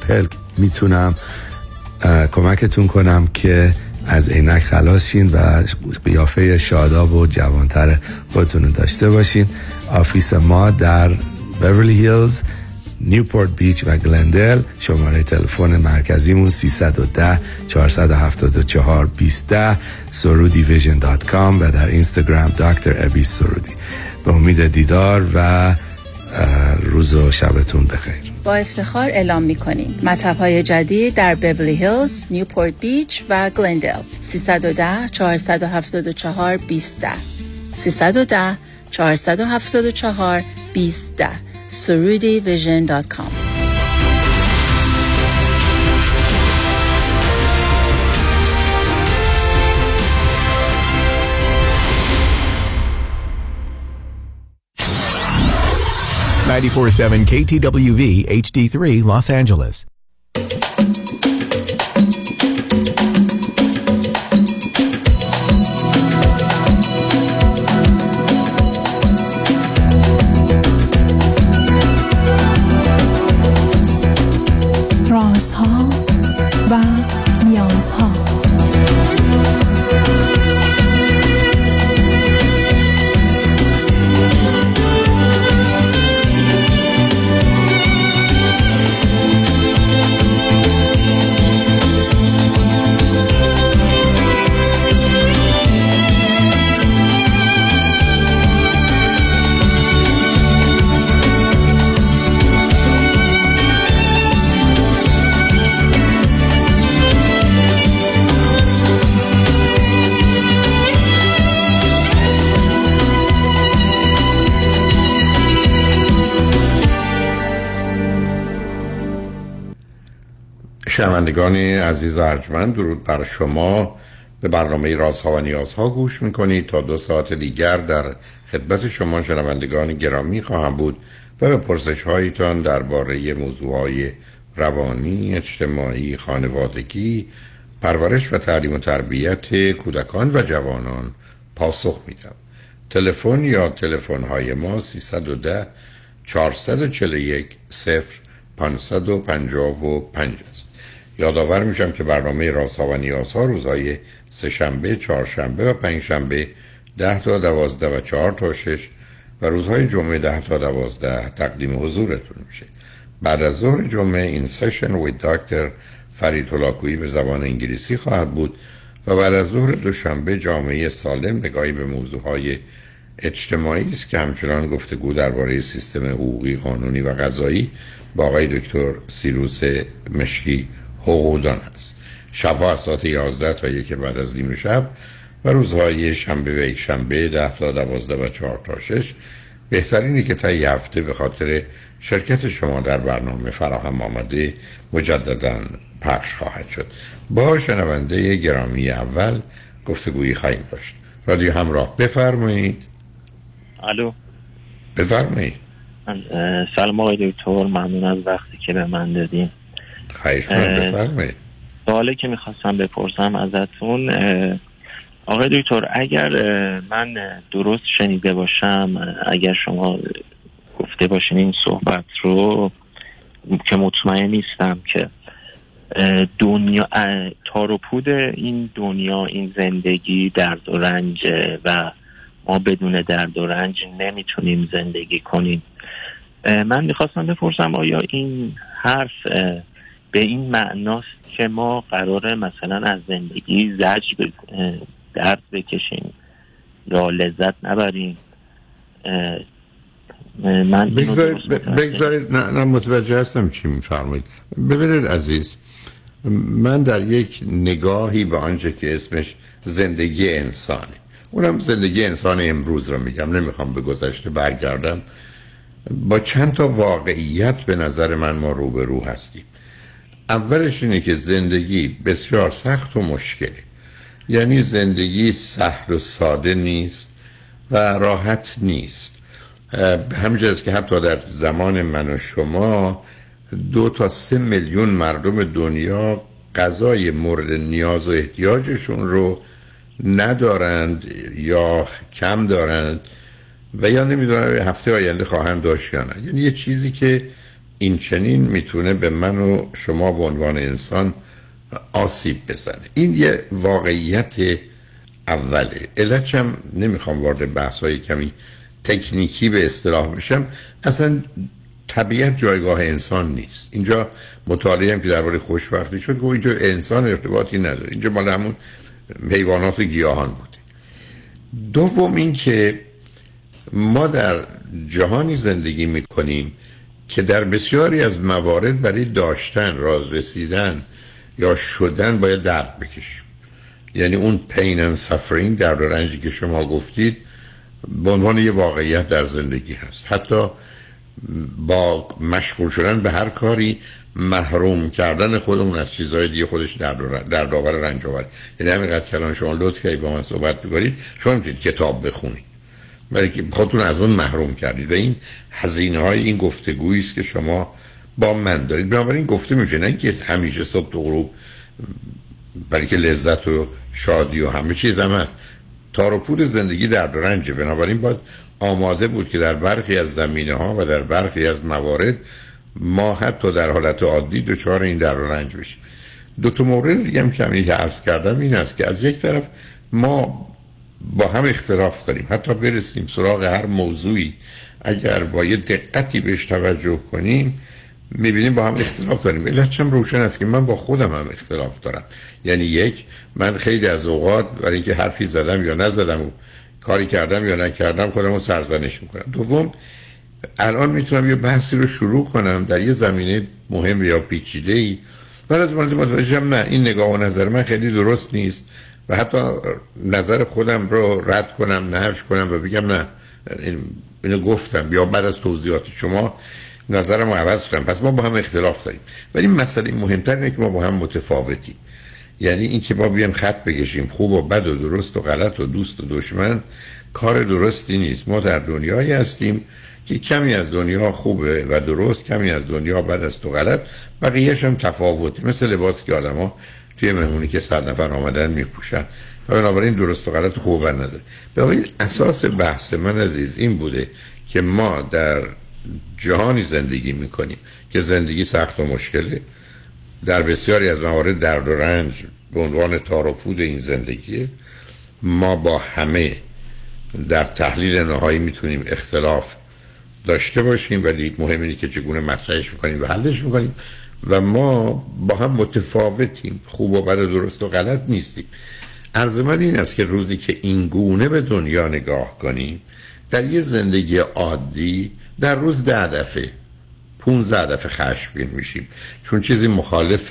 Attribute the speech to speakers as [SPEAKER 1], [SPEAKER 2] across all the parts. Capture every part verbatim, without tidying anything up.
[SPEAKER 1] پلک میتونم کمکتون کنم که از عینک خلاص شین و قیافه شاداب و جوانتر خودتون رو داشته باشین. آفیس ما در بیورلی هیلز، نیوپورت بیچ و گلندل. شماره تلفن مرکزیمون سیصد و ده چهارصد و هفتاد و چهار بیست ده سرودی ویژن دات کام و در اینستاگرام دکتر ابی سرودی. به امید دیدار و روز و شبتون بخیر.
[SPEAKER 2] با افتخار اعلام می‌کنیم مطب‌های جدید در بیورلی هیلز، نیوپورت بیچ و گلندل. سیصد و ده چهارصد و هفتاد و چهار بیست ده سیصد و ده چهارصد و هفتاد و چهار بیست ده سرودی ویژن دات کام.
[SPEAKER 3] ninety-four point seven K T W V H D three Los Angeles.
[SPEAKER 4] رازها و نیازها.
[SPEAKER 5] شنوندگان عزیز و ارجمند، درود بر شما. به برنامه رازها و نیازها گوش میکنید. تا دو ساعت دیگر در خدمت شما شنوندگان گرامی خواهم بود و به پرسش هایتان درباره موضوعهای روانی، اجتماعی، خانوادگی، پرورش و تعلیم و تربیت کودکان و جوانان پاسخ میدم. تلفن یا تلفن های ما سیصد و ده چهارصد و چهل و یک صفر پانصد و پنجاه و پنج است. یادآور میشم که برنامه رازها و نیازها روزهای سه شنبه، چهار شنبه و پنج شنبه ده تا دوازده و چهار تا شش و روزهای جمعه ده تا دوازده تقدیم حضورتون میشه. بعد از ظهر جمعه این سشن وی دکتر فرید هلاکویی به زبان انگلیسی خواهد بود و بعد از ظهر دوشنبه جامعه سالم نگاهی به موضوعهای اجتماعی است که همچنان گفتگو درباره سیستم حقوقی، قانونی و قضایی با آقای دکتر سیروس مشکی حقوقدان است. شبها از ساعت یازده تا یک بعد از نیم شب و روزهای شنبه و یک شنبه ده تا دوازده و چهار تا شش بهترینی که تا یه هفته به خاطر شرکت شما در برنامه فراهم آمده مجددا پخش خواهد شد. با شنونده گرامی اول گفتگویی خواهیم داشت. رادیو همراه، بفرمایید.
[SPEAKER 6] الو،
[SPEAKER 5] بفرمایید.
[SPEAKER 6] سلام آقای دکتر، ممنون از وقتی که به من دادین.
[SPEAKER 5] خواهش می‌کنم، بفرمایید.
[SPEAKER 6] سوالی که میخواستم بپرسم ازتون آقای دکتر، اگر من درست شنیده باشم، اگر شما گفته باشین این صحبت رو که مطمئن نیستم، که دنیا تار و پود این دنیا، این زندگی درد و رنج و ما بدون درد و رنج نمیتونیم زندگی کنیم. من میخواستم بپرسم آیا این حرف به این معناست که ما قراره مثلا از زندگی زجر درد بکشیم یا لذت نبریم؟ من
[SPEAKER 5] بگذارید بگذارید نه, نه متوجه هستم چی میفرمایید. ببینید عزیز، من در یک نگاهی به آنچه که اسمش زندگی انسانه، اونم زندگی انسان امروز رو میگم، نمیخوام به گذشته برگردم، با چند تا واقعیت به نظر من ما روبرو هستیم. اولش اینه که زندگی بسیار سخت و مشکله، یعنی زندگی سهل و ساده نیست و راحت نیست. همینجاست که حتی در زمان من و شما دو تا سه میلیون مردم دنیا غذای مورد نیاز و احتیاجشون رو ندارند یا کم دارند و یا نمیدونم هفته آینده خواهند داشت یا نه. یعنی یه چیزی که این چنین میتونه به من و شما به عنوان انسان آسیب بزنه. این یه واقعیت اوله. علتشم نمیخوام وارد بحث‌های کمی تکنیکی به اصطلاح بشم، اصلا طبیعت جایگاه انسان نیست. اینجا مطالعه هم که درباره خوشبختی شد گفت اینجا انسان ارتباطی نداره، اینجا مال همون حیوانات و گیاهان بوده. دوم این که ما در جهانی زندگی میکنیم که در بسیاری از موارد برای داشتن، راز رسیدن یا شدن باید درد بکشیم. یعنی اون pain and suffering، درد و رنجی که شما گفتید، به عنوان یه واقعیت در زندگی هست. حتی با مشغول شدن به هر کاری محروم کردن خودمون از چیزهای دیگه خودش درد آور و رنج آور. یعنی همینقدر که الان شما لطف کردید با من صحبت می‌کنید، شما میتونید کتاب بخونید ولی که خودتون از اون محروم کردید و این هزینه‌های این گفتگویی است که شما با من دارید. بنابراین گفته میشه نه اینکه همیشه صبح تا غروب، برای که لذت و شادی و همه چیز هم هست. تار و پود زندگی درد و رنجه. بنابراین باید آماده بود که در برخی از زمینه‌ها و در برخی از موارد ما حتی در حالت عادی دچار این درد و رنج بشیم. دو تا مورد دیگه هم که همین که عرض کردم این است که از یک طرف ما با هم اختلاف داریم، حتی برسیم سراغ هر موضوعی اگر با یه دقتی بهش توجه کنیم میبینیم با هم اختلاف داریم. علتش هم روشن است که من با خودم هم اختلاف دارم. یعنی یک، من خیلی از اوقات برای اینکه حرفی زدم یا نزدم و کاری کردم یا نکردم خودم رو سرزنش میکنم. دوم، الان میتونم یه بحثی رو شروع کنم در یه زمینه مهم یا پیچیده‌ای، ولی از مورد متوجهم نه این نگاه و نظر من خیلی درست نیست و حتی نظر خودم رو رد کنم، نفی کنم و بگم نه این اینو گفتم یا بعد از توضیحات شما نظرم رو عوض کنم. پس ما با هم اختلاف داریم. ولی مسئله مهمتر اینه که ما با هم متفاوتیم. یعنی این که ما بیایم خط بکشیم خوب و بد و درست و غلط و دوست و دشمن، کار درستی نیست. ما در دنیایی هستیم که کمی از دنیا خوبه و درست، کمی از دنیا بد است و غلط، بقیه‌اش هم تفاوته. مثل لباسی که آدما توی مهمونی که صد نفر آمدن میپوشن و بنابراین درست و غلط و خوب و نداره. بنابراین اساس بحث من عزیز این بوده که ما در جهانی زندگی میکنیم که زندگی سخت و مشکله، در بسیاری از موارد درد و رنج به عنوان تار و پود این زندگیه. ما با همه در تحلیل نهایی میتونیم اختلاف داشته باشیم ولی مهم اینه که چگونه مطرحش میکنیم و حلش میکنیم و ما با هم متفاوتیم، خوب و بد و درست و غلط نیستیم. عرض من این است که روزی که این گونه به دنیا نگاه کنیم، در یه زندگی عادی در روز ده دفعه پونزده دفعه خشمگین میشیم چون چیزی مخالف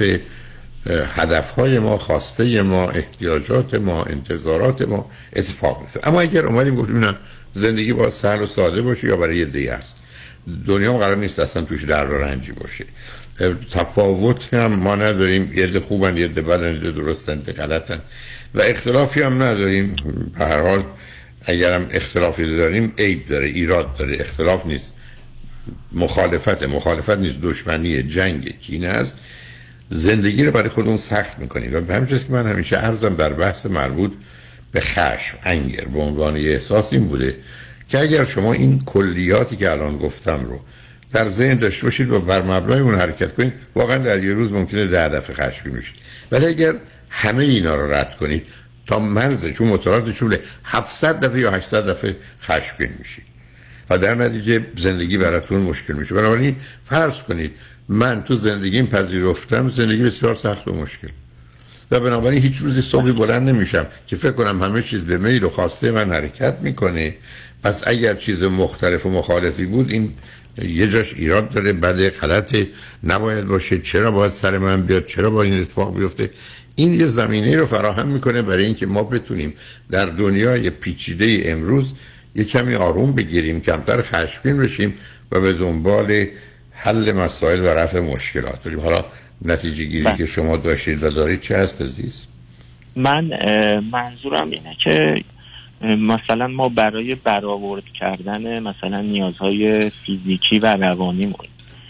[SPEAKER 5] هدفهای ما، خواسته ما، احتیاجات ما، انتظارات ما اتفاق میفته. اما اگر اومدیم گفتیم نه زندگی باید سهل و ساده باشه یا برای یه دیگه است، دنیا قرار نیست اصلا توش درد و رنجی باشه، تفاوت هم ما نداریم، یه ده خوبن یه ده بدن یه ده درستن یه ده غلطن و اختلافی هم نداریم. به هر حال اگرم اختلافی داریم عیب داره، ایراد داره، اختلاف نیست، مخالفت مخالفت نیست، دشمنی، جنگ، کینه است. زندگی رو برای خودمون سخت میکنیم و به همین جاست که من همیشه عرضم در بحث مربوط به خشم، انگر به عنوان یه احساس این بوده که اگر شما این کلیاتی که الان گفتم رو در ذهن داشته باشید و بر مبنای اون حرکت کنید، واقعا در یه روز ممکنه ده دفعه خشمگین بشید. ولی اگر همه اینا رو رد کنید تا مرز چون مترادف شده هفتصد دفعه یا هشتصد دفعه خشمگین میشید و در نتیجه زندگی براتون مشکل میشه. بنابراین فرض کنید من تو زندگیم پذیرفتم زندگی بسیار سخت و مشکل و بنابراین هیچ روزی صبحی بلند نمیشم که فکر کنم همه چیز به میل و خواسته من حرکت میکنه. پس اگر چیز مختلف و مخالفی بود این یه جاش ایراد داره، بده، غلطه، نباید باشه، چرا باید سر من بیاد، چرا باید این اتفاق بیفته. این یه زمینه رو فراهم میکنه برای اینکه ما بتونیم در دنیای پیچیده امروز یه کمی آروم بگیریم، کمتر خشمگین بشیم و به دنبال حل مسائل و رفع مشکلات بریم. حالا نتیجه گیری من. که شما داشتید و دارید چه هست عزیز؟
[SPEAKER 6] من منظورم اینه که مثلا ما برای برآورد کردن مثلا نیازهای فیزیکی و روانیمون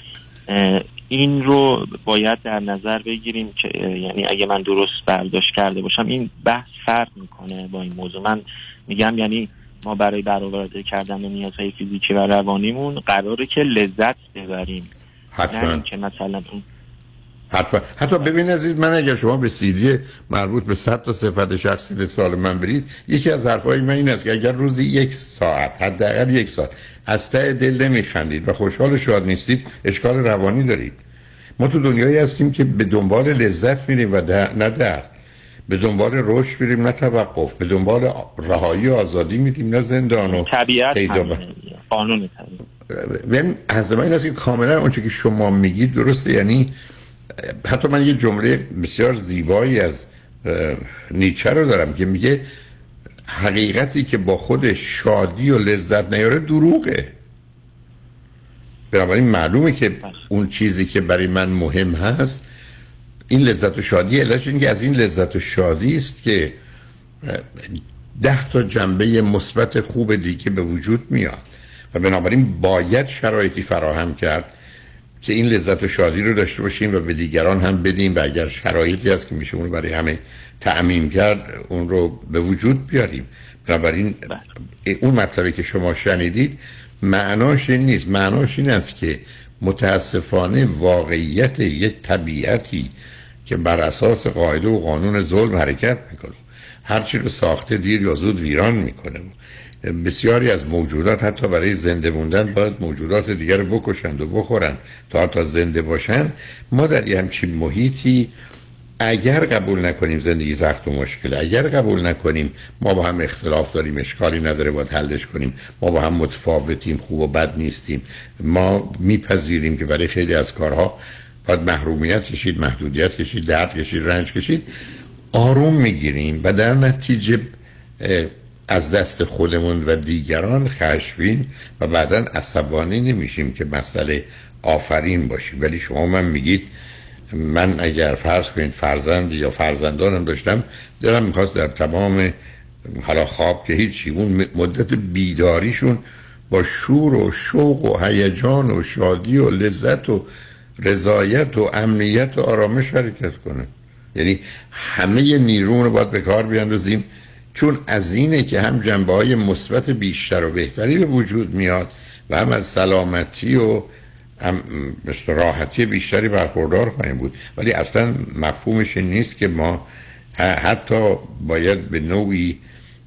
[SPEAKER 6] این رو باید در نظر بگیریم که یعنی اگه من درست برداشت کرده باشم این بحث فرق میکنه با این موضوع. من میگم یعنی ما برای برآورده کردن نیازهای فیزیکی و روانیمون قراره که لذت ببریم.
[SPEAKER 5] حتما
[SPEAKER 6] که مثلا اون
[SPEAKER 5] حتما حتی ببین عزیز من، اگر شما به سیدی مربوط به صد تا صفت شخصی سال من برید، یکی از حرفای من این است که اگر روزی یک ساعت، حداقل یک ساعت از ته دل نمیخندید و خوشحال و شاد نیستید، اشکال روانی دارید. ما تو دنیایی هستیم که به دنبال لذت میریم و در... نه در به دنبال رشد میریم، نه توقف، به دنبال رهایی و آزادی میریم، نه زندان و
[SPEAKER 6] طبیعت
[SPEAKER 5] با...
[SPEAKER 6] قانون طبیعت.
[SPEAKER 5] ببین از من این است که کاملا اونچه که شما میگید درسته. یعنی حتی من یه جمله بسیار زیبایی از نیچه رو دارم که میگه حقیقتی که با خودش شادی و لذت نیاره دروغه. بنابراین معلومه که اون چیزی که برای من مهم هست این لذت و شادی، علتش این که از این لذت و شادی است که ده تا جنبه مثبت خوب دیگه به وجود میاد و بنابراین باید شرایطی فراهم کرد که این لذت و شادی رو داشته باشیم و به دیگران هم بدیم و اگر شرایطی هست که میشه اون رو برای همه تعمیم کرد اون رو به وجود بیاریم. بنابراین اون مطلبی که شما شنیدید معناش این نیست، معناش این است که متاسفانه واقعیت یک طبیعتی که بر اساس قاعده و قانون ظلم حرکت میکنه، هرچی رو ساخته دیر یا زود ویران میکنه. بسیاری از موجودات حتی برای زنده موندن باید موجودات دیگر رو بکشند و بخورند تا حتی زنده باشند. ما در یه همچین محیطی اگر قبول نکنیم زندگی سخت و مشکله، اگر قبول نکنیم ما با هم اختلاف داریم، اشکالی نداره باید حلش کنیم، ما با هم متفاوتیم، خوب و بد نیستیم، ما میپذیریم که برای خیلی از کارها باید محرومیت کشید، محدودیت کشید، درد کشید، رنج کشید، آروم میگیریم و در نتیجه از دست خودمون و دیگران خشمگین و بعداً عصبانی نمیشیم که مسئله آفرین باشیم. ولی شما من میگید من اگر فرض کنید فرزند یا فرزندانم داشتم، دلم میخواست در تمام حالا خواب که هیچی، اون مدت بیداریشون با شور و شوق و هیجان و شادی و لذت و رضایت و امنیت و آرامش حرکت کنه. یعنی همه نیرون رو باید به کار بیاندازیم، چون از اینه که هم جنبه‌های مثبت بیشتر و بهتری به وجود میاد و هم از سلامتی و هم راحتی بیشتری برخوردار خواهیم بود. ولی اصلا مفهومش این نیست که ما حتی باید به نوعی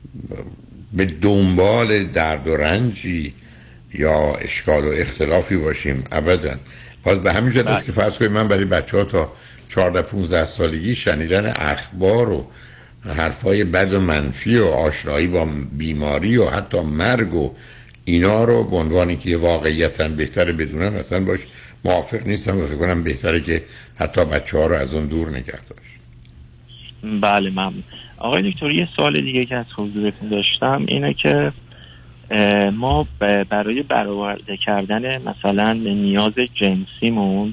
[SPEAKER 5] به دنبال درد و رنجی یا اشکال و اختلافی باشیم، ابدا. باز به همین جهت است که فرض کنید من برای بچه‌ها تا چهارده پانزده سالگی شنیدن اخبار و حرفای بد و منفی و آشنایی با بیماری و حتی مرگ و اینا رو به عنوانی که واقعیتاً بهتره بدونم اصلا باش موافق نیستم و فکر کنم بهتره که حتی بچه‌ها رو از اون دور نگه داشت.
[SPEAKER 6] بله ممنون. آقای دکتر یه سوال دیگه که از حضورتون داشتم اینه که ما برای برآورده کردن مثلا نیاز جنسیمون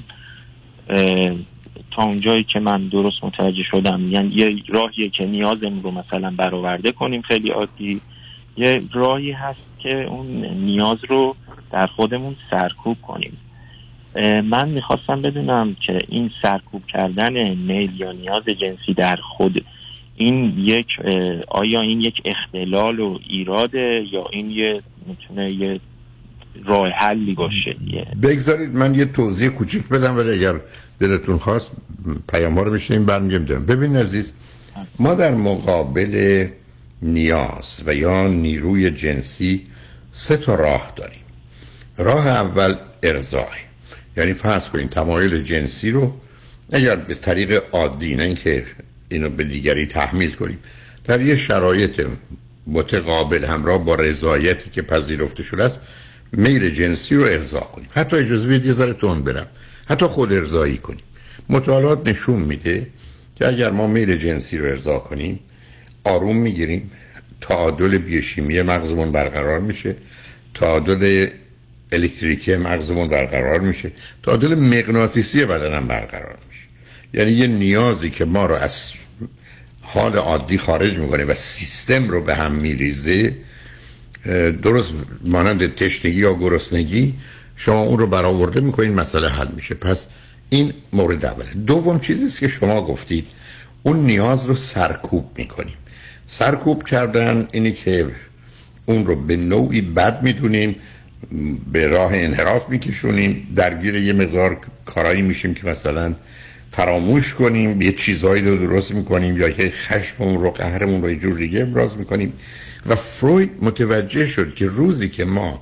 [SPEAKER 6] تا اونجایی که من درست متوجه شدم، یعنی یه راهیه که نیازمون رو مثلا برآورده کنیم خیلی عادی، یه راهی هست که اون نیاز رو در خودمون سرکوب کنیم. من میخواستم بدونم که این سرکوب کردن میل یا نیاز جنسی در خود این یک آیا این یک اختلال و ایراده یا این یه میتونه یه راه حلی باشه؟
[SPEAKER 5] بگذارید من یه توضیح کوچیک بدم ولی اگر دلتون خواست پیام ها رو بشنیم برمیگردم. ببین عزیز، ما در مقابل نیاز و یا نیروی جنسی سه تا راه داریم. راه اول ارضاء، یعنی فرض کنید تمایل جنسی رو اگر به طریق عادی، نه اینکه اینو به دیگری تحمیل کنیم، در یه شرایط متقابل همراه با رضایتی که پذیرفته شده است میل جنسی رو ارضا کنیم. حتی اجازه بدید یه ذره تند برم، حتی خود ارضایی کنیم. مطالعات نشون میده که اگر ما میل جنسی رو ارضا کنیم آروم میگیریم، تعادل بیوشیمی مغزمون برقرار میشه، تعادل الکتریکی مغزمون برقرار میشه، تعادل مغناطیسی بدنم برقرار میشه. یعنی یه نیازی که ما رو از حال عادی خارج میکنه و سیستم رو به هم میریزه، درست مانند تشنگی یا گرسنگی، شما اون رو برآورده میکنین، مسئله حل میشه. پس این مورد اوله. دوم چیزی است که شما گفتید، اون نیاز رو سرکوب میکنیم. سرکوب کردن اینی که اون رو به نوعی بد میدونیم به راه انحراف میکشونیم، درگیر یه مقدار کارایی میشیم که مثلا فراموش کنیم، یه چیزایی رو درست میکنیم یا که خشممون رو، قهرمون رو یه جور دیگه ابراز میکنیم. و فروید متوجه شد که روزی که ما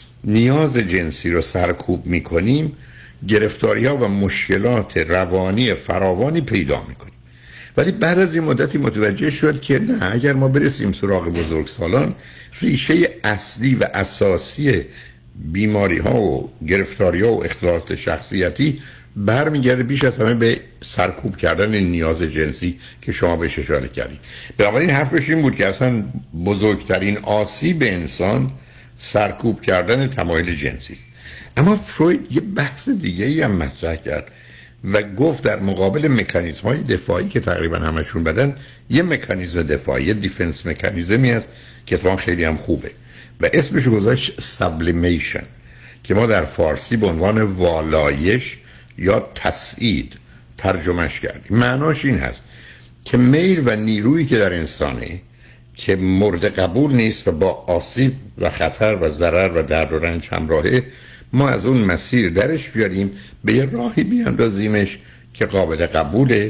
[SPEAKER 5] نیاز جنسی رو سرکوب میکنیم، گرفتاری ها و مشکلات روانی فراوانی پیدا میکنیم. ولی بعد از این مدتی متوجه شد که نه، اگر ما برسیم سراغ بزرگسالان، ریشه اصلی و اساسی بیماری ها و گرفتاری ها و اختلالات شخصیتی برمیگرده بیش از همه به سرکوب کردن نیاز جنسی که شما بهش اشاره کردید. بنابراین حرفش این بود که اصلا بزرگترین آسیب انسان سرکوب کردن تمایل جنسی است. اما فروید یه بحث دیگه ای هم مطرح کرد و گفت در مقابل مکانیزم های دفاعی که تقریبا همشون بدن، یه مکانیزم دفاعی، دیفنس مکانیزمی هست که اتفاقا خیلی هم خوبه و اسمش گذاشت سابلیمیشن، که ما در فارسی به عنوان والایش یا تسعید ترجمهش کردیم. معناش این هست که میل و نیرویی که در انسانه که مورد قبول نیست و با آسیب و خطر و ضرر و درد و رنج همراهه، ما از اون مسیر درش بیاریم، به یه راهی بیاندازیمش که قابل قبوله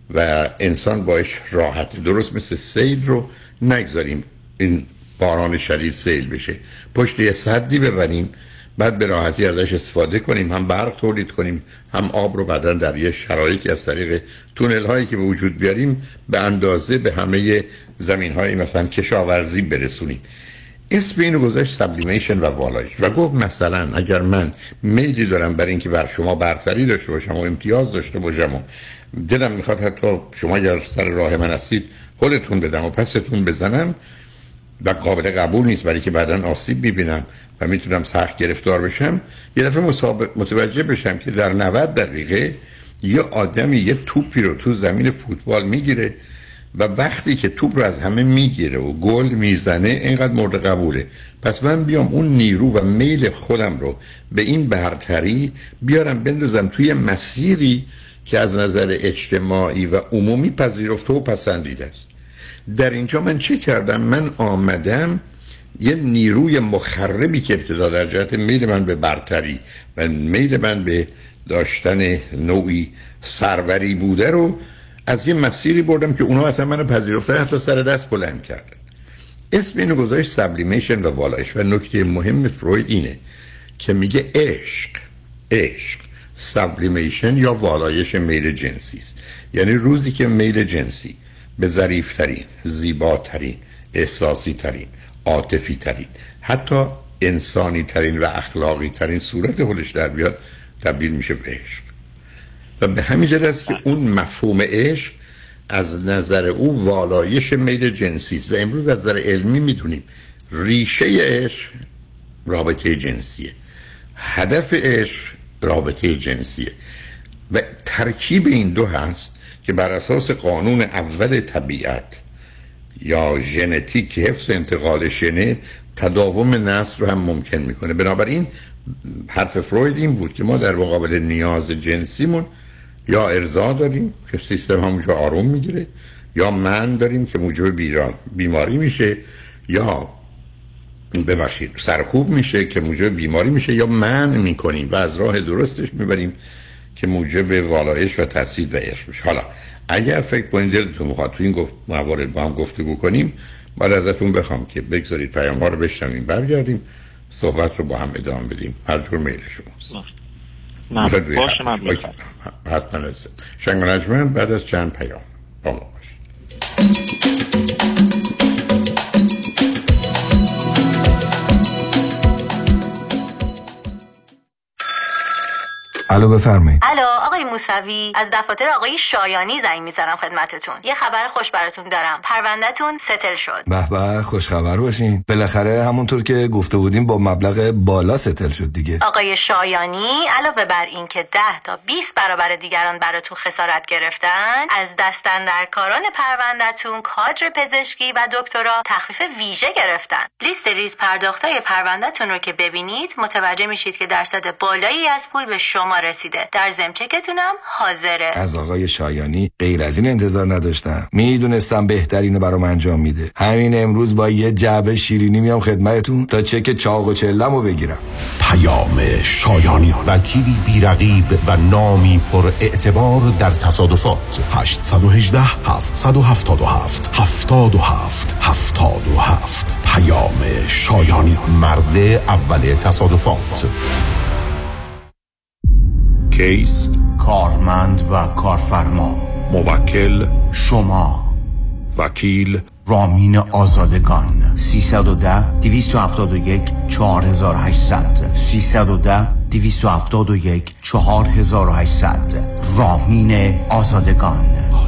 [SPEAKER 5] و انسان باش راحت، درست مثل سیل رو نگذاریم این باران شدید سیل بشه، پشت یه سدی ببریم، بعد به راحتی ازش استفاده کنیم، هم برق تولید کنیم، هم آب رو بعدن در یه شرایطی از طریق تونل هایی که به وجود بیاریم به اندازه به همه زمین های مثلا کشاورزی برسونیم. اسم اینو گذاشت سابلیمیشن و والایش و گفت مثلا اگر من میلی دارم برای اینکه بر شما برتری داشته باشم و امتیاز داشته باشم و دلم میخواد حتی شما اگر سر راه من هستید خودتون بدم و پستون بزنم و قابل قبول نیست، برای که بعداً آسیب میبینم و میتونم سخت گرفتار بشم، یه دفعه متوجه بشم که در نود دقیقه یه آدمی یه توپی رو تو زمین فوتبال میگیره و وقتی که توپ رو از همه میگیره و گل میزنه اینقدر مورد قبوله، پس من بیام اون نیرو و میل خودم رو به این برتری بیارم بندازم توی مسیری که از نظر اجتماعی و عمومی پذیرفته و پسندیده است. در اینجا من چه کردم؟ من آمدم یه نیروی مخربی که ابتدا در جهت میل من به برتری و میل من به داشتن نوعی سروری بوده رو از یه مسیری بردم که اونا اصلا منو پذیرفتن، حتی سر دست بلند کردن. اسم اینو گذاشت سابلیمیشن و والایش. و نکته مهم فروید اینه که میگه عشق عشق سابلیمیشن یا والایش میل جنسی است. یعنی روزی که میل جنسی به ظریف‌ترین، زیباترین، احساسی ترین، عاطفی ترین، حتی انسانی ترین و اخلاقی ترین صورت خودش در بیاد، تبدیل میشه به عشق. و به همین جهت است که اون مفهوم عشق از نظر او والایش میل جنسی است و امروز از نظر علمی میدونیم ریشه عشق رابطه جنسیه، هدف عشق رابطه جنسیه و ترکیب این دو هست که بر اساس قانون اول طبیعت یا ژنتیک، حفظ انتقال ژن، تداوم نسل رو هم ممکن میکنه. بنابراین حرف فروید این بود که ما در مقابل نیاز جنسیمون یا ارضا داریم که سیستم همونجا آروم میگیره، یا من داریم که موجب بیماری میشه، یا ببخشید سرکوب میشه که موجب بیماری میشه، یا من میکنیم و از راه درستش میبریم که موجب والایش و تسعید و عشق میشه. حالا اگر فکر کنید دلتون میخواد تو این گفت موارد با هم گفتگو کنیم، باید ازتون بخوام که بگذارید پیام ها رو بشنویم، برگردیم صحبت رو با هم ادامه بدیم. هر جور میل شماست.
[SPEAKER 6] من باشه من بخوام
[SPEAKER 5] حتما هستم. شنگ و نجمن بعد از چند پیام با ما باشید.
[SPEAKER 7] الو بفرمایید.
[SPEAKER 8] الو آقای موسوی، از دفاتر آقای شایانی زنگ میزنم خدمتتون. یه خبر خوش براتون دارم. پروندهتون ستل شد.
[SPEAKER 7] به به، خوش خبر باشین. بالاخره همونطور که گفته بودیم با مبلغ بالا ستل شد دیگه.
[SPEAKER 8] آقای شایانی علاوه بر این که ده تا بیست برابر دیگران براتون خسارت گرفتن، از دستاندرکاران پروندهتون کادر پزشکی و دکترا تخفیف ویژه گرفتن. لیست ریز پرداختای پروندهتون رو که ببینید متوجه میشید که درصد بالایی از پول به شما رسیده. در ضمن چکتونم حاضره.
[SPEAKER 7] از آقای شایانی غیر از این انتظار نداشتم. میدونستم بهترینو برام انجام میده. همین امروز با یه جعبه شیرینی میام خدمتتون تا چک چاق و چلمو بگیرم.
[SPEAKER 9] پیام شایانی، وکیلی بی‌رقیب و نامی پر اعتبار در تصادفات. هشت یک هشت هفت هفت هفت هفتاد و هفت هفتاد و هفت. پیام شایانی، مرد اول تصادفات.
[SPEAKER 10] کیس
[SPEAKER 11] کارمند و کارفرما.
[SPEAKER 10] موکل
[SPEAKER 11] شما.
[SPEAKER 10] وکیل
[SPEAKER 11] رامین آزادگان. سیصد و ده دویست و هفتاد و یک چهار هزار و هشتصد. سیصد و ده دویست و هفتاد و یک چهار هزار و هشتصد. رامین آزادگان.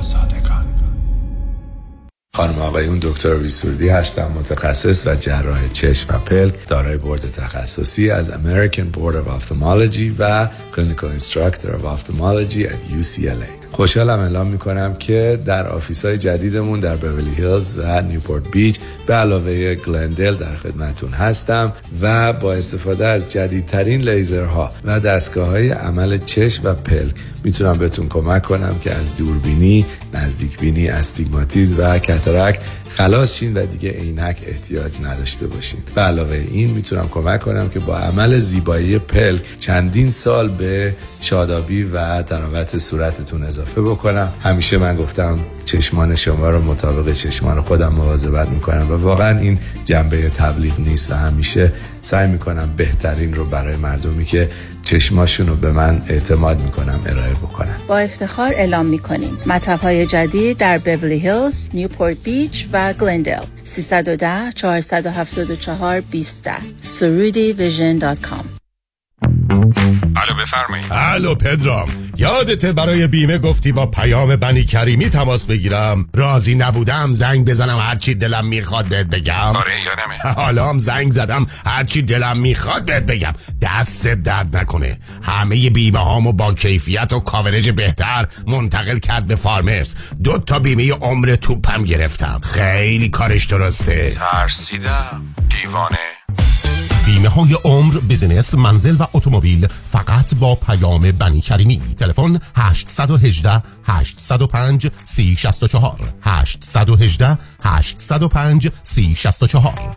[SPEAKER 1] خانم آقایون، دکتر ویسوردی هستم، متخصص و جراح چشم و پلک، دارای بورد تخصصی از American Board of Ophthalmology و Clinical Instructor of Ophthalmology at یو سی ال ای. خوشحالم اعلام میکنم که در آفیس‌های جدیدمون در بیولی هیلز و نیوپورت بیچ به علاوه گلندل در خدمتون هستم و با استفاده از جدیدترین لیزرها و دستگاه‌های عمل چشم و پلک میتونم بهتون کمک کنم که از دوربینی، نزدیکبینی، استیگماتیسم و کاتاراکت خلاص شین و دیگه عینک احتیاج نداشته باشین. به علاوه این میتونم کمک کنم که با عمل زیبایی پلک چندین سال به شادابی و تراوت صورتتون اضافه بکنم. همیشه من گفتم چشمان شما رو مطابق چشمان خودم مواظبت میکنم و واقعا این جنبه تبلیغ نیست و همیشه سعی میکنم بهترین رو برای مردمی که چشماشون رو به من اعتماد میکنم ارائه بکنم.
[SPEAKER 2] با افتخار اعلام میکنیم مطب‌های جدید در بیولی هیلز، نیوپورت بیچ و گلندل. سیصد و ده چهارصد و هفتاد و چهار بیست. سرودی ویژن دات کام.
[SPEAKER 9] الو بفرمایید. الو پدرام، یادته برای بیمه گفتی با پیام بنی کریمی تماس بگیرم؟ راضی نبودم زنگ بزنم هرچی دلم میخواد بهت بگم. آره یادمه. حالا هم زنگ زدم هرچی دلم میخواد بهت بگم. دست درد نکنه، همه بیمه هامو با کیفیت و کاورج بهتر منتقل کرد به فارمرز. دو تا بیمه عمر توپم گرفتم. خیلی کارش درسته. ترسیدم دیوانه. بیمه های عمر، بیزینس، منزل و اتومبیل فقط با پیام بنی کریمی. تلفن هشت یک هشت هشت صفر پنج سه شش چهار هشت یک هشت هشت صفر پنج سه شش چهار.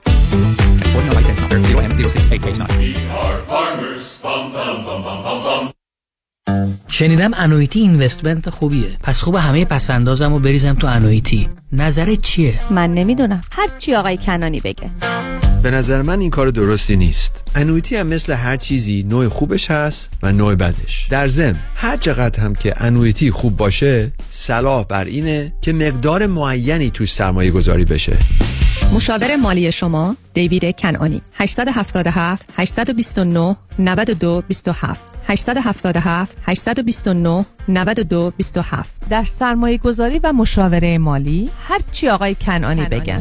[SPEAKER 12] شنیدم انویتی اینوستمنت خوبیه، پس خوب همه پسندازم و بریزم تو انویتی. نظرت چیه؟
[SPEAKER 13] من نمیدونم، هر چی آقای کنانی بگه.
[SPEAKER 14] به نظر من این کار درستی نیست. انویتی هم مثل هر چیزی نوع خوبش هست و نوع بدش. در ضمن هر چقدر هم که انویتی خوب باشه، صلاح بر اینه که مقدار معینی توش سرمایه گذاری بشه.
[SPEAKER 13] مشاور مالی شما دیوید کنانی. هشت هفت هفت هشت دو نه نه دو دو هفت هشت هفت هفت هشت دو نه نه دو دو هفت. در سرمایه گذاری و مشاوره مالی هر چی آقای کنانی بگن.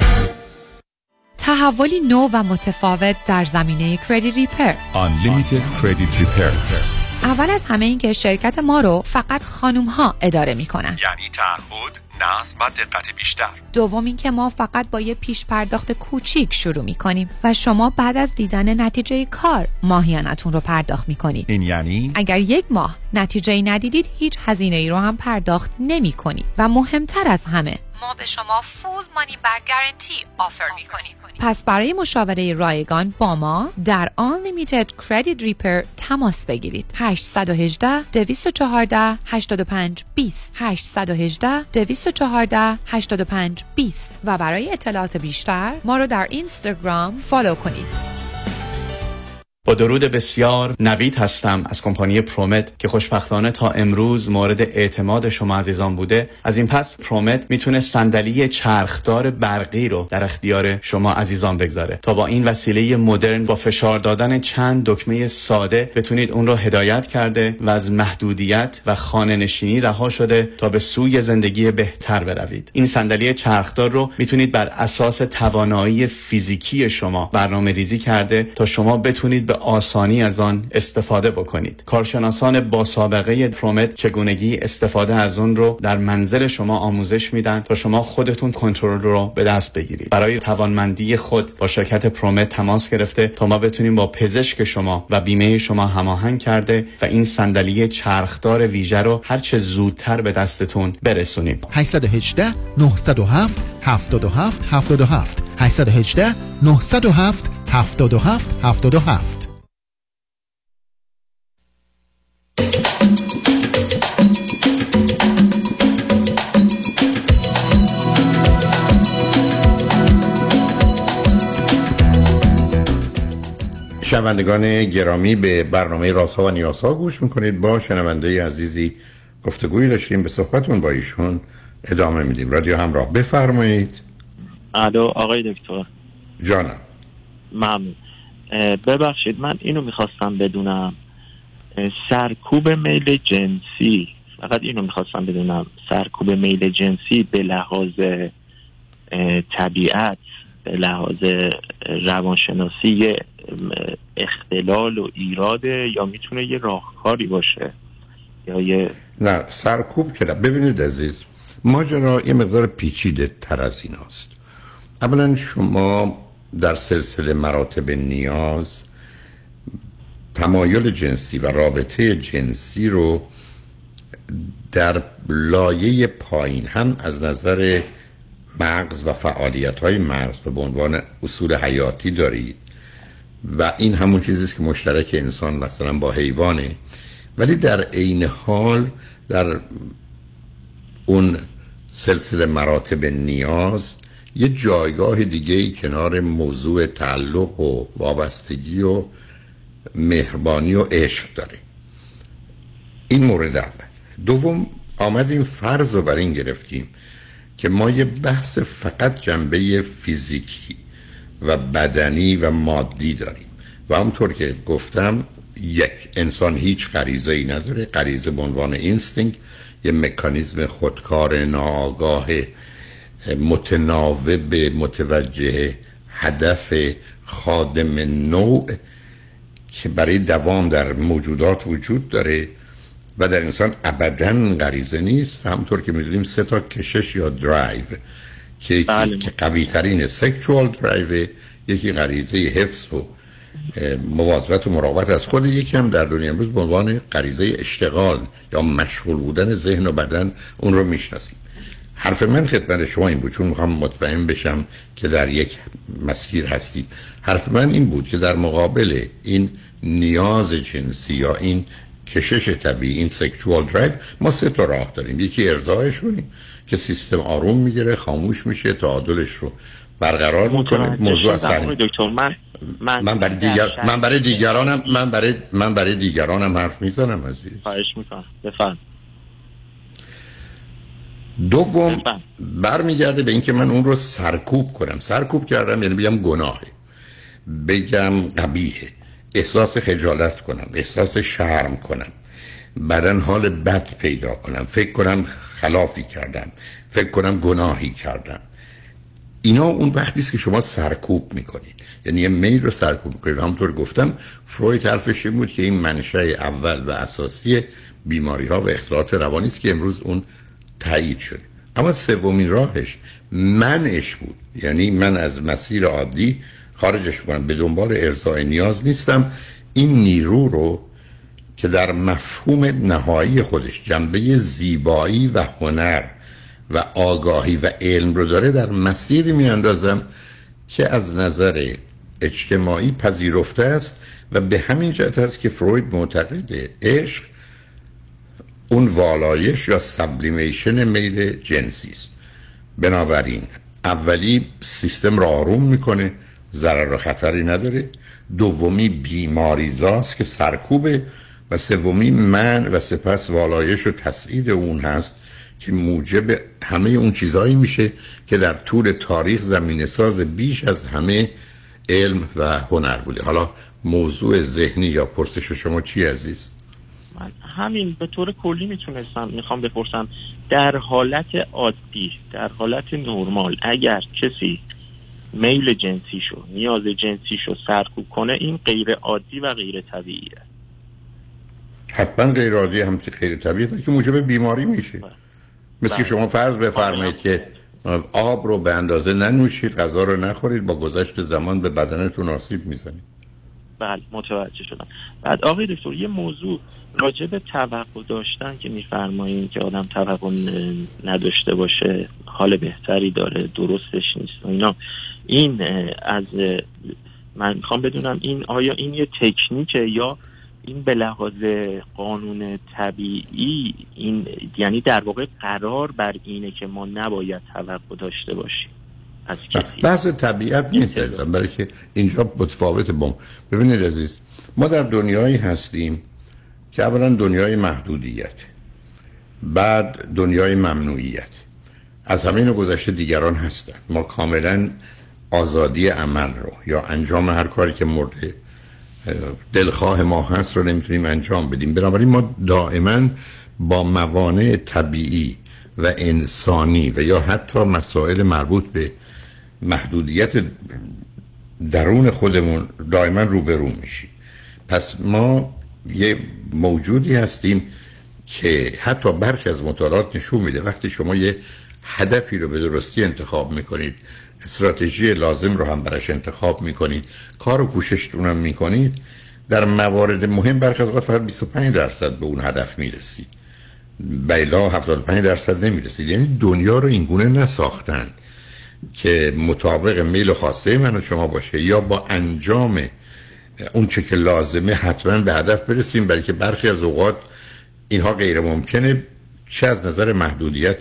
[SPEAKER 15] تحولی نو و متفاوت در زمینه کردیت ریپر.
[SPEAKER 10] Unlimited Credit Repair.
[SPEAKER 15] اول از همه این که شرکت ما رو فقط خانوم ها اداره می کنن.
[SPEAKER 10] یعنی تعهد، نظم و دقت بیشتر.
[SPEAKER 15] دوم این که ما فقط با یه پیش پرداخت کوچیک شروع می کنیم و شما بعد از دیدن نتیجه کار ماهیانتون رو پرداخت می کنید.
[SPEAKER 10] این یعنی
[SPEAKER 15] اگر یک ماه نتیجه ندیدید هیچ هزینه ای رو هم پرداخت نمی کنید و مهمتر از همه ما به شما فول مانی بک گارانتی آفر می کنیم. پس برای مشاوره رایگان با ما در Unlimited Credit Repair تماس بگیرید. هشت یک هشت دو چهار هشت پنج بیست هشت یک هشت دو چهار هشت پنج بیست و برای اطلاعات بیشتر ما رو در اینستاگرام فالو کنید.
[SPEAKER 16] با درود بسیار، نوید هستم از کمپانی پرومت که خوشبختانه تا امروز مورد اعتماد شما عزیزان بوده. از این پس پرومت میتونه صندلی چرخدار برقی رو در اختیار شما عزیزان بگذاره تا با این وسیله مدرن با فشار دادن چند دکمه ساده بتونید اون رو هدایت کرده و از محدودیت و خانه نشینی رها شده تا به سوی زندگی بهتر بروید. این صندلی چرخدار رو میتونید بر اساس توانایی فیزیکی شما برنامه ریزی کرده تا شما بتونید به آسانی از آن استفاده بکنید. کارشناسان با سابقه پرومت چگونگی استفاده از اون رو در منزل شما آموزش میدن تا شما خودتون کنترل رو به دست بگیرید. برای توانمندی خود با شرکت پرومت تماس گرفته تا ما بتونیم با پزشک شما و بیمه شما هماهنگ کرده و این صندلی چرخدار ویژه رو هر چه زودتر به دستتون برسونیم.
[SPEAKER 17] هشت یک هشت نه صفر هفت هفت هفت هفت هفت هشت یک هشت نه صفر هفت هفت هفت هفت هفت.
[SPEAKER 5] شنوندگان گرامی، به برنامه رازها و نیازها گوش میکنید. با شنونده عزیزی گفتگویی داشتیم، به صحبتون با ایشون ادامه میدیم. رادیو همراه، بفرمایید.
[SPEAKER 6] الو آقای دکتر.
[SPEAKER 5] جانم.
[SPEAKER 6] ممنون. ببخشید، من اینو میخواستم بدونم، سرکوب میل جنسی، فقط اینو میخواستم بدونم، سرکوب میل جنسی به لحاظ طبیعت، به لحاظ روانشناسی یه اختلال و ایراده یا میتونه یه راهکاری باشه یا یه
[SPEAKER 5] نه سرکوب که نه. ببینید عزیز، ماجرا یه مقدار پیچیده تر از این هست. اولا شما در سلسله مراتب نیاز تمایل جنسی و رابطه جنسی رو در لایه پایین هم از نظر مغز و فعالیت‌های مغز به عنوان اصول حیاتی دارید و این همون چیزیست که مشترک انسان مثلا با حیوانه، ولی در عین حال در اون سلسله مراتب نیاز یه جایگاه دیگه‌ای کنار موضوع تعلق و وابستگی و مهربانی و عشق داره. این مورد اول. دوم، آمدیم فرض رو بر این گرفتیم که ما یه بحث فقط جنبه فیزیکی و بدنی و مادی داریم و همونطور که گفتم، یک، انسان هیچ غریزه ای نداره. غریزه به عنوان اینستینکت یه مکانیزم خودکار ناآگاه متناوب متوجه هدف خادم نوع که برای دوام در موجودات وجود داره و در انسان ابداً غریزه نیست. همونطور که میدونیم سه تا کشش یا درایو که بله. که قوی ترین سکشوال درایو، یکی غریزه حفظ و مواظبت و مراقبت از خود، یکی هم در دنیا امروز به عنوان غریزه اشتغال یا مشغول بودن ذهن و بدن اون رو میشناسیم. حرف من خدمت شما این بود، چون میخوام مطمئن بشم که در یک مسیر هستید. حرف من این بود که در مقابل این نیاز جنسی یا این کشش طبیعی، این سکشوال درایو، ما سه تا راه داریم. یکی ارضایش کنیم که سیستم آروم میگیره، خاموش میشه، تعادلش رو برقرار میکنه. موضوع اصلا
[SPEAKER 6] دکتر من من
[SPEAKER 5] من برای دیگر من برای دیگرانم من برای من برای دیگرانم حرف میزنم عزیز.
[SPEAKER 6] خواهش میکنم، بفرمایید.
[SPEAKER 5] دوم، برمیگرده به اینکه من اون رو سرکوب کنم. سرکوب کردم یعنی بگم گناهه، بگم قبیحه، احساس خجالت کنم، احساس شرم کنم، بعدن حال بد پیدا کنم، فکر کنم خلافی کردم، فکر کنم گناهی کردم. اینا اون وقتی است که شما سرکوب میکنید، یعنی یه میل رو سرکوب میکنید. همونطور گفتم فروید حرفش این بود که این منشأ اول و اساسی بیماری ها و اختلالات روانی است که امروز اون تایید شده. اما سومین راهش منش بود، یعنی من از مسیر عادی خارجش کنم، به دنبال ارضای نیاز نیستم. این نیرو رو که در مفهوم نهایی خودش جنبه زیبایی و هنر و آگاهی و علم رو داره، در مسیری میاندازم که از نظر اجتماعی پذیرفته است و به همین جهت است که فروید معتقده عشق اون والایش یا سبلیمیشن میل جنسی است. بنابراین اولی سیستم را آروم میکنه، ضرر و خطری نداره. دومی بیماریزاست که سرکوبه و سومی من و سپس والایش و تسعید اون هست که موجب همه اون چیزهایی میشه که در طول تاریخ زمینه ساز بیش از همه علم و هنر بوده. حالا موضوع ذهنی یا پرسش شما چی عزیز؟
[SPEAKER 6] من همین به طور کلی میتونستم میخوام بپرسم، در حالت عادی، در حالت نرمال، اگر کسی میل جنسیشو، نیاز جنسیشو سرکوب کنه، این غیر عادی و غیر طبیعیه.
[SPEAKER 5] حتما غیر عادی هم غیر طبیعیه که موجب بیماری میشه. مثل که شما فرض بفرمایید که آب رو به اندازه ننوشید، غذا رو نخورید، با گذشت زمان به بدنتون آسیب میزنید.
[SPEAKER 6] بله متوجه شدم. بعد آقای دکتر یه موضوع راجع به توقع داشتن که میفرمایید که آدم توقع نداشته باشه حال بهتری داره، درستش نیست و اینا، این از من میخوام بدونم این آیا این یه تکنیکه یا این به لحاظ قانون طبیعی این یعنی در واقع قرار بر اینه که ما نباید توقع داشته باشیم از کسی؟
[SPEAKER 5] بحث طبیعت نیست عزیزم، برای که اینجا متفاوت بم. ببینید عزیز، ما در دنیایی هستیم که اولا دنیای محدودیت، بعد دنیای ممنوعیت. از همین گذشته دیگران هستن. ما کاملا آزادی عمل رو یا انجام هر کاری که مورد دلخواه ما هست رو نمیتونیم انجام بدیم. بنابراین ما دائما با موانع طبیعی و انسانی و یا حتی مسائل مربوط به محدودیت درون خودمون دائما روبرو میشیم. پس ما یه موجودی هستیم که حتی برخی از مطالعات نشون میده وقتی شما یه هدفی رو به درستی انتخاب میکنید، استراتژی لازم رو هم براش انتخاب میکنید، کار و کوششتون هم میکنید، در موارد مهم برخی از اوقات فقط بیست و پنج درصد به اون هدف میرسید، بیلا هفتاد و پنج درصد نمیرسید. یعنی دنیا رو اینگونه نساختن که مطابق میل و خواسته من و شما باشه یا با انجام اون چه که لازمه حتما به هدف برسیم، بلکه برخی از اوقات اینها غیر ممکنه، چه از نظر محدودیت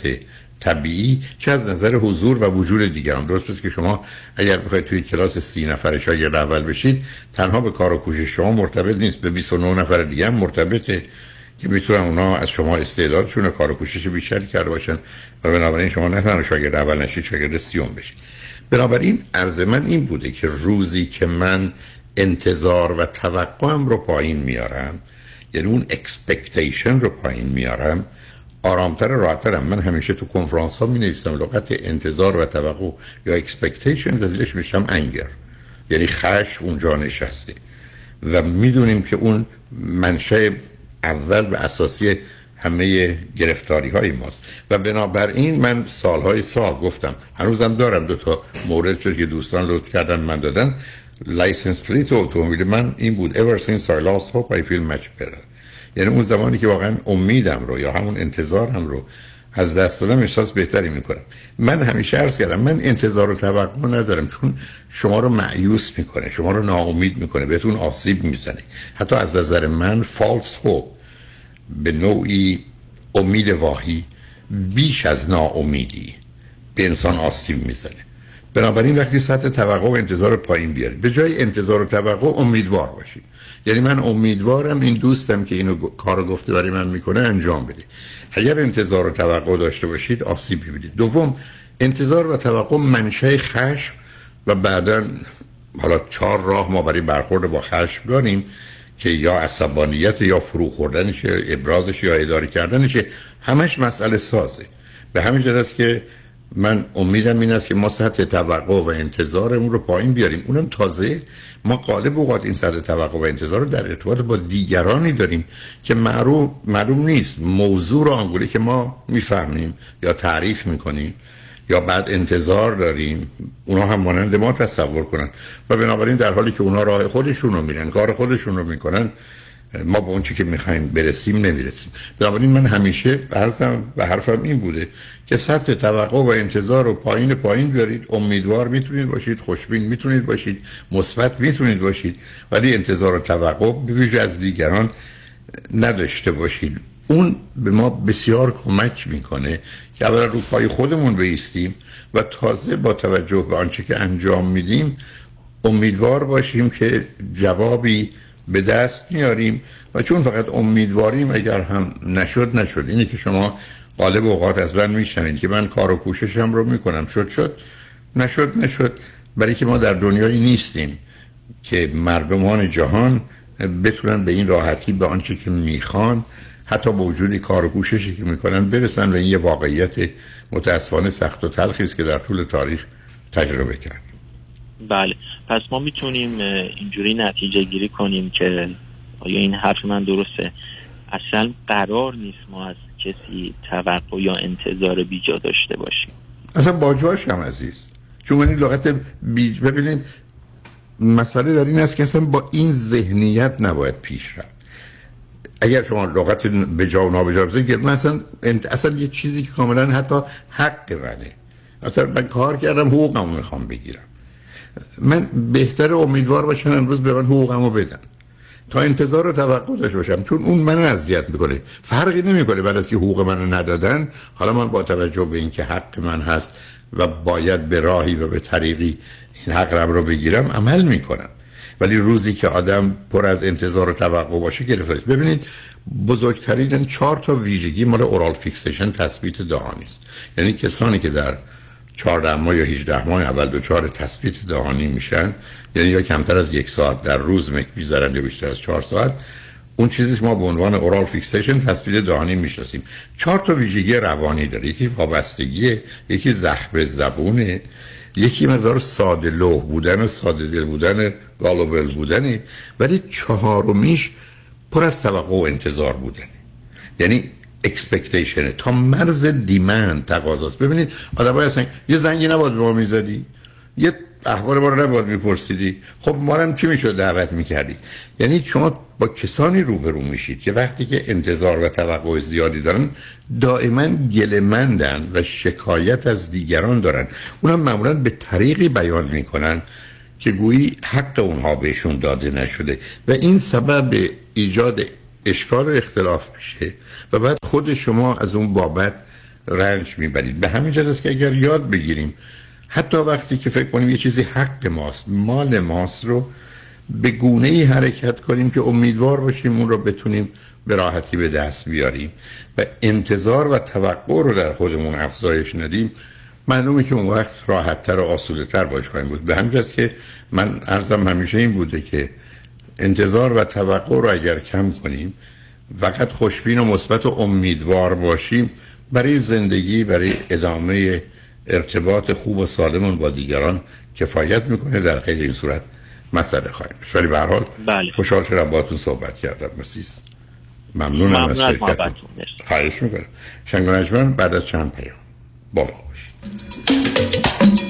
[SPEAKER 5] طبیعی چه از نظر حضور و وجود دیگران. درست پس که شما اگر بخواید توی کلاس سی نفر شاگرد اول بشید تنها به کار و کوشش شما مرتبط نیست، به بیست و نه نفر دیگه هم مرتبطه که میتونن اونا از شما استعدادشون و کار و کوشش بیشتری کرده باشن و بنابراین شما نه تنها شاگرد اول نشید، شاگرد سیوم بشید. بنابراین عرض من این بوده که روزی که من انتظار و توقعم رو پایین میارم، یعنی اون اکسپکتیشن رو پایین میارم، آرامتر و راحترم. من همیشه تو کنفرانس ها می نویسم لغت انتظار و توقع یا اکسپکتیشن دزیلش میشم انگر، یعنی خشم اونجا نشسته و میدونیم که اون منشأ اول و اساسی همه گرفتاری های ماست و بنابراین من سالهای سال گفتم، هنوزم دارم، دو تا مورد شد که دوستان لطف کردن من دادن. لایسنس پلیت اتومبیل من این بود ever since I lost hope I feel much better. یعنی اون زمانی که واقعا امیدم رو یا همون انتظارم رو از دست دادم احساس بهتری میکنم. من همیشه عرض کردم من انتظار و توقع ندارم، چون شما رو مایوس میکنه، شما رو ناامید میکنه، بهتون آسیب میزنه. حتی از نظر من فالس هوپ به نوعی امید واهی بیش از ناامیدی به انسان آسیب میزنه. بنابراین وقتی سطح توقع و انتظار رو پایین بیارید، به جای انتظار و توقع امیدوار باشید. یعنی من امیدوارم این دوستم که اینو کارو گفته برای من میکنه انجام بده. اگر انتظار و توقع داشته باشید آسیب میبینید. دوم، انتظار و توقع منشأ خشم و بعداً حالا چهار راه ما برای برخورد با خشم داریم که یا عصبانیت یا فرو خوردنش یا ابرازش یا اداره کردنش، همش مسئله سازه. به همین جهت است که من امیدم این است که ما سطح توقع و انتظارمون رو پایین بیاریم. اونم تازه ما غالب اوقات این سطح توقع و انتظار رو در ارتباط با دیگرانی داریم که معروف معلوم نیست موضوع رو آنگونه که ما میفهمیم یا تعریف میکنیم یا بعد انتظار داریم اونا هم مانند ما تصور کنن و بنابراین در حالی که اونا راه خودشون رو میرن، کار خودشون رو میکنن، ما به اون چی که میخوایم برسیم نمیرسیم. بنابراین من همیشه عرضم و حرفم این بوده که سطح توقع و انتظار رو پایین پایین بیارید. امیدوار میتونید باشید، خوشبین میتونید باشید، مثبت میتونید باشید، ولی انتظار و توقع به ویژه از دیگران نداشته باشید. اون به ما بسیار کمک میکنه که اولا رو پای خودمون بایستیم و تازه با توجه به آنچه که انجام میدیم امیدوار باشیم که جوابی به دست میاریم و چون فقط امیدواریم اگر هم نشد نشد. اینه که شما غالب اوقات از من میشنید که من کار و کوششم رو میکنم، شد شد، نشد نشد، برای که ما در دنیایی نیستیم که مردمان جهان بتونن به این راحتی به آنچه که میخوان حتی با وجود کار و کوششی که میکنن برسن و این یه واقعیت متاسفانه سخت و تلخی است که در طول تاریخ تجربه کردیم.
[SPEAKER 6] بله، پس ما میتونیم اینجوری نتیجه گیری کنیم که آیا این حرف من درسته؟ اصلا قرار نیست ما از کسی توقع یا انتظار بیجا داشته باشیم.
[SPEAKER 5] اصلا باجاش هم عزیز، چون این لغت بیج ببینید مسئله در این است که اصلا با این ذهنیت نباید پیش رفت. اگر شما لغت بجا و نابجا بزنید مثلا اصلا یه چیزی که کاملا حتی حق منه، اصلا من کار کردم حقوقمو میخوام بگیرم، من بهتر امیدوار باشم امروز به من حقوقمو بدن تا انتظار و توقع داشته باشم، چون اون منو اذیت میکنه. فرقی نمیکنه بعد از که حقوق منو ندادن، حالا من با توجه به اینکه حق من هست و باید به راهی و به طریقی این حق رو بگیرم عمل میکنم. ولی روزی که آدم پر از انتظار و توقع باشه گرفتار است. ببینید بزرگترین چهار تا ویژگی مال اورال فیکسیشن تثبیت دهانی است. یعنی کسانی که در چهارده ماه یا هجده ماه اول دچار تثبیت دهانی میشن، یعنی یا کمتر از یک ساعت در روز مک میذارن یا بیشتر از چهار ساعت، اون چیزی که ما به عنوان اورال فیکسیشن تثبیت دهانی میشناسیم. چهار تا ویژگی روانی داره. یکی وابستگی، یکی زخم زبونه، یکی مقدار ساده لوح بودن و ساده دل بودن، گالوبل بودنه، ولی چهارمیش پر از توقع و انتظار بودنه. یعنی اکسپکتیشنه تا مرز دیمند، تقاضاست. ببینید آدم‌ها هستن یه زنگی نباید به ما میزدی، یه احوال ما رو نباید میپرسیدی، خب ما هم چی میشد دعوت میکردی. یعنی شما با کسانی روبرو میشید که وقتی که انتظار و توقع زیادی دارن دائما گله‌مندن و شکایت از دیگران دارن، اونم معمولا به طریقی بیان میکنن که گویی حق اونها بهشون داده نشده و این سبب ایجاد اشکال و اختلاف میشه و بعد خود شما از اون بابت رنج میبرید. به همین جهت است که اگر یاد بگیریم حتی وقتی که فکر کنیم یه چیزی حق ماست، مال ماست، رو به گونه‌ای حرکت کنیم که امیدوار باشیم اون رو بتونیم به راحتی به دست بیاریم و انتظار و توقع رو در خودمون افزایش ندیم، معلومه که اون وقت راحت‌تر و آسوده‌تر باش خواهیم بود. به همین جهت که من عرضم همیشه این بوده که انتظار و توقع رو اگر کم کنیم، فقط خوشبین و مثبت و امیدوار باشیم، برای زندگی، برای ادامه ارتباط خوب و سالمون با دیگران کفایت میکنه. در غیر این صورت مسئله خواهیم داشت. ولی به هر حال
[SPEAKER 6] بله.
[SPEAKER 5] خوشحال شدم باهاتون صحبت کردم. مسیس ممنونم از شرکتتون. خواهش میکنم. شنگ و نجمن بعد از چند پیام با ما باشید.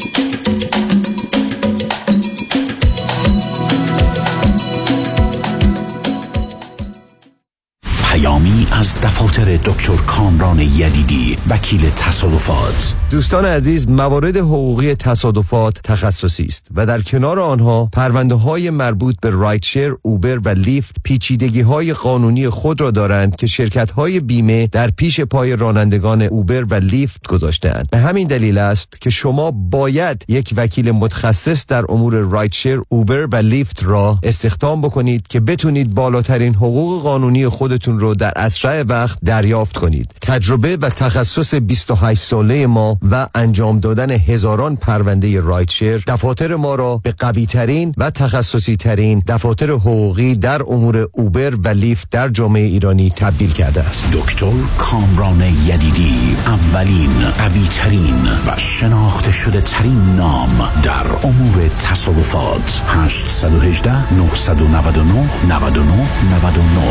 [SPEAKER 18] پیامی از دفاتر دکتر کامران یدیدی، وکیل تصادفات.
[SPEAKER 14] دوستان عزیز، موارد حقوقی تصادفات تخصصی است و در کنار آنها پرونده های مربوط به رایتشر، اوبر و لیفت پیچیدگی های قانونی خود را دارند که شرکت های بیمه در پیش پای رانندگان اوبر و لیفت گذاشته‌اند. به همین دلیل است که شما باید یک وکیل متخصص در امور رایتشر، اوبر و لیفت را استخدام بکنید که بتونید بالاترین حقوق قانونی خودتون رو در اسرع وقت دریافت کنید. تجربه و تخصص بیست و هشت ساله ما و انجام دادن هزاران پرونده رایتشر دفاتر ما را به قوی ترین و تخصصی ترین دفاتر حقوقی در امور اوبر و لیفت در جامعه ایرانی تبدیل کرده است.
[SPEAKER 18] دکتر کامران یدیدی، اولین، قوی ترین و شناخته شده ترین نام در امور تصادفات. هشت یک هشت نه نه نه نه نه نه نه.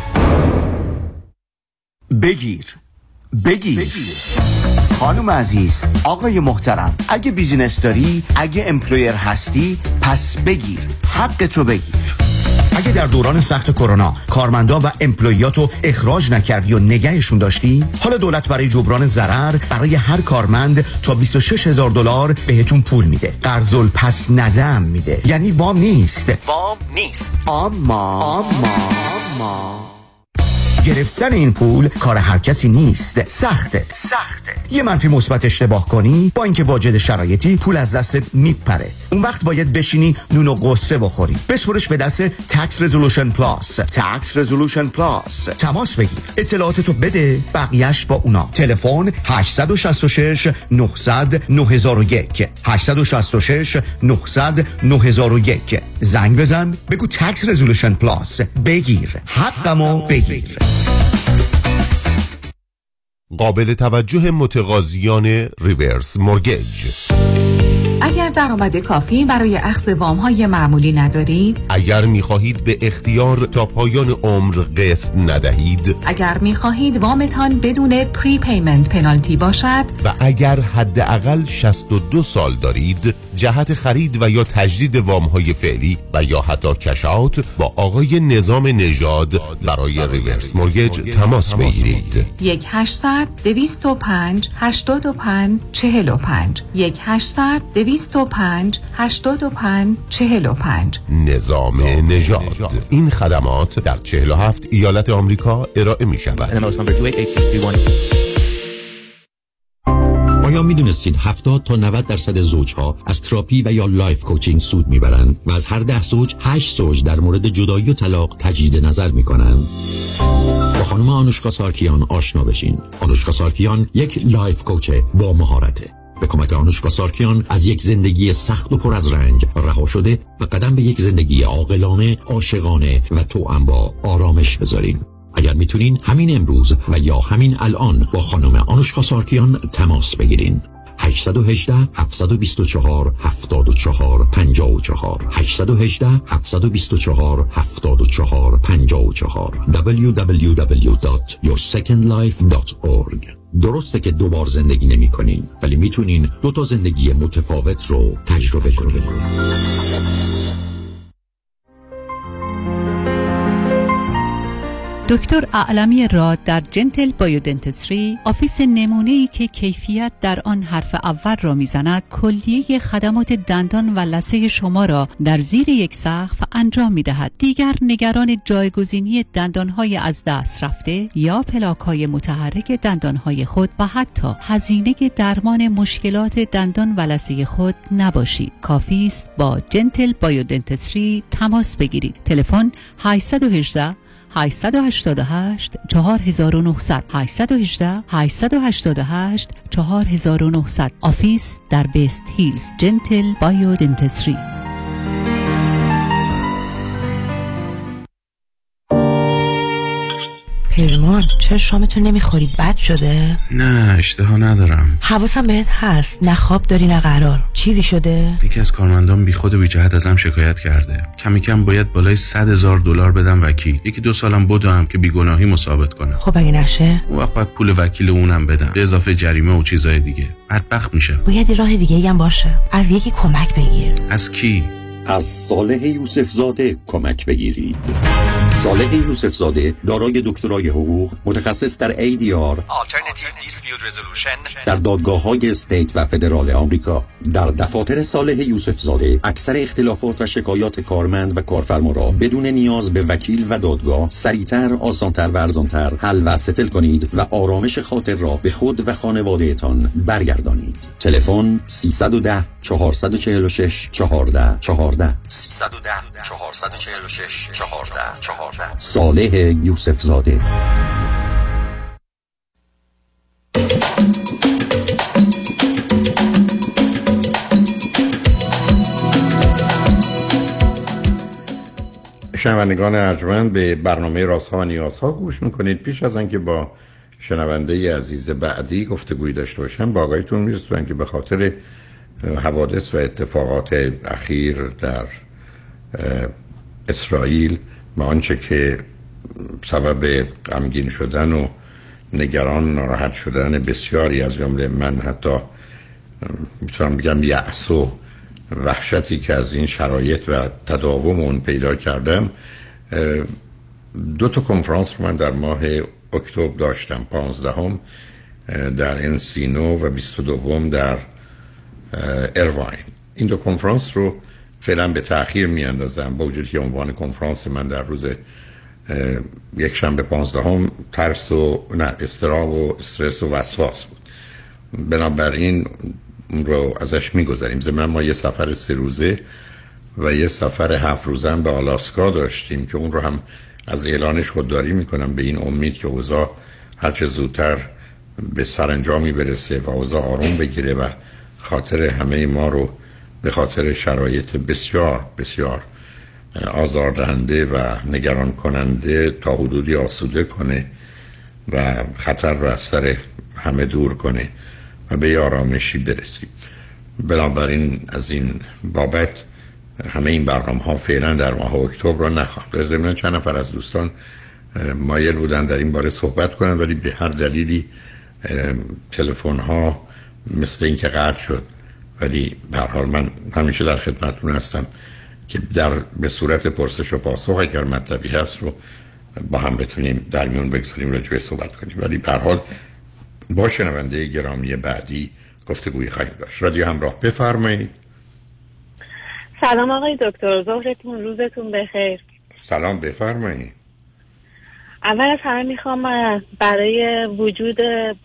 [SPEAKER 11] بگیر بگیر, بگیر. خانم عزیز، آقای محترم، اگه بیزینس داری، اگه امپلویر هستی، پس بگیر، حق تو بگیر. اگه در دوران سخت کرونا کارمندا و امپلویاتو اخراج نکردی و نگهشون داشتی، حالا دولت برای جبران ضرر برای هر کارمند تا بیست و شش هزار دلار بهتون پول میده. قرض الپس ندم میده، یعنی وام نیست. وام نیست اما اما اما گرفتن این پول کار هر کسی نیست. سخته سخته یه منفی مثبت اشتباه کنی، با اینکه واجد شرایطی، پول از دست میپره. اون وقت باید بشینی نون و قصه بخوری. بسپرش به دست Tax Resolution Plus. Tax Resolution Plus. تماس بگیر، اطلاعاتتو بده، بقیهش با اونا. تلفن هشت شش شش نه صفر صفر نه صفر یک هشت شش شش نه صفر صفر نه صفر یک. زنگ بزن بگو Tax Resolution Plus. بگیر، حقمو بگیر.
[SPEAKER 9] قابل توجه متقاضیان ریورس مورگیج.
[SPEAKER 19] اگر درآمد کافی برای اخذ وام‌های معمولی ندارید،
[SPEAKER 9] اگر می‌خواهید به اختیار تا پایان عمر قسط ندهید،
[SPEAKER 19] اگر می‌خواهید وامتان بدون پری پیمنت پنالتی باشد
[SPEAKER 9] و اگر حداقل شصت و دو سال دارید، جهت خرید و یا تجدید وام‌های فعلی و یا حتی کش‌آوت با آقای نظام نژاد برای ریورس مورگیج تماس بگیرید.
[SPEAKER 19] یک هشتصد دویست و پنج هشتاد و پنج چهل و پنج یک هشتصد دویست و پنج هشتاد و پنج چهل و پنج.
[SPEAKER 9] نظام نژاد. این خدمات در چهل و هفت ایالت آمریکا ارائه می شود.
[SPEAKER 20] آیا می دونستید هفتاد تا نود درصد زوجها از تراپی و یا لایف کوچینگ سود می برند و از هر ده زوج هشت زوج در مورد جدایی و طلاق تجدید نظر می کنند؟ با خانم آنوشکا سارکیان آشنا بشین. آنوشکا سارکیان یک لایف کوچه با مهارته. به کمک آنوشکا سارکیان از یک زندگی سخت و پر از رنج رها شده و قدم به یک زندگی عاقلانه، عاشقانه و توأم با آرامش بذارین. اگر میتونین همین امروز و یا همین الان با خانم آنوشکا سارکیان تماس بگیرین. هشت یک هشت هفت دو چهار هفت چهار پنج چهار هشت یک هشت هفت دو چهار هفت چهار پنج چهار دبلیو دبلیو دبلیو دات یور سکند لایف دات اورگ. درسته که دوبار زندگی نمی کنین، ولی میتونین دو تا زندگی متفاوت رو تجربه کنین.
[SPEAKER 21] دکتر اعلمی راد در جنتل بایودنتسری، آفیس نمونه‌ای که کیفیت در آن حرف اول را میزند، کلیه خدمات دندان و لثه شما را در زیر یک سقف انجام میدهد. دیگر نگران جایگزینی دندانهای از دست رفته یا پلاک‌های متحرک دندانهای خود و حتی هزینه درمان مشکلات دندان و لثه خود نباشید. کافی است با جنتل بایودنتسری تماس بگیرید. تلفن هشت یک هشت هشت هشت هشت چهار نه صفر صفر هشت یک هشت هشت هشت هشت چهار نه صفر صفر. آفیس در بیست هیلز، جنتل بایودنتسری.
[SPEAKER 22] پیمان، چرا شامتون نمیخورید؟ بد شده؟
[SPEAKER 23] نه، اشتها ندارم.
[SPEAKER 22] حواسم بهت هست، نه خواب داری نه قرار. چیزی شده؟
[SPEAKER 23] یکی از کارمندان بی خود و بی جهت ازم شکایت کرده. کمی کم باید بالای صد هزار دلار بدم وکیل. یکی دو سالم بدوم که بیگناهی ثابت کنم.
[SPEAKER 22] خب اگه نشه؟
[SPEAKER 23] اون وقت باید پول وکیل اونم بدم، به اضافه جریمه و چیزای دیگه. بدبخت میشه.
[SPEAKER 22] باید راه دیگه هم باشه. از یکی کمک بگیر.
[SPEAKER 23] از کی؟
[SPEAKER 20] از صالح یوسف زاده کمک بگیرید. صالح یوسف زاده دارای دکترای حقوق، متخصص در ای دی آر Alternative Dispute Resolution در دادگاه‌های استیت و فدرال آمریکا. در دفاتر صالح یوسف زاده اکثر اختلافات و شکایات کارمند و کارفرما را بدون نیاز به وکیل و دادگاه سریعتر، آسانتر و ارزانتر حل و ستل کنید و آرامش خاطر را به خود و خانواده‌تان برگردانید. تلفن سیصد و ده چهارصد و چهل و شش چهارده چهارده سیصد و ده چهارصد و چهل و شش چهارده چهارده. صالح یوسف زاده.
[SPEAKER 5] شنوندگان ارجمند، به برنامه رازها و نیازها گوش میکنید. پیش از آنکه با شنونده عزیز بعدی گفتگوی داشته باشم، با آقایتون میرسونم که به خاطر حوادث و اتفاقات اخیر در اسرائیل و آنچه که سبب غمگین شدن و نگران ناراحت شدن بسیاری از جمله من حتی میتونم بگم یأس و وحشتی که از این شرایط و تداوم اون پیدا کردم، دو تا کنفرانس رو من در ماه اکتبر داشتم. پانزدهم در انسینو و بیست و دوم در ایرواین. این دو کنفرانس رو فعلا به تأخیر میاندازم، با وجودی که عنوان کنفرانس من در روز یک شنبه پانزدهم ترس و نه اضطراب و استرس و وسواس بود. بنابراین اون رو ازش میگذاریم. ضمن ما یه سفر سه روزه و یه سفر هفت روزه به آلاسکا داشتیم که اون رو هم از اعلانش خودداری میکنم، به این امید که اوضاع هرچه زودتر به سرانجامی برسه و اوضاع آروم بگیره و خاطر همه ما رو به خاطر شرایط بسیار بسیار آزاردهنده و نگران کننده تا حدودی آسوده کنه و خطر رو از سر همه دور کنه و به آرامشی برسیم. بنابراین از این بابت همه این برنامه ها فعلا در ماه اکتبر رو نخواهم. در ضمن چند نفر از دوستان مایل بودن در این باره صحبت کنن ولی به هر دلیلی تلفن ها مثل این که قطع شد. ولی به هر حال من همیشه در خدمتتون هستم که در به صورت پرسش و پاسخ اگر مطلبی هست رو با هم بتونیم در میون بگذاریم راجع به صحبت کنیم. ولی به هر حال با شنونده گرامی بعدی گفتگویی خواهیم داشت. رادیو همراه، بفرمایید.
[SPEAKER 3] سلام آقای دکتر، ظهرتون روزتون بخیر.
[SPEAKER 5] سلام، بفرمایید.
[SPEAKER 3] اول از همه میخوام برای وجود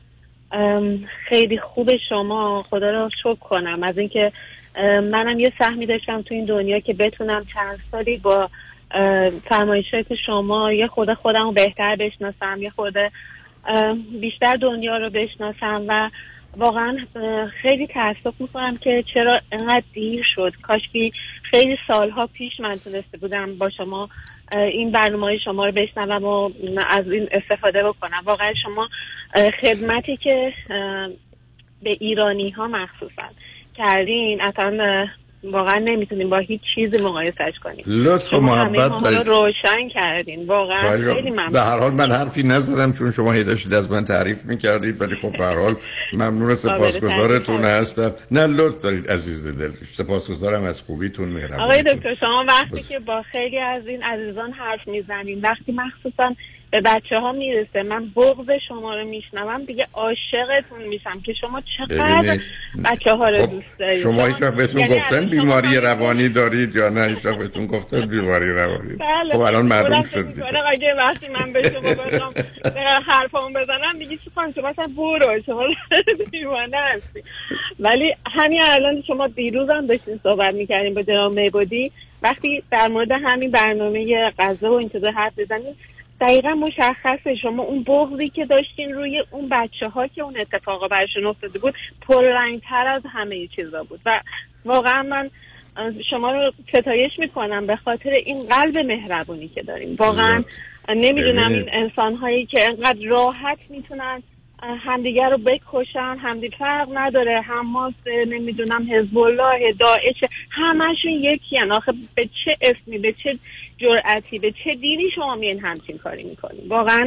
[SPEAKER 3] خیلی خوب شما خدا رو شکر کنم از اینکه منم یه سهمی داشتم تو این دنیا که بتونم چند سالی با فرمایشات شما یه خود خودم رو بهتر بشناسم، یه خود بیشتر دنیا رو بشناسم و واقعا خیلی تأسف میکنم که چرا اینقدر دیر شد. کاشکی خیلی سالها پیش من تونسته بودم با شما این برنامه شما رو بشنوم و از این استفاده بکنم. واقعا شما خدمتی که به ایرانی ها مخصوصا کردین اصلا واقعا نمیتونیم با هیچ چیزی مقایسش کنیم.
[SPEAKER 5] لطف و محبت
[SPEAKER 3] دارید، روشن کردین. واقعا خیلی ممنون.
[SPEAKER 5] به هر حال من حرفی نزدم چون شما هی داشتید از من تعریف میکردید، ولی خب به هر حال ممنون، سپاسگزارتون هستم. نه لطف دارید عزیز دل، سپاسگزارم از خوبیتون، مهربونیتون.
[SPEAKER 3] آقای دکتر شما وقتی بس... که با خیلی از این عزیزان حرف میزنین، وقتی مخصوصا به بچه ها میرسه، من بغض شما رو میشنوم دیگه عاشقتون میشم که شما چقدر بچه ها رو
[SPEAKER 5] خب
[SPEAKER 3] دوست دارید.
[SPEAKER 5] شما هیچ وقت بهتون
[SPEAKER 3] یعنی
[SPEAKER 5] گفتن بیماری روانی دارید یا نه؟ هیچ وقت بهتون گفتن بیماری روانی؟
[SPEAKER 3] بله.
[SPEAKER 5] خب الان معلوم شد دیگه.
[SPEAKER 3] اگه وقتی من به شما بگم حرفامو بزنم میگی چی کنم، شما اصلا برو، شما دیوانه هستی. ولی همین الان شما دیروزم داشتین صحبت میکردین با جناب میبودی، وقتی در مورد همین برنامه غذا و این چیزا حرف بزنید دقیقا مشخصه شما اون بغضی که داشتین روی اون بچه ها که اون اتفاقا برشون افتاده بود پررنگ‌تر از همه چیزا بود و واقعا من شما رو ستایش میکنم به خاطر این قلب مهربونی که داریم. واقعا نمیدونم این انسان هایی که انقدر راحت میتونن همدیگر رو بکشن، همدیگر فرق نداره، حماس، نمیدونم حزب الله، داعش، همشون یکی ان. آخه به چه اسمی، به چه جرأتی، به چه دینی شما میین همچین کاری میکنین؟ واقعا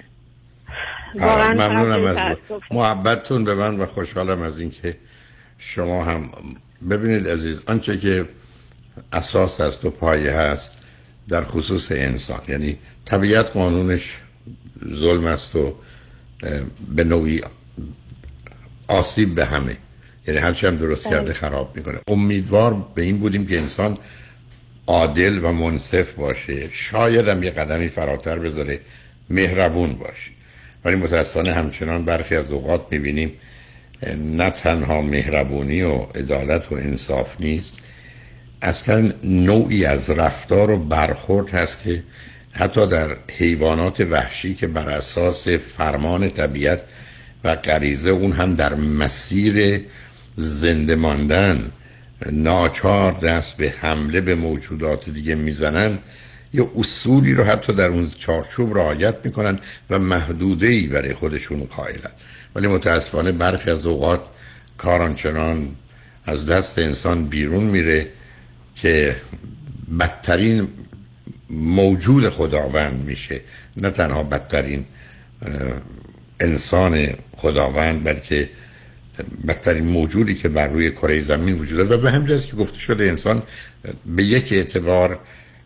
[SPEAKER 5] واقعا ممنونم از محبتتون به من و خوشحالم از اینکه شما هم ببینید عزیز، آنچه که اساس است و پایه هست در خصوص انسان، یعنی طبیعت قانونش ظلم است و به نوعی آسیب به همه، یعنی هرچی هم درست کرده خراب میکنه. امیدوار به این بودیم که انسان عادل و منصف باشه، شاید هم یه قدمی فراتر بذاره مهربون باشه، ولی متاسفانه همچنان برخی از اوقات میبینیم نه تنها مهربونی و عدالت و انصاف نیست، اصلا نوعی از رفتار و برخورد هست که حتی در حیوانات وحشی که بر اساس فرمان طبیعت و غریزه اون هم در مسیر زنده ماندن ناچار دست به حمله به موجودات دیگه میزنن، یه اصولی رو حتی در اون چارچوب رعایت میکنن و محدوده‌ای برای خودشون قائلن. ولی متاسفانه برخی از اوقات کار آنچنان از دست انسان بیرون میره که بدترین موجود خداوند میشه، نه تنها بدترین انسان خداوند بلکه بدترین موجودی که بر روی کره زمین وجود داره. و به همین جاست که گفته شده انسان به یک اعتبار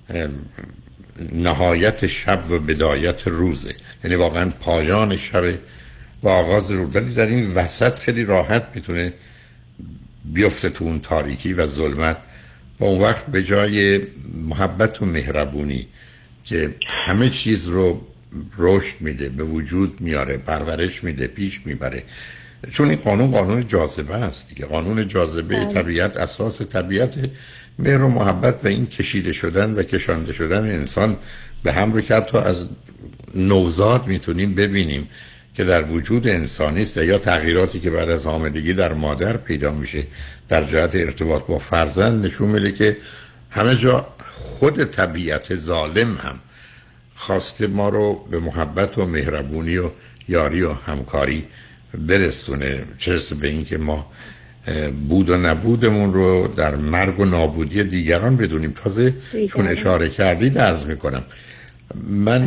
[SPEAKER 5] نهایت شب و بدایت روزه، یعنی واقعا پایان شب و آغاز روز، ولی در این وسط خیلی راحت میتونه بیفته تو اون تاریکی و ظلمت و اون وقت به جای محبت و مهربونی که همه چیز رو رشد میده، به وجود میاره، پرورش میده، پیش میبره، چون این قانون قانون جاذبه است دیگه. قانون جاذبه طبیعت، اساس طبیعت مهر و محبت و این کشیده شدن و کشانده شدن انسان به هم رو که حتی از نوزاد میتونیم ببینیم که در وجود انسانی است، یا تغییراتی که بعد از حاملگی در مادر پیدا میشه در جهت ارتباط با فرزند نشون میده که همه جا خود طبیعت ظالم هم خواسته ما رو به محبت و مهربونی و یاری و همکاری برسونه، چه رسه به این که ما بود و نبودمون رو در مرگ و نابودی دیگران بدونیم. تازه چون اشاره کردید عرض میکنم من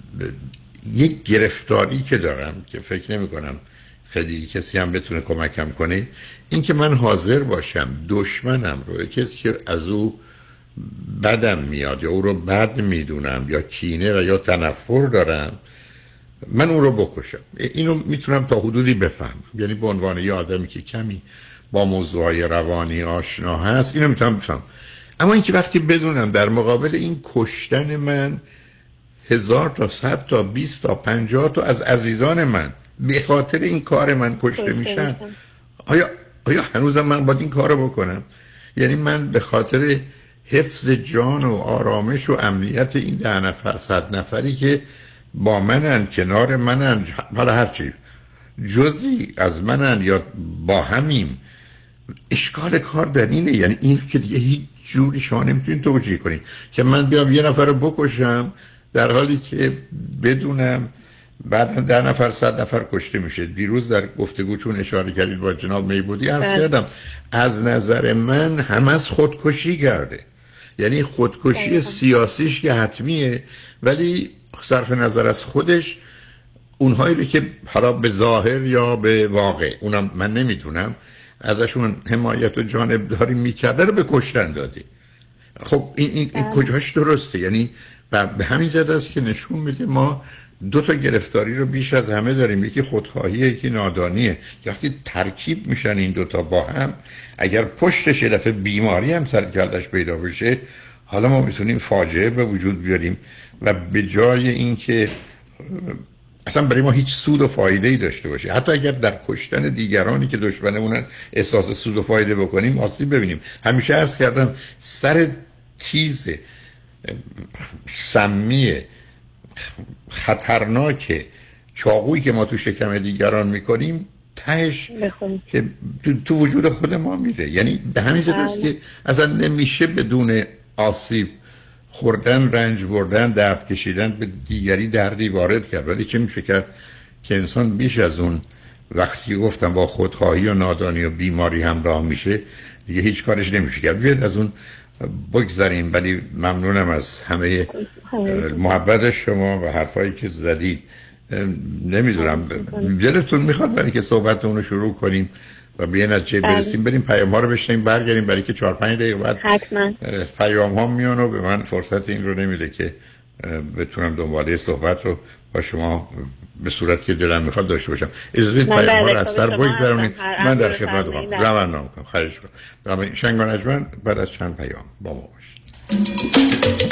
[SPEAKER 5] یک گرفتاری که دارم که فکر نمی کنم خیلی کسی هم بتونه کمکم کنه، این که من حاضر باشم دشمنم رو، کسی که از او بدم میاد یا او رو بد میدونم یا کینه و یا تنفر دارم، من اون رو بکشم. اینو میتونم تا حدودی بفهم، یعنی به عنوان یه آدمی که کمی با موضوعهای روانی آشنا هست اینو میتونم بفهم. اما اینکه وقتی بدونم در مقابل این کشتن من هزار تا صد تا بیست تا پنجاه تا از عزیزان من به خاطر این کار من کشته میشن، آیا آیا هنوزم من باید این کار رو بکنم؟ یعنی من به خاطر حفظ جان و آرامش و امنیت این ده نفر صد نفری که با منن، کنار منن، حالا هرچی جزئی از منن یا با همیم، اشکال کار در اینه. یعنی این که دیگه هیچ جوری شما نمیتونید توجیه کنید که من بیام یه نفر رو بکشم در حالی که بدونم بعد ده نفر صد نفر کشته میشه. دیروز در گفتگو چون اشاره کردید با جناب میبودی عرض کردم از نظر من هم از خودکشی کرده، یعنی خودکشی دایما. سیاسیش که حتمیه، ولی صرف نظر از خودش اونهایی رو که حالا به ظاهر یا به واقع اونم من نمیدونم ازشون حمایت و جانبداری میکرده رو به کشتن داده. خب این, این, این کجاش درسته؟ یعنی و به همین جهت است که نشون میده ما دو تا گرفتاری رو بیش از همه داریم، یکی خودخواهیه یکی نادانیه. وقتی ترکیب میشن این دوتا با هم، اگر پشتش یه دفعه بیماری هم سر کلش پیدا بشه، حالا ما میتونیم فاجعه به وجود بیاریم و به جای اینکه اصلا برای ما هیچ سود و فایده‌ای داشته باشه، حتی اگر در کشتن دیگرانی که دشمنمونن احساس سود و فایده بکنیم، آسیب ببینیم. همیشه عرض کردم سر تیز سمی خطرناک چاقویی که ما تو شکم دیگران میکنیم تهش که تو, تو وجود خود ما میره. یعنی به همین جهت است که اصلا نمیشه بدون آسیب خوردن، رنج بردن، درد کشیدن به دیگری دردی وارد کرد. ولی چه میشه کرد که انسان بیش از اون وقتی گفتم با خودخواهی و نادانی و بیماری همراه میشه دیگه هیچ کارش نمیشه کرد. بیاد از اون بگذاریم. ولی ممنونم از همه محبت شما و حرفایی که زدید. نمیدونم دلتون میخواد برای که صحبتمون رو شروع کنیم و به نتیجه برسیم، بریم پیام ها رو بشنیم برگردیم، برای که چهار پنج دقیقه بعد حتما پیام ها میان و به من فرصت این رو نمیده که بتونم دنباله صحبت رو با شما به صورت که دلم میخواد داشته باشم. اجازه بدید پیام ها رو از سر بگذارونید، من در خدمتتونم. زمان نام کنم. خواهش می‌کنم. شنگ و نجمن بعد از چند پیام با ما باشید.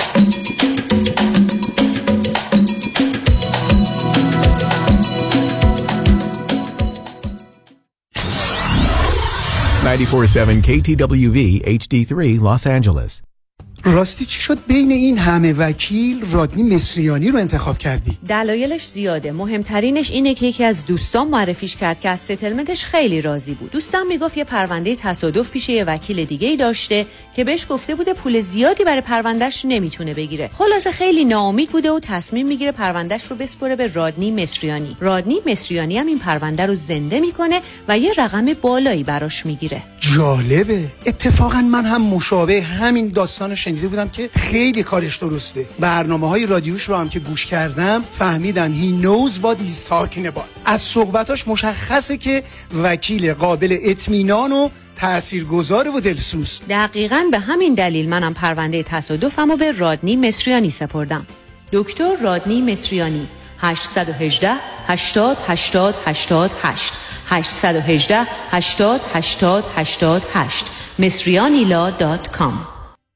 [SPEAKER 4] نود و چهار ممیز هفت کی تی دبلیو وی اچ دی سه Los Angeles.
[SPEAKER 7] راستی چی شد بین این همه وکیل رادنی مصریانی رو انتخاب کردی؟
[SPEAKER 8] دلایلش زیاده. مهمترینش اینه که یکی از دوستان معرفیش کرد که از ستلمنتش خیلی راضی بود. دوستم میگفت یه پرونده تصادف پیش یه وکیل دیگه‌ای داشته که بهش گفته بوده پول زیادی برای پروندهش نمیتونه بگیره. خلاصه خیلی ناامید بوده و تصمیم میگیره پروندهش رو بسپره به رادنی مصریانی. رادنی مصریانی هم این پرونده رو زنده میکنه و یه رقم بالایی براش میگیره.
[SPEAKER 7] جالبه. اتفاقا من هم مشابه همین داستان شنیده بودم که خیلی کارش درسته. برنامه‌های رادیوش رو هم که گوش کردم فهمیدم he knows what he's talking about. از صحبتاش مشخصه که وکیل قابل اطمینان و تاثیرگذار و دلسوز.
[SPEAKER 8] دقیقاً به همین دلیل منم پرونده تصادفمو به رادنی مصریانی سپردم. دکتر رادنی مصریانی هشت یک هشت هشتاد هشتاد هشتاد هشت هشت یک هشت هشتاد هشتاد هشتاد هشت مصریانیلا دات کام.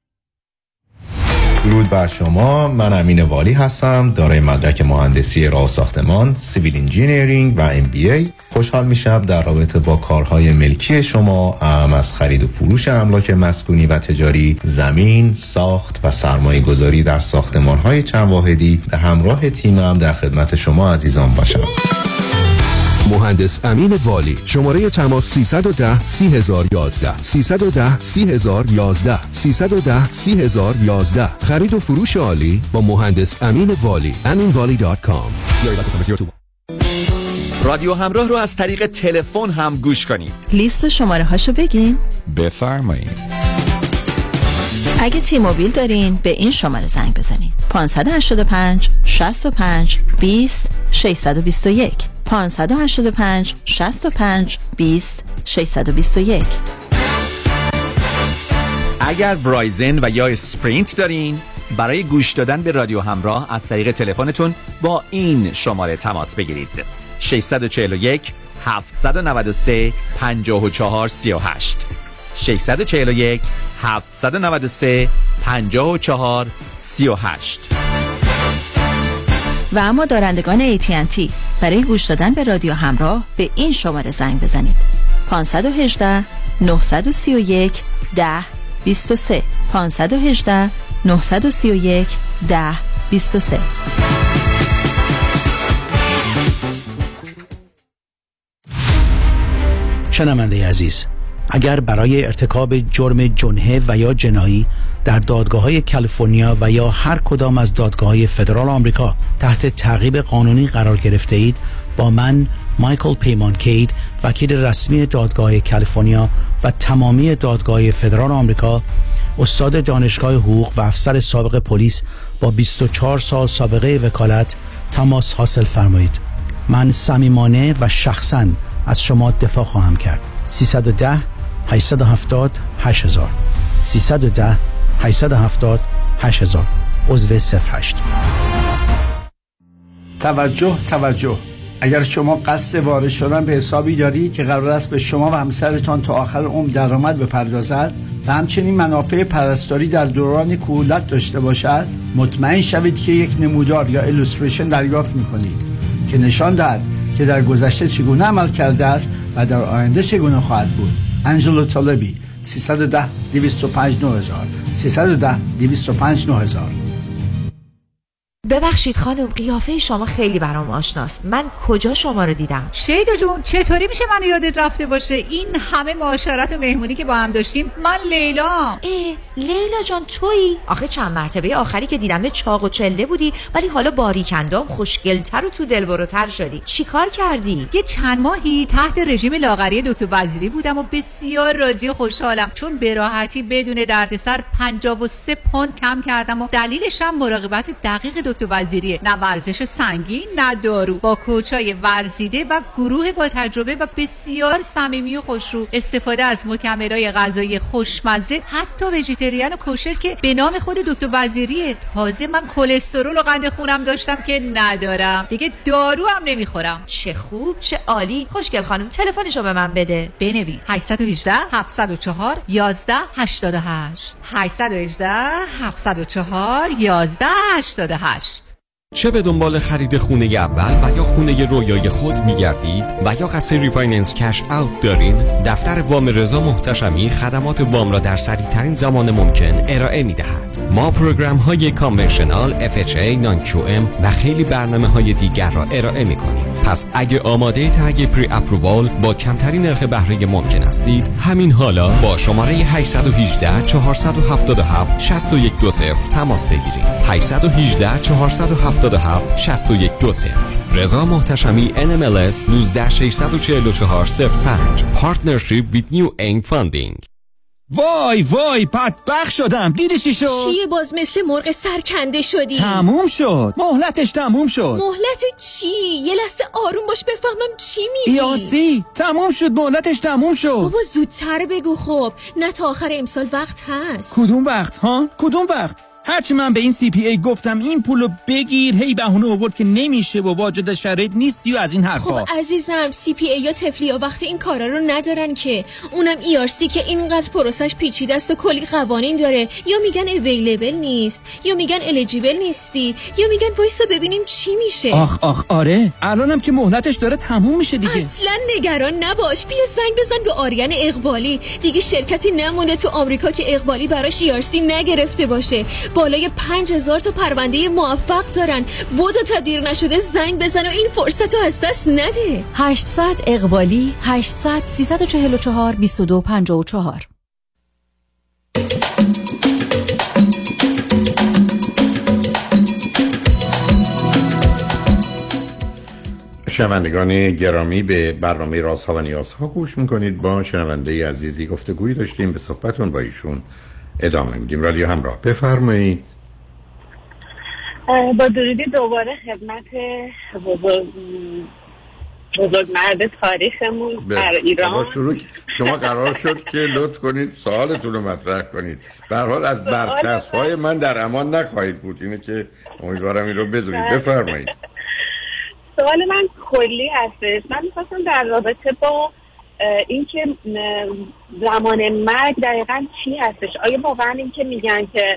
[SPEAKER 24] درود بر شما. من امین والی هستم، دارای مدرک مهندسی راه و ساختمان، سیویل انجینیرینگ و ام بی ای. خوشحال میشم در رابطه با کارهای ملکی شما، اهم از خرید و فروش املاک مسکونی و تجاری، زمین، ساخت و سرمایه گذاری در ساختمان‌های چند واحدی به همراه تیمم در خدمت شما عزیزان باشم.
[SPEAKER 4] مهندس امین والی. شماره تماس سیصد و ده سی هزار و یازده سیصد و ده سی هزار و یازده سیصد و ده سی هزار و یازده. خرید و فروش عالی با مهندس امین والی. امین والی دات کام.
[SPEAKER 1] رادیو همراه رو از طریق تلفن هم گوش کنید.
[SPEAKER 2] لیست شماره هاشو بگین.
[SPEAKER 1] بفرمایید.
[SPEAKER 2] اگه تی موبیل دارین به این شماره زنگ بزنید. پانصد و هشتاد و پنج شصت و پنج بیست ششصد و بیست و یک پانصد و هشتاد و پنج شصت و پنج بیست ششصد و بیست و یک.
[SPEAKER 1] اگر ورایزن و یا اسپرینت دارین، برای گوش دادن به رادیو همراه از طریق تلفنتون با این شماره تماس بگیرید: شش چهار یک هفت نه سه پنج چهار سه هشت شش چهار یک هفت نه سه پنج چهار سه هشت.
[SPEAKER 2] و اما دارندگان ای تی ان تی برای گوش دادن به رادیو همراه به این شماره زنگ بزنید: پانصد و هجده نه سه یک ده بیست و سه پانصد و هجده نه سه یک ده بیست و سه.
[SPEAKER 12] شنونده عزیز، اگر برای ارتکاب جرم جنحه و یا جنایی در دادگاه‌های کالیفرنیا و یا هر کدام از دادگاه‌های فدرال آمریکا تحت تعقیب قانونی قرار گرفته اید، با من مایکل پیمان کید، وکیل رسمی دادگاه کالیفرنیا و تمامی دادگاه‌های فدرال آمریکا، استاد دانشگاه حقوق و افسر سابق پلیس با بیست و چهار سال سابقه وکالت، تماس حاصل فرمایید. من صمیمانه و شخصاً از شما دفاع خواهم کرد. سیصد و ده هشتصد و هفتاد هشت هزار سیصد و ده هشتصد و هفتاد هشت هزار عضو صفر هشت.
[SPEAKER 7] توجه توجه، اگر شما قصد وارد شدن به حسابی دارید که قرار است به شما و همسرتان تا آخر عمر درآمد بپردازد و همچنین منافع پرستاری در دوران کهولت داشته باشد، مطمئن شوید که یک نمودار یا ایلوستریشن دریافت می‌کنید که نشان دهد که در گذشته چگونه عمل کرده است و در آینده چگونه خواهد بود. انجلو طالبی سیصد و ده دویست و پنج نه هزار سیصد و ده دویست و پنج نه هزار.
[SPEAKER 13] ببخشید خانم، قیافه شما خیلی برام آشناست. من کجا شما رو دیدم؟
[SPEAKER 21] شیدا جون، چطوری میشه منو یادت رفته باشه؟ این همه معاشرت و مهمونی که با هم داشتیم. من لیلا.
[SPEAKER 13] اه لیلا جان تویی؟ آخه چند مرتبه آخری که دیدم چاق و چله بودی، ولی حالا باریکندام خوشگلتر و تو دلبروتر شدی. چیکار کردی؟
[SPEAKER 21] یه چند ماهی تحت رژیم لاغری دکتر وزیری بودم و بسیار راضی و خوشحالم، چون به راحتی بدون دردسر پنجاه و سه پوند کم کردم و دلیلش هم مراقبت دقیق دکتر وزیریه. نه ورزش سنگین، نه دارو، با کوچای ورزیده و گروه با تجربه و بسیار صمیمی و خوشرو. استفاده از مکمل‌های غذایی خوشمزه، حتی ویژیتریان و کوشر که به نام خود دکتر وزیریه. تازه من کلسترول و قند خونم داشتم که ندارم. دیگه دارو هم نمیخورم.
[SPEAKER 13] چه خوب، چه عالی. خوشگل خانم تلفنشو به من بده.
[SPEAKER 21] بنویس: هشت یک هشت هفت صفر چهار یازده هشتاد و هشت هشت یک هشت هفت صفر چهار یازده هشتاد و هشت.
[SPEAKER 4] چه به دنبال خرید خونه اول و یا خونه رویای خود می‌گردید و یا قصد ریفایننس کش اوت دارین، دفتر وام رضا محتشمی خدمات وام را در سریع‌ترین زمان ممکن ارائه می‌دهد. ما پروگرام‌های کانونشنال، اف اچ ای، نان کیو ام و خیلی برنامه‌های دیگر را ارائه می‌کنیم. پس اگه آماده تگ پری اپرووال با کمترین نرخ بهره ممکن هستید، همین حالا با شماره هشت یک هشت چهار هفت هفت شش یک دو صفر تماس بگیرید. هشت یک هشت چهار هفت هفت شش یک دو صفر. رضا محتشمی ان ام ال اس یک نه شش چهار چهار صفر پنج. پارتنرشیپ with New Eng Funding.
[SPEAKER 25] وای وای بدبخت شدم. دیدی چی شد؟
[SPEAKER 26] چیه باز مثل مرغ سرکنده شدی؟
[SPEAKER 25] تموم شد، مهلتش تموم شد.
[SPEAKER 26] مهلت چی؟ یه لحظه آروم باش بفهمم چی میگی.
[SPEAKER 25] یاسی تموم شد، مهلتش تموم شد.
[SPEAKER 26] بابا زودتر بگو خب، نه تا آخر امسال وقت هست.
[SPEAKER 25] کدوم وقت ها؟ کدوم وقت؟ هرچی من به این سی پی ای گفتم این پولو بگیر، هی بهونه آورد که نمیشه و واجد شرایط نیستی و از این حرفا.
[SPEAKER 26] خب عزیزم، سی پی ای یا تفلی ها وقتی این کارا رو ندارن که، اونم ای آر سی که اینقدر پروسش پیچیده است و کلی قوانین داره. یا میگن اویلیبل نیست، یا میگن الیجیبل نیستی، یا میگن وایسا ببینیم چی میشه.
[SPEAKER 25] آخ آخ آره، الانم که مهلتش داره تموم میشه دیگه.
[SPEAKER 26] اصلا نگران نباش، بیا زنگ بزن به آریان اقبالی. دیگه شرکتی نمونده تو آمریکا که اقبالی براش ای آر سی نگرفته باشه. بالای پنج هزار تا پرونده موفق دارن. بودو تا دیر نشده زنگ بزن و این فرصت رو از دست نده.
[SPEAKER 13] هشتصد اقبالی هشتصد سیصد و چهل و چهار بیست و دو پنجاه و چهار.
[SPEAKER 5] شنوندگان گرامی، به برنامه رازها و نیازها گوش میکنید. با شنونده عزیزی گفتگویی داشتیم، به صحبتون با ایشون ادامه میدیم. رادیو همراه، بفرمایید.
[SPEAKER 3] با درودی دوباره خدمت بزرگ بزرگ مرد تاریخمون در ایران.
[SPEAKER 5] شروع شما قرار شد که لطف کنید سوالتون رو مطرح کنید. به هر حال از برچسب‌های من در امان نخواهید بود، اینه که امیدوارم این رو بدونید. بفرمایید.
[SPEAKER 3] سوال من کلی هستش. من می‌خواستم در رابطه با اینکه زمان مرگ دقیقاً چی هستش. آیا واقعاً این که میگن که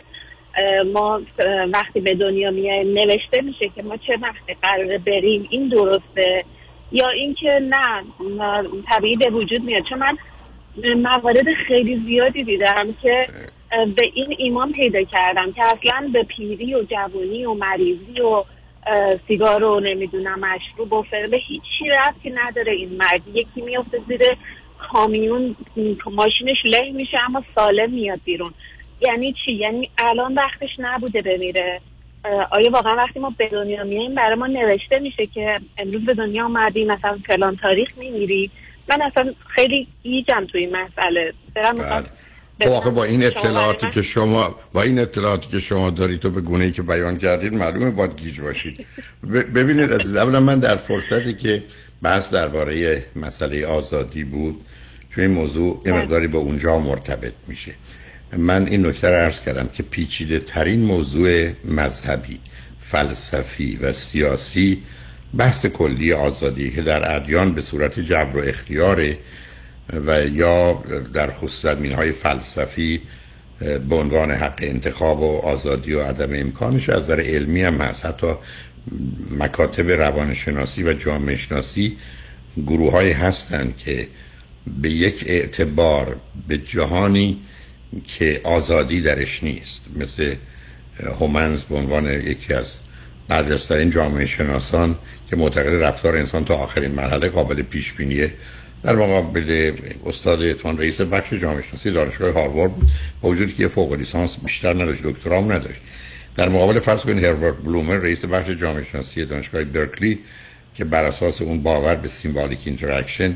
[SPEAKER 3] ما وقتی به دنیا میایم نوشته میشه که ما چه وقتی قراره بریم، این درسته یا اینکه نه طبیعی به وجود میاد؟ چون من موارد خیلی زیادی دیدم که به این ایمان پیدا کردم که اصلا به پیری و جوانی و مریضی و سیگار و نمیدونم مشروب و فر به هیچی ربطی نداره این مرد. یکی میفته زیر کامیون، ماشینش له میشه اما سالم میاد بیرون. یعنی چی؟ یعنی الان وقتش نبوده بمیره؟ آیا واقعا وقتی ما به دنیا میاییم برای ما نوشته میشه که امروز به دنیا اومدی مثلا فلان تاریخ میمیری؟ من اصلا خیلی گیجم توی این مسئله. برام میخوام
[SPEAKER 5] واقعا با این اطلاعاتی که شما با این اطلاعاتی که شما دارید تو به گونه‌ای که بیان کردید معلومه باید گیج باشید. ببینید عزیز، اولا من در فرصتی که بحث درباره مسئله آزادی بود، چون این موضوع یه مقداری به اونجا مرتبط میشه، من این نکته رو عرض کردم که پیچیده ترین موضوع مذهبی، فلسفی و سیاسی بحث کلی آزادی که در ادیان به صورت جبر و اختیاره و یا در خصوص ادمین‌های فلسفی به عنوان حق انتخاب و آزادی و عدم امکانش. از نظر علمی هم هست. حتی مکاتب روانشناسی و جامعه شناسی گروه‌هایی هستند که به یک اعتبار به جهانی که آزادی درش نیست، مثل هومنز به عنوان یکی از برجسته‌ترین جامعه شناسان که معتقد رفتار انسان تا آخرین مرحله قابل پیش بینیه، در مقابل استاد اتفاقاً رئیس بخش جامعه شناسی دانشگاه هاروارد بود، با وجودی که فوق لیسانس بیشتر نداشت، دکترا هم نداشت. در مقابل فرض کنید هربرت بلومر رئیس بخش جامعه شناسی دانشگاه برکلی که بر اساس اون باور به سیمبولیک اینتراکشن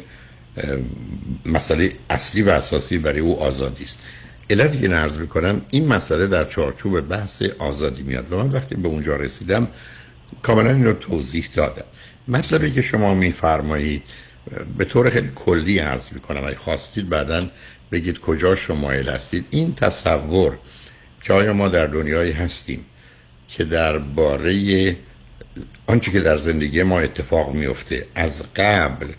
[SPEAKER 5] مسئله اصلی و اساسی برای او آزادی است. علتی که عرض می‌کنم این مسئله در چارچوب بحث آزادی میاد و من وقتی به اونجا رسیدم کاملا اینو توضیح دادم. مطلبی که شما می‌فرمایید به طور خیلی کلی عرض می‌کنم، اگه خواستید بعداً بگید کجا شمایل هستید. این تصور که آیا ما در دنیایی هستیم که درباره آنچه که در زندگی ما اتفاق میفته از قبل،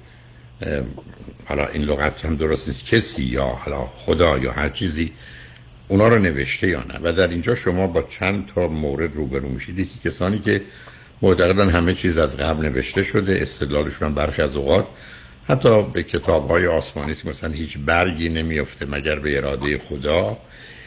[SPEAKER 5] حالا این لغت هم درست نیست، کسی یا حالا خدا یا هر چیزی اونا رو نوشته یا نه. و در اینجا شما با چند تا مورد روبرو میشید. یکی کسانی که معتقدن همه چیز از قبل نوشته شده، استدلالشون برخی از اوقات حتی به کتاب‌های آسمانی است، مثلا هیچ برگی نمیفته مگر به اراده خدا.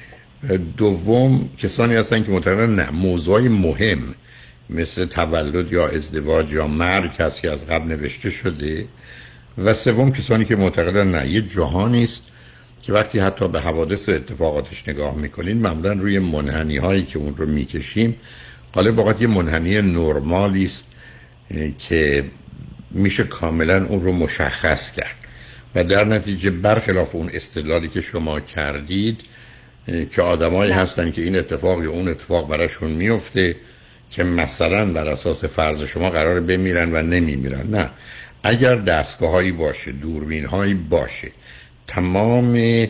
[SPEAKER 5] دوم کسانی هستن که معتقدن نه، موضوعی مهم مثل تولد یا ازدواج یا مرگ هست که از قبل نوشته شده. و سوم کسانی که معتقدن نه، یه جهانی است که وقتی حتی به حوادث و اتفاقاتش نگاه میکنین معمولا روی منحنی هایی که اون رو میکشیم غالب اوقات یه منحنی نرمالی است که میشه کاملا اون رو مشخص کرد و در نتیجه برخلاف اون استدلالی که شما کردید که آدمایی هستن که این اتفاق یا اون اتفاق براشون میفته که مثلا بر اساس فرض شما قراره بمیرن و نمیمیرن. نه، اگر دستگاه‌هایی باشه، دوربین‌هایی باشه، تمام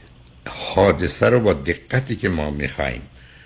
[SPEAKER 5] حادثه رو با دقتی که ما می‌خوایم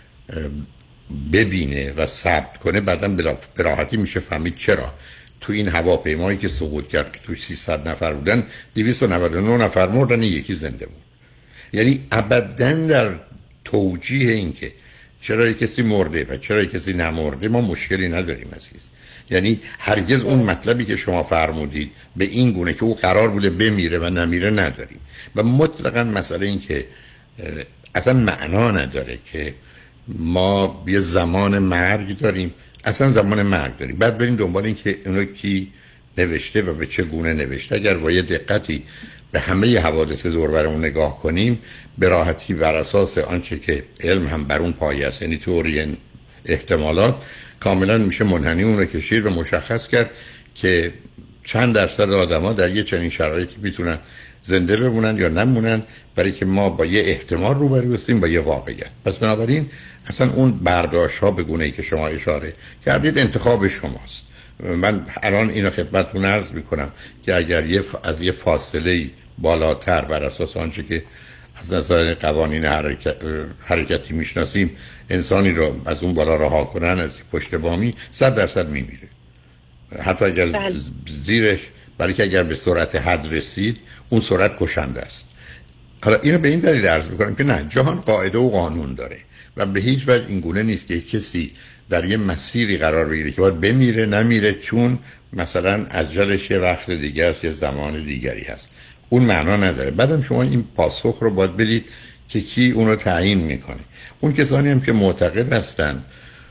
[SPEAKER 5] ببینه و ثبت کنه، بعداً به راحتی میشه فهمید چرا تو این هواپیمایی که سقوط کرد که توش سیصد نفر بودن دویست و نود و نه نفر مردن، یکی زنده بود. یعنی ابداً در توجیه این که چرا یک کسی مرده و چرا یک کسی نمرده ما مشکلی نداریم عزیز. یعنی هرگز اون مطلبی که شما فرمودید به این گونه که او قرار بوده بمیره و نمیره نداریم و مطلقاً مسئله این که اصلا معنا نداره که ما یه زمان مرگ داریم، اصلا زمان مرگ داریم بعد بریم دنبال این که اونو کی نوشته و به چه گونه نوشته. اگر با یه دقتی به همه حوادث دور برمون نگاه کنیم به راحتی بر اساس آنچه که علم هم بر اون پایه است، یعنی تئوری احتمالات، کاملا میشه منحنی اون رو کشید و مشخص کرد که چند درصد آدما در یه چنین شرایطی میتونن زنده بمونن یا نمونن، برای که ما با یه احتمال روبرو هستیم با یه واقعیت. پس بنابراین اصلا اون برداشت ها به گونه‌ای که شما اشاره کردید انتخاب شماست. من الان اینو خدمتتون عرض میکنم که اگر یه ف... از یه فاصله بالاتر بر اساس آنچه که از نظر قوانین حرکت... حرکتی میشناسیم انسانی رو از اون بالا رها کنن از پشت بامی، صد درصد میمیره. حتی اگر بله. زیرش، برای که اگر به سرعت حد رسید اون سرعت کشنده است. حالا اینو به این دلیل عرض میکنم که نه، جهان قاعده و قانون داره و به هیچ وجه این گونه نیست که کسی در یه مسیری قرار بگیره که باید بمیره نمیره چون مثلا اجلش یه وقت دیگه است، یه زمان دیگری هست. اون معنا نداره. بعدم شما این پاسخ رو باید بدید که کی اونو تعیین میکنه. اون کسانی هم که معتقد هستن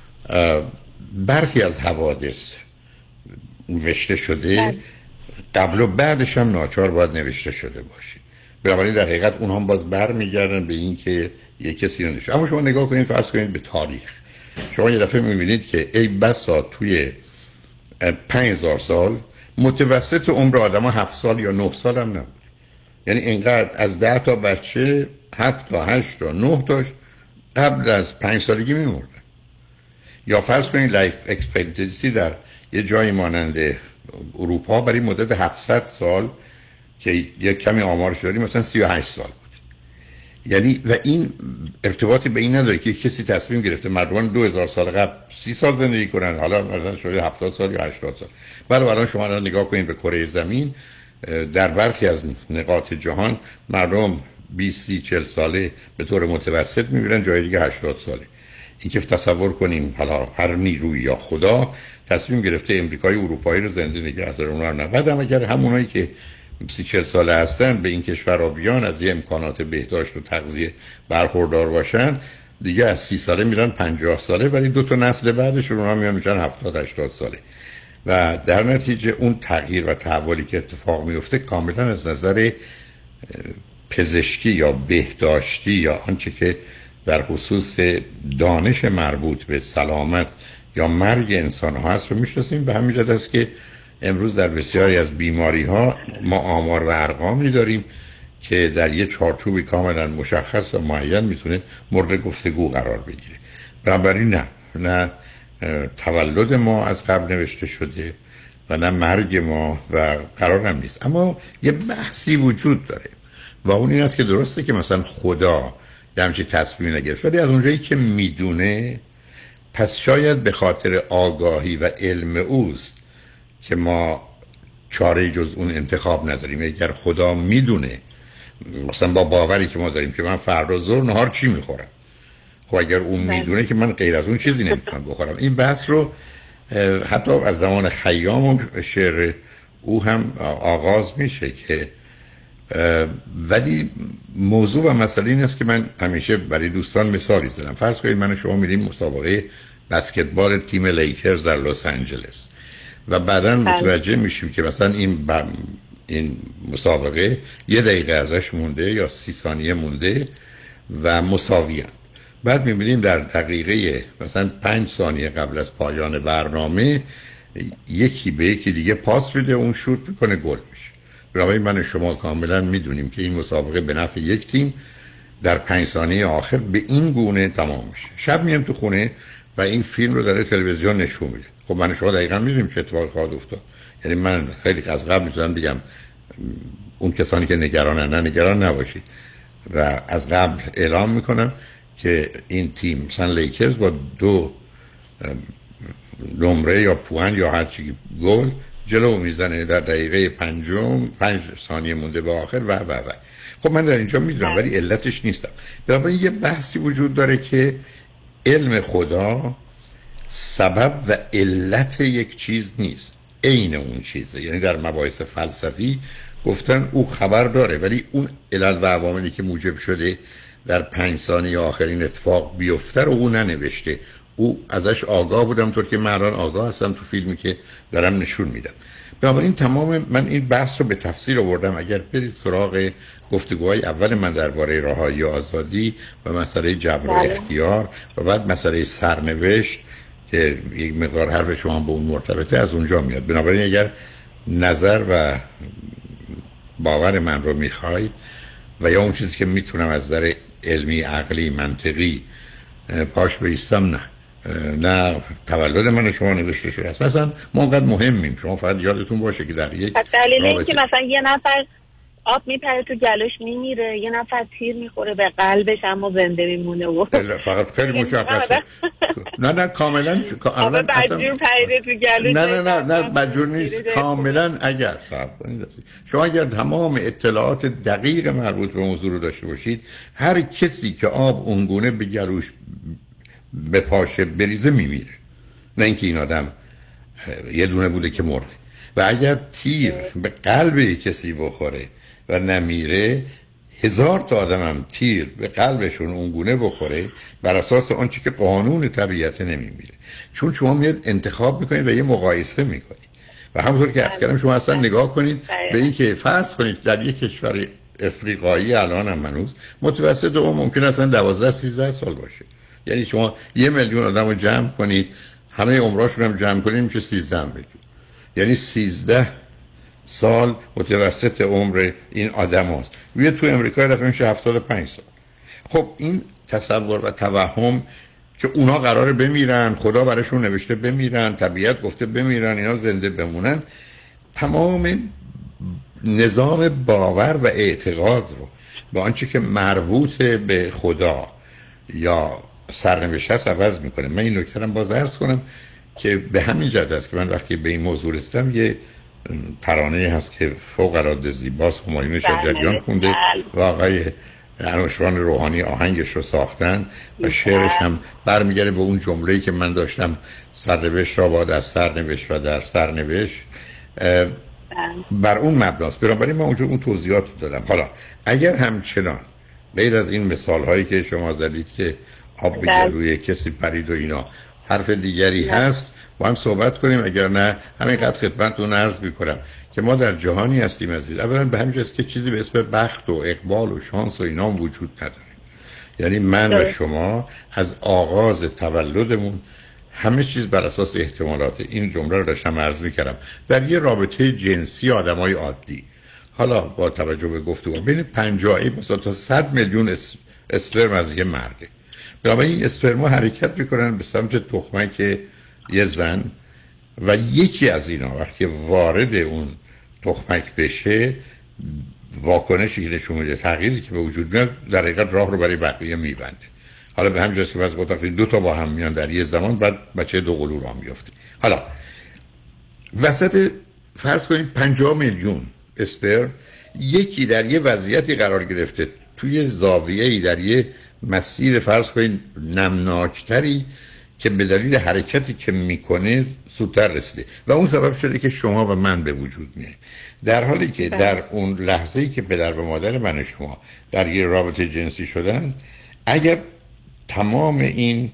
[SPEAKER 5] برخی از حوادث نوشته شده، قبل و بعدش هم ناچار باید نوشته شده باشه. بنابراین در حقیقت اونها هم باز برمیگردن به این که یک کسی رو نوشته. اما شما نگاه کنید، فرض کنید به تاریخ، شما یه دفعه میبینید که ای بسا توی پنج هزار سال متوسط عمر آدم ها هفت سال یا نه سال هم نبود. یعنی اینقدر از ده تا بچه هفت تا هشت تا نه تاش قبل از پنج سالگی میمردن. یا فرض کنید لایف اکسپکتنسی در یه جایی مانند اروپا برای مدت هفتصد سال که یک کمی آمارش داریم مثلا سی و هشت سال بود. یعنی و این ارتباطی به این نداره که کسی تصمیم گرفته مردمان دو هزار سال قبل سی سال زندگی کنن، حالا مثلا شده هفتاد سال یا هشتاد سال. ولی الان شما الان نگاه کنید به کره زمین، در برخی از نقاط جهان مردم بیست سی چهل ساله به طور متوسط می‌میرن، جای دیگه هشتاد ساله. این که تصور کنیم حالا هر نیروی یا خدا تصمیم گرفته امریکایی اروپایی رو زنده نگه داره، اونها نه. بعدم اگر همونایی که سی چهل ساله هستن به این کشور بیان از یه امکانات بهداشت و تغذیه برخوردار باشن، دیگه از سی ساله میرن پنجاه ساله، ولی دو تا نسل بعدش اونها میان میشن هفتاد هشتاد ساله. و در نتیجه اون تغییر و تحولی که اتفاق میفته کاملا از نظر پزشکی یا بهداشتی یا آنچه که در خصوص دانش مربوط به سلامت یا مرگ انسان ها هست رو میشناسیم. به همین جهت است که امروز در بسیاری از بیماری ها ما آمار و ارقامی داریم که در یه چارچوبی کاملا مشخص و معین میتونه مورد گفتگو قرار بگیره. بنابراین نه نه تولد ما از قبل نوشته شده و نه مرگ ما و قرار هم نیست. اما یه بحثی وجود داره و اون این است که درسته که مثلا خدا یه همچین تصمیم نگرفت، ولی از اونجایی که میدونه، پس شاید به خاطر آگاهی و علم اوست که ما چاره جز اون انتخاب نداریم. اگر خدا میدونه، مثلا با باوری که ما داریم که من فردا ظهر نهار چی میخورم، خب اگر اون میدونه که من غیر از اون چیزی نمیتونم بخورم. این بحث رو حتی از زمان خیام و شعر او هم آغاز میشه که ولی موضوع و مسئله این است که من همیشه برای دوستان مثالی زدم. فرض کنید من و شما میریم مسابقه بسکتبال تیم لیکرز در لس آنجلس و بعداً متوجه میشیم که مثلا این ب... این مسابقه یه دقیقه ازش مونده یا سی ثانیه مونده و مساویان. بعد میبینیم در دقیقه مثلا پنج ثانیه قبل از پایان برنامه یکی به یکی دیگه پاس میده، اون شوت میکنه، گل میشه. برای من و شما کاملا میدونیم که این مسابقه به نفع یک تیم در پنج ثانیه آخر به این گونه تمام میشه. شب میام تو خونه و این فیلم رو در تلویزیون نشون میده. خب من و شما دقیقاً میدونیم چه اتفاقی خواهد افتاد. یعنی من خیلی از قبل میتونم بگم اون کسانی که نگرانن نه نگران نباشید و از قبل اعلام میکنم که این تیم مثلا لیکرز با دو نمره یا پوان یا هر چی گل جلو میزنه در دقیقه پنجم، پنج ثانیه مونده به آخر و و و خب من در اینجا میدونم ولی علتش نیستم. بنابراین یه بحثی وجود داره که علم خدا سبب و علت یک چیز نیست، عین اون چیزه. یعنی در مباحث فلسفی گفتن او خبر داره ولی اون علل و عواملی که موجب شده در پنج ثانیه آخرین اتفاق بیفته رو او ننوشته. او ازش آگاه بودم طور که من الان آگاه هستم تو فیلمی که دارم نشون میدم. بنابراین تمام من این بحث رو به تفصیل آوردم. اگر برید سراغ گفتگوهای اول من درباره رهایی آزادی و مسئله جبر و اختیار و بعد مسئله سرنوشت که یک مقدار حرف شما به اون مرتبطه از اونجا میاد. بنابراین اگر نظر و باور من رو میخواید و یا اون چیزی که میتونم از نظر علمی، عقلی، منطقی پاش بیستم، نه نه تولد من و شما نوشته شده است. اصلا ما اونقدر مهمیم. شما فقط یادتون باشه که در یک
[SPEAKER 3] دلیل این که مثلا یه نفر آب میپره تو گلوش میمیره، یه نفر تیر میخوره به قلبش اما زنده میمونه و
[SPEAKER 5] فقط خیلی مشخصه. نه نه کاملا
[SPEAKER 3] آب بدجور پریده تو گلوش.
[SPEAKER 5] نه نه نه نه بدجور نیست کاملا. اگر شما اگر تمام اطلاعات دقیق مربوط به موضوع رو داشته باشید، هر کسی که آب اونگونه به گلوش به پاشه بریزه میمیره، نه اینکه این آدم یه دونه بوده که مرده. و اگر تیر به قلب کسی بخوره و نمیره، هزار تا آدم هم تیر به قلبشون اونگونه بخوره، بر اساس آنچه که قانون طبیعت نمیمیره. چون شما میاد انتخاب میکنید و یه مقایسه میکنید. و همونطور که عرض کردم شما اصلا نگاه کنید به این که فرض کنید در یک کشور افریقایی الان هم منوز متوسط اون ممکن اصلا دوازده سیزده سال باشه. یعنی شما یه میلیون آدم رو جمع کنید، همه عمراشون هم جمع کنید میشه سیزده میلیون. یعنی سیزده سال متوسط عمر این آدم هست. وی تو امریکا رفت میشه هفتاد و پنج سال. خب این تصور و توهم که اونا قراره بمیرن، خدا براشون نوشته بمیرن، طبیعت گفته بمیرن، اینا زنده بمونن، تمام نظام باور و اعتقاد رو با آنچه که مربوط به خدا یا سرنوشت هست عوض میکنه. من این نکته رو باز عرض کنم که به همین جهت است که من وقتی به این موضوع رسیدم، یه ترانه هست که فوق العاده زیباست، همایون شجریان خونده و آقای انوشیروان روحانی آهنگش رو ساختن و شعرش هم برمیگره به اون جمله‌ای که من داشتم، سرنوشت را باید از سرنوشت و در سرنوشت، بر اون مبناست. بنابراین من اونجا اون توضیحات دادم. حالا اگر همچنان غیر از این مثال هایی که شما زدید که آب به گلوی کسی پرید و اینا حرف دیگری هست، با هم صحبت کنیم. اگر نه همینقدر خدمتتون عرض میکنم که ما در جهانی هستیم عزیز، اولا به همین جاست که چیزی به اسم بخت و اقبال و شانس و اینا هم وجود نداره. یعنی من و شما از آغاز تولدمون همه چیز بر اساس احتمالات. این جمله رو داشتم عرض میکردم در یه رابطه جنسی آدمای عادی، حالا با توجه به گفتگو بین پنجاه مثلا تا صد میلیون اسپرم از یه مرده. بنابراین این اسپرما حرکت میکنن به سمت تخمک یه زن و یکی از اینا وقتی وارد اون تخمک بشه، واکنشی که نشون میده، تغییری که به وجود میاد، در حقیقت راه رو برای بقیه میبنده. حالا به همین جاست که بعضی وقتا دو تا با هم میان در یه زمان، بعد بچه دو قلو راه میفته. حالا وسط فرض کنید پنجاه میلیون اسپرم، یکی در یه وضعیتی قرار گرفته توی زاویه‌ای در یه مسیر فرض کنید نمناکتری که به دلیل حرکتی که میکنه زودتر رسیده و اون سبب شده که شما و من به وجود میاد. در حالی که در اون لحظه‌ای که پدر و مادر من و شما در یه رابطه جنسی شدن، اگر تمام این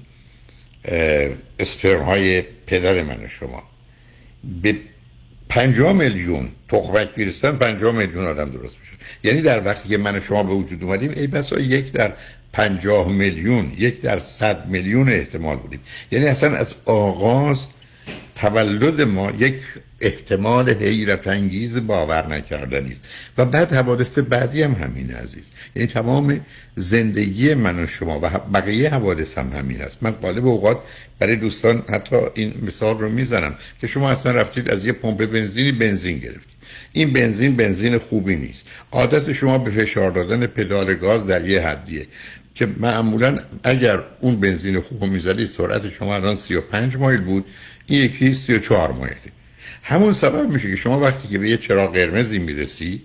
[SPEAKER 5] اسپرم های پدر من و شما به پنجاه میلیون تخمک میرسن، پنجاه میلیون آدم درست میشه. یعنی در وقتی که من و شما به وجود اومدیم، ای بسا یک در پنجاه میلیون، یک در صد میلیون احتمال بودیم. یعنی اصلا از آغاز تولد ما یک احتمال حیرت انگیز باور نکردنی است و بعد حوادث بعدی هم همین عزیز. یعنی تمام زندگی من و شما و بقیه حوادث هم همین است. من غالب اوقات برای دوستان حتی این مثال رو میزنم که شما اصلا رفتید از یه پمپ بنزینی بنزین گرفتید. این بنزین بنزین خوبی نیست. عادت شما به فشار دادن پدال گاز در یه حدیه که معمولا اگر اون بنزین خوب می‌زدید سرعت شما الان سی و پنج مایل بود، این یکی سی و چهار مایل. همون سبب میشه که شما وقتی که به یه چراغ قرمزی میرسی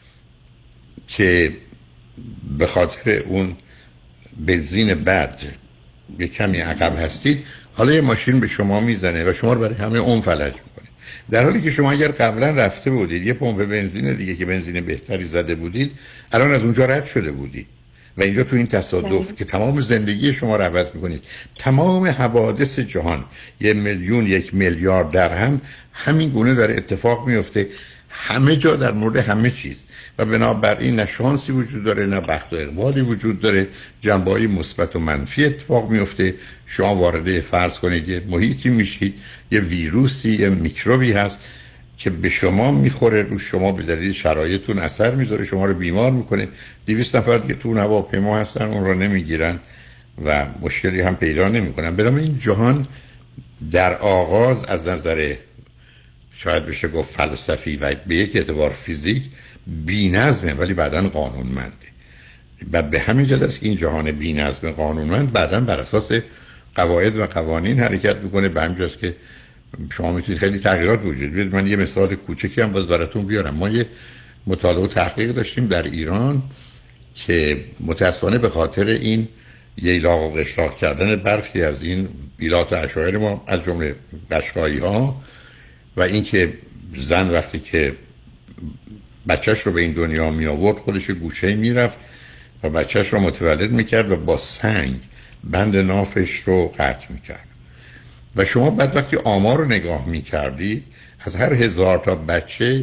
[SPEAKER 5] که به خاطر اون بنزین بد یه کمی عقب هستید، حالا یه ماشین به شما میزنه و شما رو برای همه اون فلج میکنه. در حالی که شما اگر قبلا رفته بودید یه پمپ بنزین دیگه که بنزین بهتری زده بودید، الان از اونجا رد شده بودید و اینجا تو این تصادف که تمام زندگی شما رو عوض میکنید، تمام حوادث جهان، یه میلیون یک میلیارد درهم همین گونه داره اتفاق میفته. همه جا در مورد همه چیز و بنابراین نه شانسی وجود داره نه بخت و اقبالی وجود داره. جنبه‌های مثبت و منفی اتفاق میفته. شما وارد فرض کنید یه محیطی میشید، یه ویروسی، یه میکروبی هست که به شما میخوره، رو شما به دلیل شرایطتون اثر میذاره، شما رو بیمار میکنه. دویست نفر دیگه تو هواپیما هستن اون رو نمیگیرن و مشکلی هم پیدا نمیکنن. برام این جهان در آغاز از نظر شاید بشه گفت فلسفی و به یک اعتبار فیزیک بی‌نظمه ولی بعداً قانونمنده. و به همین جهت است این جهان بی‌نظم قانونمند بعداً بر اساس قواعد و قوانین حرکت میکنه. به همین جاست که شما میتونید خیلی تغییرات وجود بیاد. من یه مثال کوچکی هم باز براتون بیارم. ما یه مطالعه و تحقیق داشتیم در ایران که متأسفانه به خاطر این ییلاق و قشلاق کردن برخی از این ایلات و عشایر ما از جمله قشقایی‌ها و اینکه زن وقتی که بچهش رو به این دنیا می آورد خودش گوشه می رفت و بچهش رو متولد می کرد و با سنگ بند نافش رو قطع می کرد. و شما بعد وقتی آمار رو نگاه می کردی از هر هزار تا بچه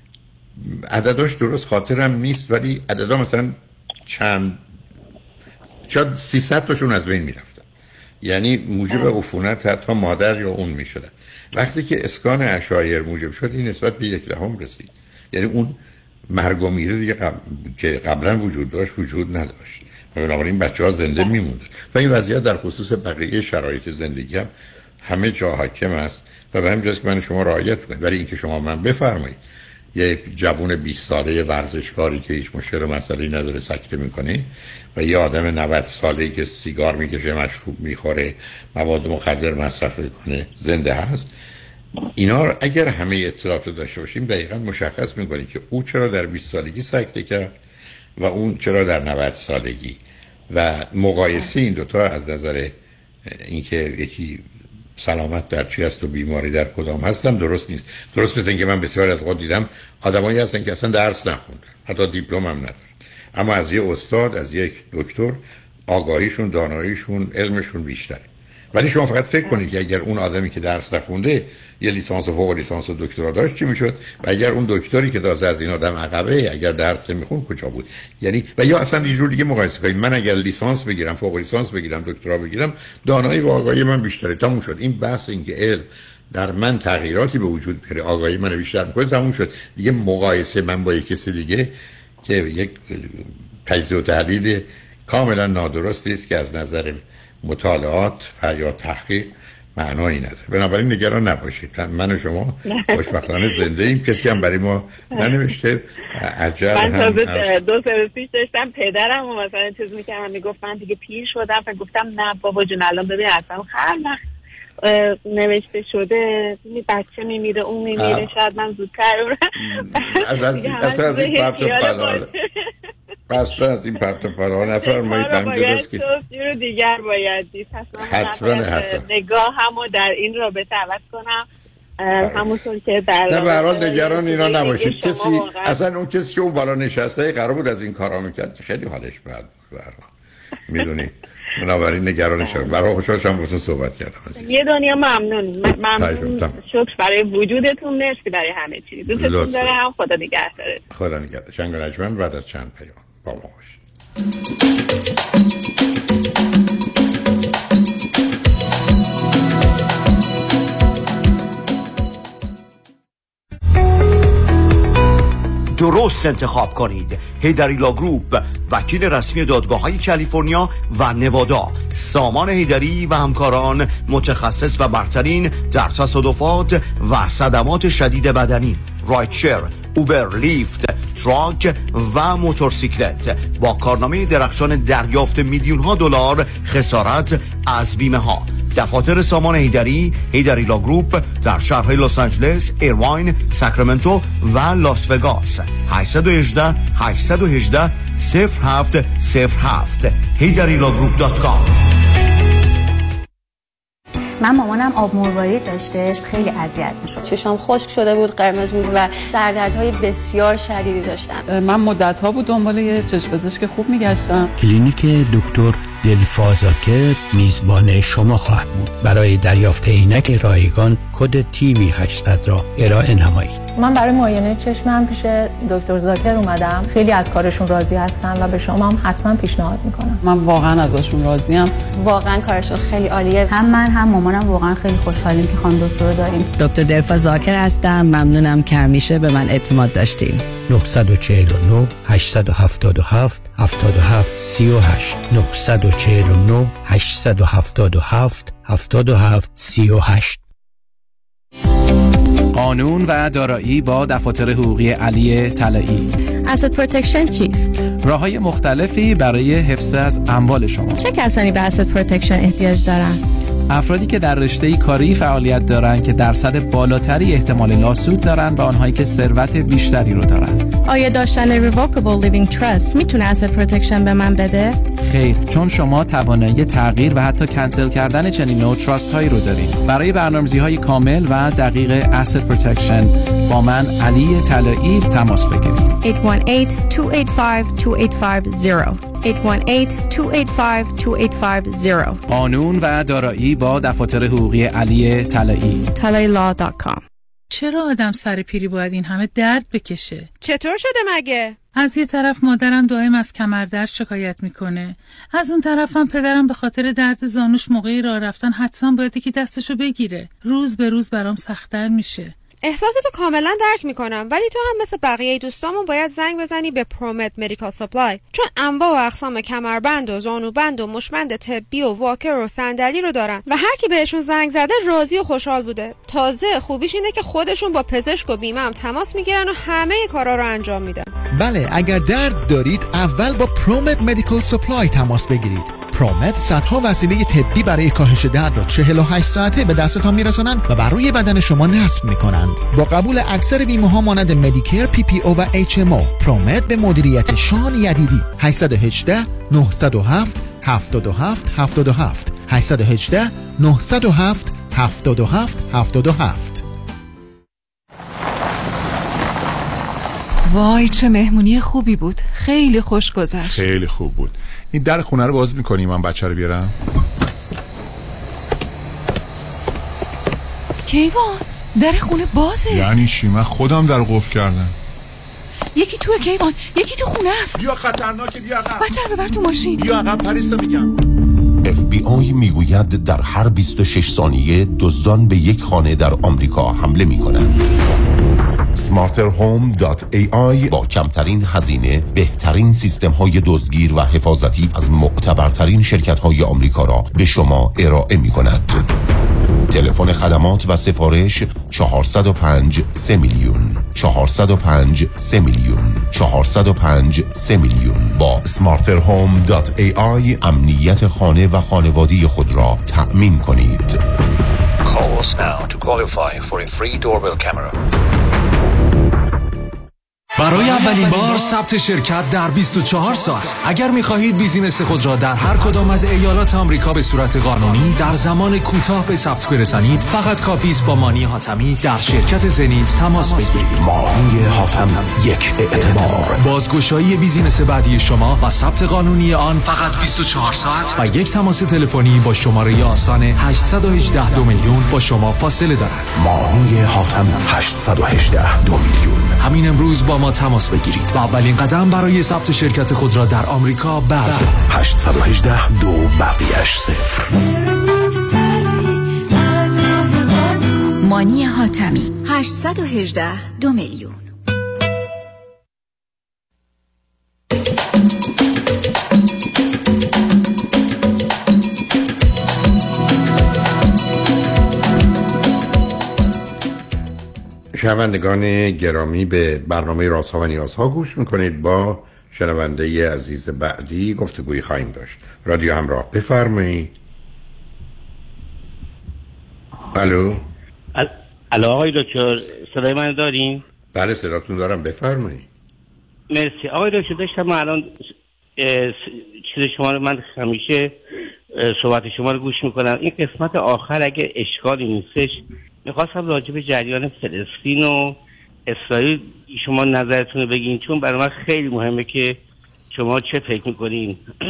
[SPEAKER 5] عدداش درست خاطرم نیست ولی عددا مثلا چند شاید سیصد تاشون از بین می رفتن. یعنی موجب عفونت حتی مادر یا اون می شدن. وقتی که اسکان عشایر موجب شد این نسبت به یک دهم رسید. یعنی اون مرگ و میره دیگه قبل... که قبلا وجود داشت وجود نداشت و بنابراین بچه ها زنده میموندن و این وضعیت در خصوص بقیه شرایط زندگی هم همه جا حاکم است و به همین جاست که من شما رعایت کنید. ولی اینکه شما من بفرمایید یه جوون بیست ساله ورزشکاری که هیچ مشکل و مسئله‌ای نداره سکته میکنه و یه آدم نود ساله‌ای که سیگار میکشه، مشروب میخوره، مواد مخدر مصرف میکنه زنده هست، اینا رو اگر همه اطلاعات رو داشته باشیم دقیقاً مشخص میکنیم که او چرا در بیست سالگی سکته کرد و اون چرا در نود سالگی و مقایسه این دوتا از نظر اینکه یکی سلامت در چی هست و بیماری در کدام هستم درست نیست. درست مثل اینکه من بسیار از اوقات دیدم آدمایی هستن که اصلا درس نخوندن، حتی دیپلم هم ندارن، اما از یه استاد، از یک دکتر آگاهیشون، داناییشون، علمشون بیشتره. ولی شما فقط فکر کنید که اگر اون آدمی که درس نخونده یه لیسانس و فوق لیسانس و دکترا داشت چی میشد و اگر اون دکتری که تازه از این آدم عقبه اگر درس نمیخون کجا بود. یعنی و یا اصلا یه جور دیگه مقایسه کنید، من اگر لیسانس بگیرم، فوق لیسانس بگیرم، دکترا بگیرم، دانایی و آگاهی من بیشتره، تموم شد. این بحث این که علم در من تغییراتی به وجود بیاره، آگاهی من بیشتر میکنه، تموم شد. دیگه مقایسه من با یک کسی دیگه که یک تجزیه و تحلیل کاملا نادرستی است که از نظر مطالعات و یا تحقیق معنایی نداره. بنابراین نگران نباشید، من و شما خوشبختانه زنده ایم، کسی هم برای ما ننوشته. عجل
[SPEAKER 3] من
[SPEAKER 5] هم
[SPEAKER 3] تازه دو سال پیش داشتم پدرم و مثلا چیز میکردم میگفت من دیگه پیر شدم و گفتم نه بابا جون الان ببین اصلا هر وقت نوشته شده بچه میمیره اون میمیره شاید من زودتر
[SPEAKER 5] اصلا از این پرت و پلا اصلا از این پرت و پلا نفرمایید.
[SPEAKER 3] باید توصیه دیگر باید دید.
[SPEAKER 5] حتما حتما
[SPEAKER 3] نگاه همو در این رابطه عوض کنم همونطور که در
[SPEAKER 5] نه به هر حال نگران اینا نباشید. کسی اصلا اون کسی که اون بالا نشسته قرار بود از این کارا میکرد که خیلی حالش بد بود میدونی. بنابراین نگران شد. برای خوشحال شدم باهاتون صحبت کردم.
[SPEAKER 3] یه دنیا ممنون. ممنون. شکر برای وجودتون، مرسی برای همه چیز. دوستتون دارم. خدا نگهدار.
[SPEAKER 5] خدا نگهدار. شنگ و نجمن بعد از چند پیام با ما باشید.
[SPEAKER 11] درست انتخاب کنید. هیدریلا گروپ، وکیل رسمی دادگاه‌های کالیفرنیا و نوادا. سامان هیدری و همکاران، متخصص و برترین در تصادفات و صدمات شدید بدنی، رایتشر، اوبر، لیفت، تراک و موتورسیکلت، با کارنامه درخشان دریافت میلیون ها دلار خسارت از بیمه ها. دفاتر سامان هیدری، هیدریلا گروپ در شهرهای لس آنجلس، ایرواین، ساکرامنتو و لاس وگاس. هشت یک هشت هشت یک هشت صفر هفت صفر هفت هیدریلا گروپ دات کام.
[SPEAKER 6] من مامانم آب مروارید داشتش، خیلی اذیت میشد.
[SPEAKER 10] چشام خشک شده بود، قرمز بود و سردردهای بسیار شدیدی داشتم.
[SPEAKER 14] من مدت‌ها بود دنبال یه چشم پزشک خوب میگشتم.
[SPEAKER 12] کلینیک دکتر دلفا زاکر میزبان شما خواهد بود. برای دریافت عینک رایگان کد تی وی هشتصد را ارائه نمایید.
[SPEAKER 14] من برای معاینه چشمم پیش دکتر زاکر اومدم. خیلی از کارشون راضی هستم و به شما هم حتما پیشنهاد میکنم.
[SPEAKER 15] من واقعا ازشون راضیم.
[SPEAKER 10] واقعا کارشون خیلی عالیه.
[SPEAKER 6] هم من هم مامانم واقعا خیلی خوشحالیم که خانم دکتر رو داریم.
[SPEAKER 16] دکتر دلفا زاکر هستم. ممنونم که همیشه به من اعتماد داشتین.
[SPEAKER 12] نه چهار نه هشت هفت هفت هفت هفت سه هشت نه چهار نه هشت هفت هفت هفت هفت سه هشت.
[SPEAKER 17] قانون و دارایی با دفاتر حقوقی علی طلایی.
[SPEAKER 16] asset protection چیست؟
[SPEAKER 17] راه‌های مختلفی برای حفظ از اموال شما.
[SPEAKER 16] چه کسانی به asset protection احتیاج دارند؟
[SPEAKER 17] افرادی که در رشته کاری فعالیت دارند که درصد بالاتری احتمال لاسود دارند و آنهایی که ثروت بیشتری رو دارند.
[SPEAKER 16] آیا داشتن revocable living trust میتونه asset protection به من بده؟
[SPEAKER 17] خیر، چون شما توانایی تغییر و حتی کنسل کردن چنین نوع تراست هایی رو دارید. برای برنامه‌ریزی‌های کامل و دقیق asset protection با من علی طلایی تماس بگیرید.
[SPEAKER 16] هشت یک هشت دو هشت پنج دو هشت پنج صفر هشت یک هشت دو هشت پنج دو هشت پنج صفر.
[SPEAKER 17] قانون و دارایی با دفاتر حقوقی علی طلایی.
[SPEAKER 16] طلایی لا دات کام.
[SPEAKER 18] چرا آدم سر پیری باید این همه درد بکشه؟
[SPEAKER 8] چطور شده مگه؟
[SPEAKER 18] از یه طرف مادرم دائم از کمردرد شکایت میکنه، از اون طرفم پدرم به خاطر درد زانوش موقعی راه رفتن حتما باید که دستشو بگیره. روز به روز برام سخت‌تر میشه.
[SPEAKER 8] احساساتو کاملا درک میکنم، ولی تو هم مثل بقیه دوستامون باید زنگ بزنی به پرومت مدیکال سپلای، چون انواع و اقسام کمربند و زانوبند و مشمند طبی و واکر و صندلی رو دارن و هر کی بهشون زنگ زده راضی و خوشحال بوده. تازه خوبیش اینه که خودشون با پزشک و بیمه هم تماس میگیرن و همه کارا رو انجام میدن.
[SPEAKER 19] بله، اگر درد دارید اول با پرومت مدیکال سپلای تماس بگیرید. پرومت صدها وسیله طبی برای کاهش درد را چهل و هشت ساعته به دستتان میرسانند و بر روی بدن شما نصب میکنند. با قبول اکثر بیمه ها مانند مدیکر، پی پی او و اچ ام او، پرومت به مدیریت شان یدیدی. هشت یک هشت نه صفر هفت هفت هفت هفت هفت هشت یک هشت نه صفر هفت هفت هفت هفت هفت.
[SPEAKER 21] وای چه مهمونی خوبی بود، خیلی خوش گذشت.
[SPEAKER 9] خیلی خوب بود. این در خونه رو باز میکنی من بچه رو بیارم؟
[SPEAKER 21] کیوان در خونه بازه.
[SPEAKER 9] یعنی چی؟ من خودم در قفل کردم.
[SPEAKER 21] یکی توه کیوان، یکی تو خونه است.
[SPEAKER 9] بیا خطرناکه، بیا عقب.
[SPEAKER 21] بچه رو ببر تو ماشین.
[SPEAKER 9] بیا عقب پریسا میگم.
[SPEAKER 27] اف بی آی میگوید در هر بیست و شش ثانیه دزدان به یک خانه در آمریکا حمله میکنند. سمارتر هوم دات ای آی با کمترین هزینه بهترین سیستم های دزدگیر و حفاظتی از معتبرترین شرکت های آمریکا را به شما ارائه می کند. تلفن خدمات و سفارش چهارصد و پنج سه میلیون چهارصد و پنج سه میلیون چهارصد و پنج سه میلیون. با سمارتر هوم دات ای آی امنیت خانه و خانوادی خود را تأمین کنید.
[SPEAKER 28] Call us now to qualify for a free doorbell camera.
[SPEAKER 29] برای اولین بار ثبت شرکت در بیست و چهار ساعت. اگر می‌خواهید بیزینس خود را در هر کدام از ایالات آمریکا به صورت قانونی در زمان کوتاه به ثبت برسانید، فقط کافی است با مانی حاتمی در شرکت زنیت تماس بگیرید.
[SPEAKER 27] مانی حاتم، یک اعتبار.
[SPEAKER 29] بازگشایی بیزینس بعدی شما و ثبت قانونی آن فقط بیست و چهار ساعت و یک تماس تلفنی با شماره آسان هشت یک هشت دو میلیون با شما فاصله دارد.
[SPEAKER 27] مانی حاتم هشت یک هشت دو میلیون.
[SPEAKER 29] همین امروز با ما تماس بگیرید و اولین قدم برای ثبت شرکت خود را در آمریکا بردارید.
[SPEAKER 27] هشت یک هشت دو بقیه‌اش صفر.
[SPEAKER 13] مانی حاتمی هشت یک هشت دو میلیون.
[SPEAKER 5] شنوندگان گرامی، به برنامه رازها و نیازها گوش میکنید. با شنونده عزیز بعدی گفتگوی خواهیم داشت. رادیو همراه، بفرمایید. الو
[SPEAKER 30] الو آقای دکتر، صدای من دارین؟
[SPEAKER 5] بله صداتون دارم، بفرمایید.
[SPEAKER 30] مرسی آقای دکتر. داشتم من الان چیز شما رو، من همیشه صحبت شما رو گوش میکنم. این قسمت آخر اگه اشکالی نیستش میخواستم راجع به جریان فلسطین و اسرائیل شما نظرتون رو بگین، چون برای من خیلی مهمه که شما چه فکر میکنین.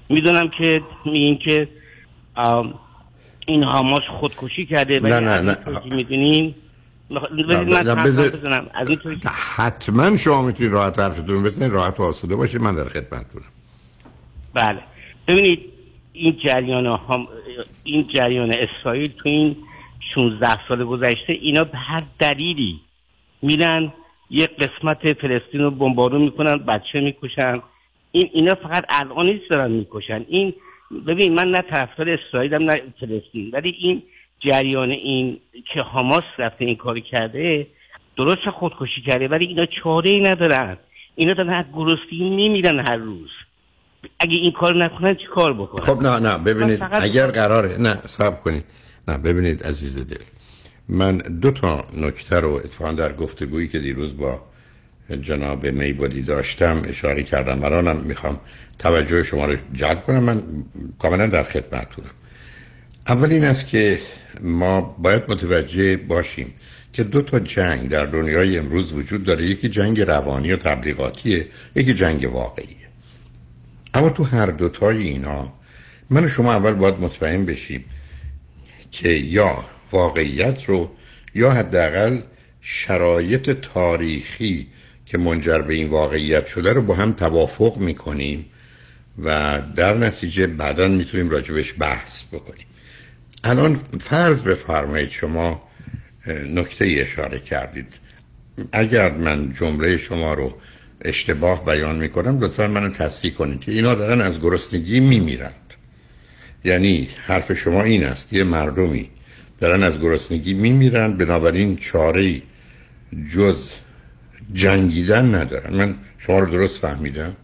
[SPEAKER 30] میدونم که این که این حماس خودکشی کرده.
[SPEAKER 5] نه نه نه
[SPEAKER 30] میدونین من بزنم از این طوری
[SPEAKER 5] حتما شما میتونید راحت حرفتون بزنید، راحت و آسوده باشید، من در خدمتتونم.
[SPEAKER 30] بله ببینید این جریان هم این جریان اسرائیل تو این شانزده سال گذشته اینا به هر دلیلی میرن یه قسمت فلسطین رو بمبارون میکنن، بچه میکشن. این اینا فقط الان نیست دارن میکشن. این ببین من نه طرفدار اسرائیلم نه فلسطین، ولی این جریان این که حماس رفته این کاری کرده درست خودکشی کرده، ولی اینا چاره ای ندارن. اینا دارن از گرسنگی میمیرن هر روز. اگه این کار نکنن چی کار بکنن؟
[SPEAKER 5] خب نه نه ببینید اگر قراره نه صبر کنید. نه ببینید عزیز دل، من دو تا نکته رو اتفاقا در گفتگویی که دیروز با جناب میبودی داشتم اشاره کردم. الانم میخوام توجه شما رو جلب کنم. من کاملا در خدمتتونم. اول این است که ما باید متوجه باشیم که دو تا جنگ در دنیای امروز وجود داره. یکی جنگ روانی و تبلیغاتیه، یکی جنگ واقعیه. اما تو هر دو تای اینا من و شما اول باید مطمئن بشیم که یا واقعیت رو یا حداقل شرایط تاریخی که منجر به این واقعیت شده رو با هم توافق میکنیم و در نتیجه بعداً میتونیم راجبش بحث بکنیم. الان فرض بفرمایید شما نکته اشاره کردید. اگر من جمله شما رو اشتباه بیان میکنم لطفاً منو تصحیح کنید که اینا دارن از گرسنگی میمیرند. یعنی حرف شما این است که مردمی دارن از گرسنگی میمیرند، بنابراین چاره‌ای جز جنگیدن ندارن. من شما رو درست فهمیدم؟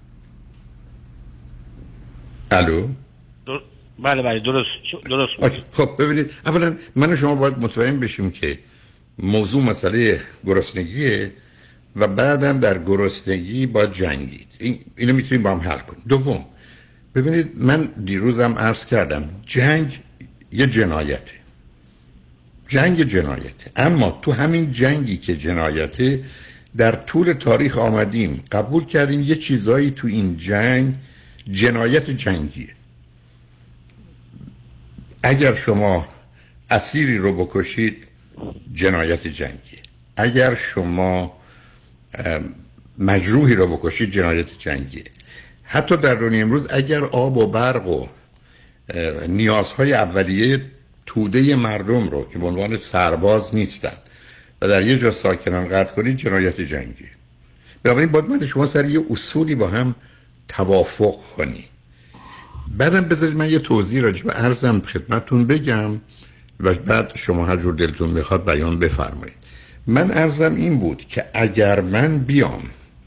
[SPEAKER 5] الو؟
[SPEAKER 30] در... بله بله درست درست.
[SPEAKER 5] خب ببینید اولا من و شما باید مطمئن بشیم که موضوع مسئله گرسنگیه و بعدم در گرسنگی باید جنگید. این اینو میتونیم با هم حل کنیم. دوم ببینید من دیروزم عرض کردم جنگ یه جنایته. جنگ جنایته، اما تو همین جنگی که جنایته در طول تاریخ آمدیم قبول کردیم یه چیزایی تو این جنگ جنایت جنگیه. اگر شما اسیری رو بکشید جنایت جنگیه، اگر شما مجروحی رو بکشید جنایت جنگیه. حتی در دنیای امروز اگر آب و برق و نیازهای اولیه توده مردم رو که به عنوان سرباز نیستن و در یه جا ساکنن قطع کنید جنایت جنگیه. بنابراین باید من شما سر یه اصولی با هم توافق کنی. بعدم بذارید من یه توضیح راجع به عرضم خدمتتون بگم و بعد شما هر جور دلتون بخواد بیان بفرمایید. من عرضم این بود که اگر من بیام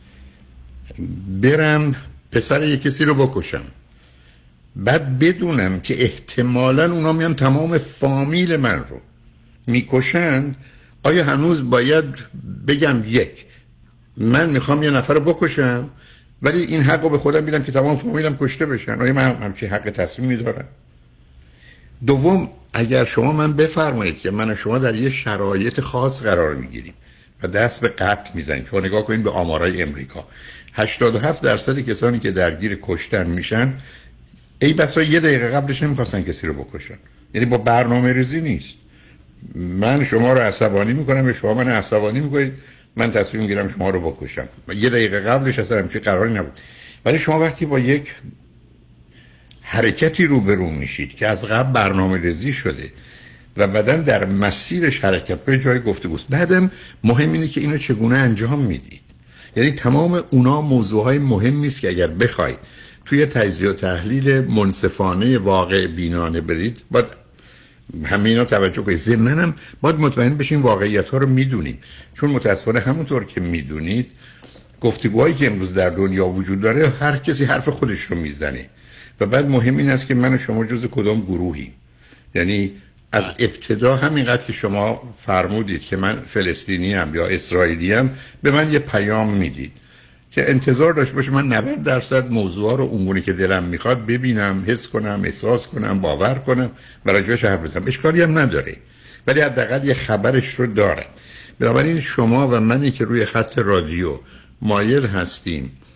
[SPEAKER 5] برم پسر یک کسی رو بکشم، بعد بدونم که احتمالاً اونا میان تمام فامیل من رو میکشن، آیا هنوز باید بگم یک من میخوام یه نفر رو بکشم ولی این حق رو به خودم میدم که تمام فامیلم کشته بشن؟ آیا من همچین حق تصمیمی دارم؟ دوم اگر شما من بفرمایید که من و شما در یه شرایط خاص قرار میگیریم و دست به قتل میزنیم، چون نگاه کنید به آمارای امریکا هشتاد و هفت درصد کسانی که درگیر کشتن میشن ای بسا یه دقیقه قبلش نمیخواستن کسی رو بکشن. یعنی با برنامه ریزی نیست. من شما رو عصبانی میکنم و شما من عصبانی میکنید، من تصمیم میگیرم شما رو بکشم. یه دقیقه قبلش اصلا همچین قراری نبود. ولی شما وقتی با یک حرکتی روبرو میشید که از قبل برنامه ریزی شده و بعداً در مسیرش حرکت کنید جای گفتگوست، بعدم مهم اینه که اینو چگونه انجام میدید. یعنی تمام اونا موضوعهای مهمی است که اگر بخواید توی تجزیه و تحلیل منصفانه واقع بینانه برید باید همه اینا توجه کنید. ضمناً هم باید مطمئن بشین واقعیت‌ها رو میدونیم، چون متأسفانه همونطور که میدونید گفتگوهایی که امروز در دنیا وجود داره هر کسی حرف خودش رو میزنه و بعد مهم این است که من و شما جز کدام گروهیم. یعنی از ابتدا همینقدر که شما فرمودید که من فلسطینی ام یا اسرائیلی ام به من یه پیام میدید که انتظار داشت باشه من نود درصد موضوعا رو اونگونه که دلم میخواد ببینم، حس کنم، احساس کنم، باور کنم و راجعش حرف بزنم. اشکالی هم نداره، ولی حداقل یه خبرش رو داره. بنابراین شما و منی که روی خط رادیو مایل هستیم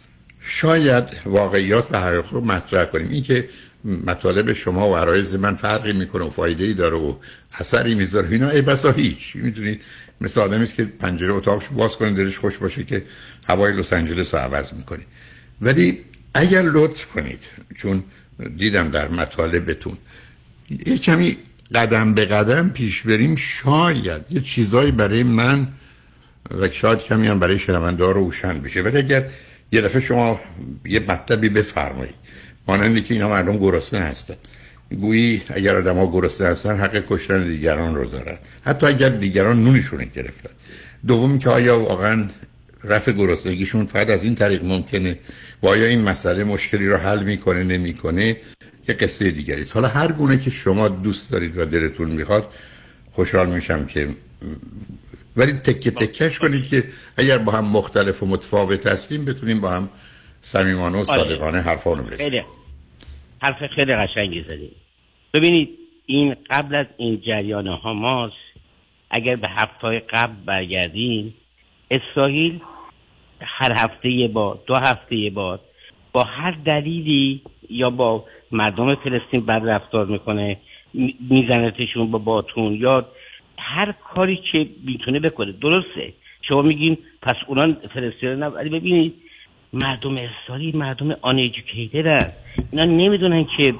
[SPEAKER 5] شاید واقعیات و حقایق رو مطرح کنیم. این که مطالب شما و عرایض من فرقی میکنه و فایده‌ای داره و اثری میذاره اینا ای بسا هیچ. میدونید مثل آدمی است که پنجره اتاقشو باز کنه دلش خوش باشه که هوای لس آنجلس رو عوض میکنه. ولی اگر لطف کنید، چون دیدم در مطالبتون یه کمی قدم به قدم پیش بریم، شاید یه چیزایی برای من و شاید کمی هم برای شنونده ها روشن بشه. ولی اگر یه دفعه شما یه مطلبی بفرمایید مانندی که اینا مردم گرسنه هستن، گویی اگر آدم ها گرسنه هستن حق کشتن دیگران رو دارن، حتی اگر دیگران نونشون گرفتن. دوم که آیا واقعا رفع گرسنگیشون فقط از این طریق ممکنه و آیا این مسئله مشکلی رو حل میکنه نمیکنه، یه قصه دیگری است. حالا هر گونه که شما دوست دارید و دلتون میخواد خوشحال میشم که، ولی تکه تکش کنید که اگر با هم مختلف و متفاوت هستیم بتونیم با هم صمیمانه و صادقانه حرفا رو برسیم.
[SPEAKER 30] خیلی حرف خیلی قشنگی زدید. ببینید این قبل از این جریان حماس اگر به هفته‌های قبل برگردیم، اسرائیل هر هفته یه بار، دو هفته یه بار با هر دلیلی یا با مردم فلسطین بد رفتار میکنه، میزنتشون با باتون یا هر کاری که میتونه بکنه. درسته شما میگین پس اونان فلسطین نه، ولی ببینید مردم اسرائیل مردم آن ایژوکیتد هستن. اینا نمیدونن که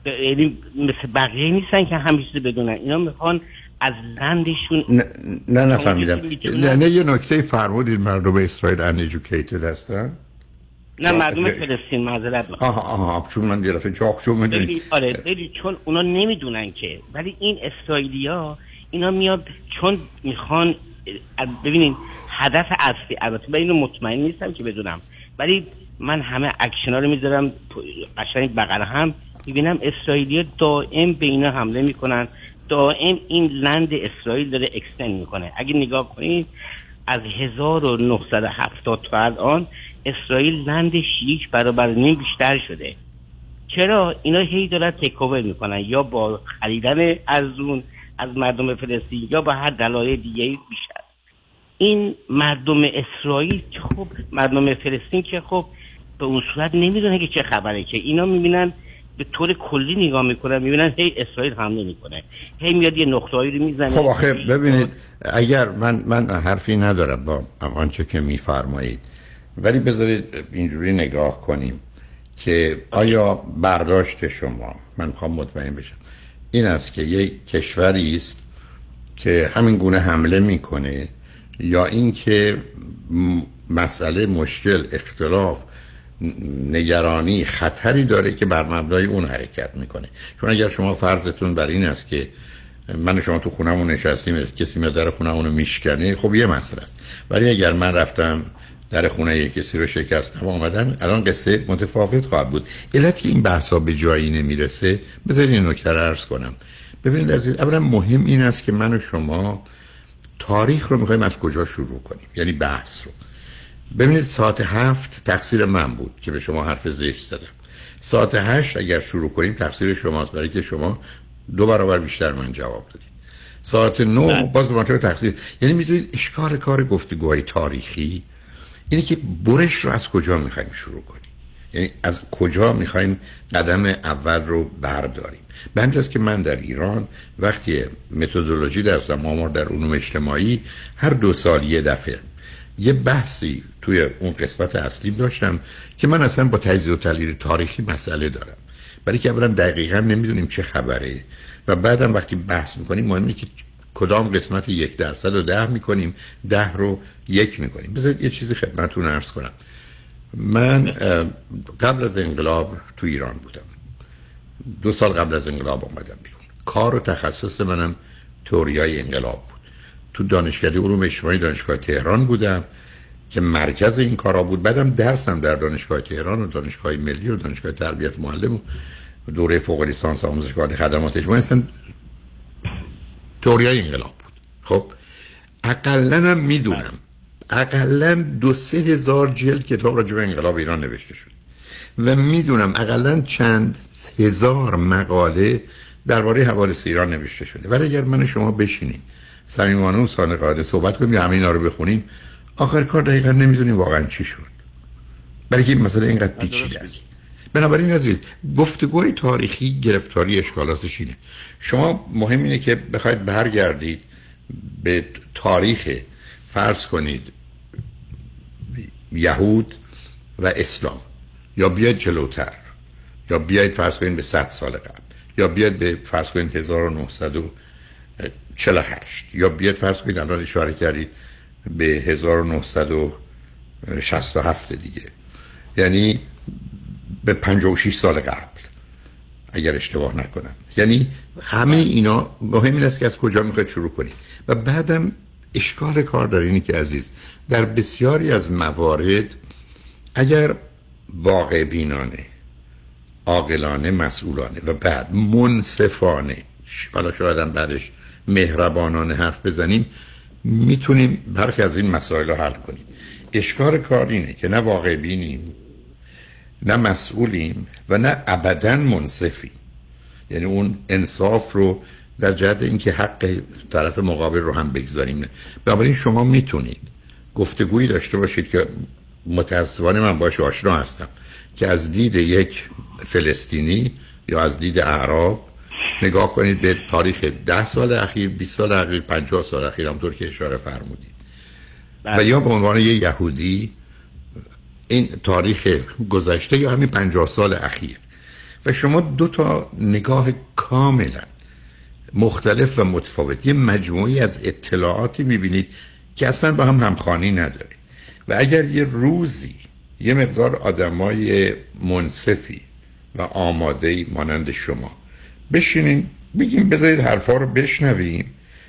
[SPEAKER 30] مثل بقیه نیستن که همه چیز بدونن. اینا میخوان از لندشون.
[SPEAKER 5] نه نه نفهمیدم. نه, نه یه نکته فرمودید مردم اسرائیل ان ایژوکیتد هستن؟
[SPEAKER 30] نه مردم فلسطین معذرت میخوام.
[SPEAKER 5] آها آها چون من یه دفعه چاق شو میدونید.
[SPEAKER 30] آره ببین چون اونا نمیدونن که، ولی این اسرائیلیا اینا میاد چون میخوان. ببینین هدف اصلی، البته من اینو مطمئن نیستم که بدونم، ولی من همه اکشنا رو میذارم قشنگ بغل هم، میبینم اسرائیلیا دائم به اینا حمله میکنن، دائم این لند اسرائیل داره اکستند میکنه. اگه نگاه کنید از هزار و نهصد و هفتاد تا الان اسرائیل لندش یک برابر نیم بیشتر شده. چرا؟ اینا هی دارن تیک اوور میکنن، یا با خریدن ارزون از مردم فلسطین یا با هر دلایل دیگه بیشتر. این مردم اسرائیل خب مردم فلسطین که خب به اون صورت نمیدونه که چه خبره، که اینا میبینن به طور کلی نگاه میکنن، میبینن هی اسرائیل حمله میکنه، هی میاد یه نقطه‌ای رو میزنه.
[SPEAKER 5] خب آخه ببینید اگر من من حرفی ندارم با آنچه که میفرمایید، ولی بذارید اینجوری نگاه کنیم که آیا برداشت شما، من میخوام مطمئن بشم، این است که یک کشوری است که همین گونه حمله میکنه، یا اینکه مسئله مشکل، اختلاف، نگرانی، خطری داره که بر مبنای اون حرکت میکنه؟ چون اگر شما فرضتون بر این است که من و شما تو خونمون نشستیم کسی میاد در خونمون رو میشکنه، خب یه مسئله است. ولی اگر من رفتم در خونه یک کسی رو شکستم آمدم، الان قصه متفاوت خواهد بود. علت که این بحثا به جایی نمیرسه، بذارید این نکته رو عرض کنم. ببینید عزیز، اولا مهم این است که من و شما تاریخ رو میخوایم از کجا شروع کنیم، یعنی بحث رو. ببینید ساعت هفت تقصیر من بود که به شما حرف زشت زدم. ساعت هشت اگر شروع کنیم تقصیر شماست، برای که شما دو برابر بیشتر من جواب دادید. ساعت نه باز دوباره تقصیر. یعنی میدونید اشکال کار گفتگوهای تاریخی اینه که برش رو از کجا میخوایم شروع کنیم، یعنی از کجا میخوایم قدم اول رو برداریم. به همین است که من در ایران وقتی متدولوژی درسم، آمار در علوم اجتماعی، هر دو سال یه دفعه یه بحثی توی اون قسمت اصلی داشتم که من اصلا با تجزیه و تحلیل تاریخی مسئله دارم، برای که اولا دقیقا نمیدونیم چه خبره و بعدم وقتی بحث میکنیم مهمه که کدام قسمت یک درصد رو ده میکنیم، ده رو یک میکنیم. بذارید یه چیزی خدمتتون عرض کنم. من قبل از انقلاب تو ایران بودم، دو سال قبل از انقلاب آمدم بیرون. کار و تخصص منم تئوریای انقلاب بود. تو دانشکده علوم اجتماعی دانشگاه تهران بودم که مرکز این کارا بود. بعدم درسم در دانشگاه تهران و دانشگاه ملی و دانشگاه تربیت معلم و دوره فوق لیسانس آموزشگاه خدمات اجتماعی اصلا تئوریای انقلاب بود. خب اقلن هم میدونم اقلن دو سه هزار جلد کتاب راجع به انقلاب ایران نوشته شد و میدونم اقلن چند هزار مقاله درباره حوادث ایران نوشته شده. ولی اگر من شما بشینیم صمیمانه و صادقانه صحبت کنیم یا همه اینا رو بخونیم، آخر کار دقیقا نمیدونیم واقعا چی شد. برای که این مسئله اینقدر پیچیده است. بنابراین عزیز، گفتگوی تاریخی گرفتاری اشکالاتش اینه. شما مهم اینه که بخواید برگردید به تاریخ، فرض کنید یهود و اسلام، یا بیاید جلوتر، یا بیاید فرض کنید به صد سال قبل، یا بیاید به فرض کنید هزار و نهصد و چهل و هشت، یا بیاید فرض کنید الان اشاره کردید به هزار و نهصد و شصت و هفت دیگه، یعنی به پنجاه و شش سال قبل اگر اشتباه نکنم. یعنی همه اینا مهم این است که از کجا میخواید شروع کنید. و بعدم اشکال کار در اینی که عزیز، در بسیاری از موارد اگر واقع بینانه، عاقلانه، مسئولانه و بعد منصفانه، حالا شاید هم بعدش مهربانانه حرف بزنیم، میتونیم برخی از این مسائل رو حل کنیم. اشکال کار اینه که نه واقع بینیم، نه مسئولیم و نه ابداً منصفیم. یعنی اون انصاف رو در جهت اینکه حق طرف مقابل رو هم بگذاریم. بنابراین شما میتونید گفتگویی داشته باشید که متاسفانه من باش آشنا هستم، که از دید یک فلسطینی یا از دید اعراب نگاه کنید به تاریخ ده سال اخیر، بیست سال اخیر، پنجاه سال اخیر، همونطور که اشاره فرمودید، و یا به عنوان یک یهودی این تاریخ گذشته یا همین پنجاه سال اخیر، و شما دو تا نگاه کاملا مختلف و متفاوت، یه مجموعی از اطلاعاتی میبینید که اصلا با هم همخوانی نداره. و اگر یه روزی یه مقدار آدمای منصفی و آماده‌ای مانند شما بشینین بگیم بذارید حرفا رو بشنویم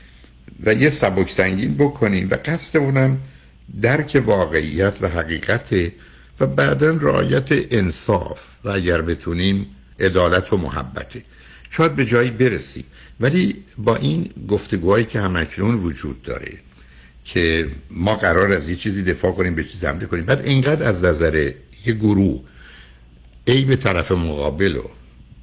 [SPEAKER 5] و یه سبک سنگین بکنیم و قصدمونم درک واقعیت و حقیقت و بعداً رعایت انصاف و اگر بتونیم عدالت و محبته، شاید به جایی برسیم. ولی با این گفتگوهایی که همکنون وجود داره که ما قرار از یه چیزی دفاع کنیم، به چیزی حمله کنیم، بعد اینقدر از نظر یه گروه عیب طرف مقابل و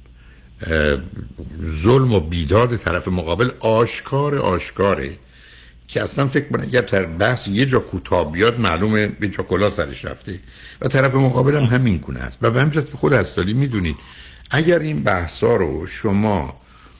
[SPEAKER 5] ظلم و بیداد طرف مقابل آشکار آشکاره که اصلا فکر کنم اگر تر بحث یه جا کوتاه بیاد معلومه به جا کلا سرش رفته و طرف مقابل هم همین گونه است. و به همین جاست که خود از سالی میدونید اگر این بحثا رو شما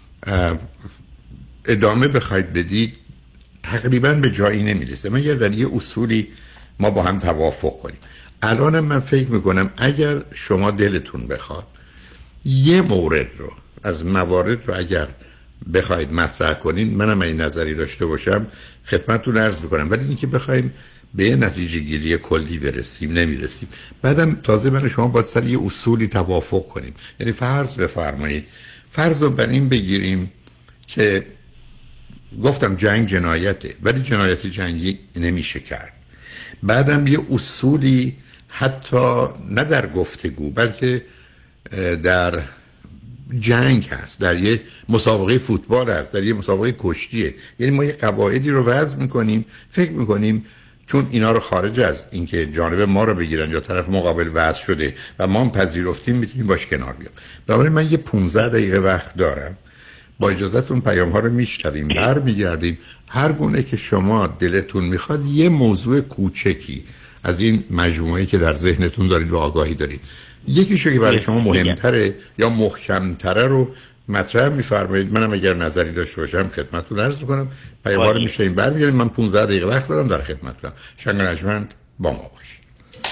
[SPEAKER 5] ادامه بخواید بدید تقریبا به جایی نمیرسه مگر در یه اصولی ما با هم توافق کنیم. الانم من فکر میکنم اگر شما دلتون بخواد یه مورد رو از موارد رو اگر بخواید مطرح کنین، منم این نظری داشته باشم خدمتتون عرض میکنم، ولی اینکه بخوایم به یه نتیجه گیری کلی برسیم نمیرسیم. بعدم تازه من شما باید سر یه اصولی توافق کنیم. یعنی فرض بفرمایید، فرض رو بر این بگیریم که گفتم جنگ جنایته، ولی جنایت جنگی نمیشه کرد. بعدم یه اصولی حتی نه در گفتگو بلکه در جنگ هست، در یه مسابقه فوتبال هست، در یه مسابقه کشتیه. یعنی ما یه قواعدی رو وضع میکنیم، فکر میکنیم چون اینا رو خارج از اینکه جانب ما رو بگیرن یا طرف مقابل وضع شده و ما هم پذیرفتیم میتونیم باش کنار بیام. بنابراین من یه پانزده دقیقه وقت دارم، با اجازهتون پیام ها رو میشنویم، برمیگردیم هر گونه که شما دلتون میخواد یه موضوع کوچکی از این مجموعه‌ای که در ذهنتون دارید و آگاهی دارید، یکیشو که برای شما مهمتره یا محکمتره رو مطرح میفرمایید. منم اگر نظری داشته باشم خدمتتون عرض میکنم، پیام ها رو میشنویم، برمیگردیم. من پانزده دقیقه وقت دارم در خدمتتونم. شنگ رجمند با ما باشید.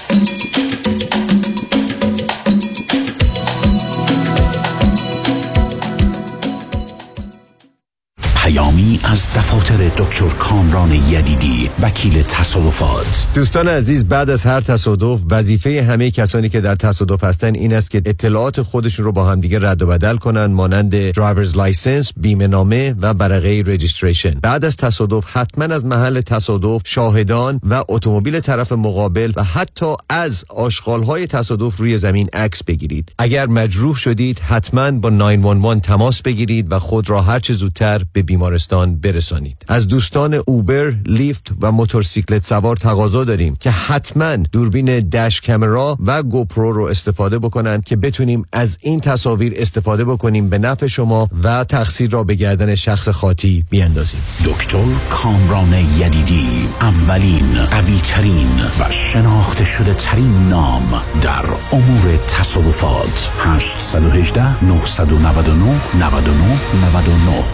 [SPEAKER 11] پیامی از دفاتر دکتر کامران یدیدی، وکیل تصادفات.
[SPEAKER 1] دوستان عزیز، بعد از هر تصادف وظیفه همه کسانی که در تصادف هستن این است که اطلاعات خودشون رو با هم دیگه رد و بدل کنن، مانند درایورز لایسنس، بیمه نامه و ورقه رجیستریشن. بعد از تصادف حتما از محل تصادف، شاهدان و اتومبیل طرف مقابل و حتی از آشغال‌های تصادف روی زمین عکس بگیرید. اگر مجروح شدید حتما با نه یک یک تماس بگیرید و خود را هر چه زودتر به بیمارستان دوستان برسانید. از دوستان اوبر، لیفت و موتورسیکلت سوار تقاضا داریم که حتما دوربین دش کامرا و گوپرو رو استفاده بکنن که بتونیم از این تصاویر استفاده بکنیم به نفع شما و تقصیر را به گردن شخص خاطی بیاندازیم.
[SPEAKER 27] دکتر کامران یدیدی، اولین، قوی‌ترین و شناخته شده ترین نام در امور تصادفات. هشت یک هشت نه نه نه نه نه نه نه.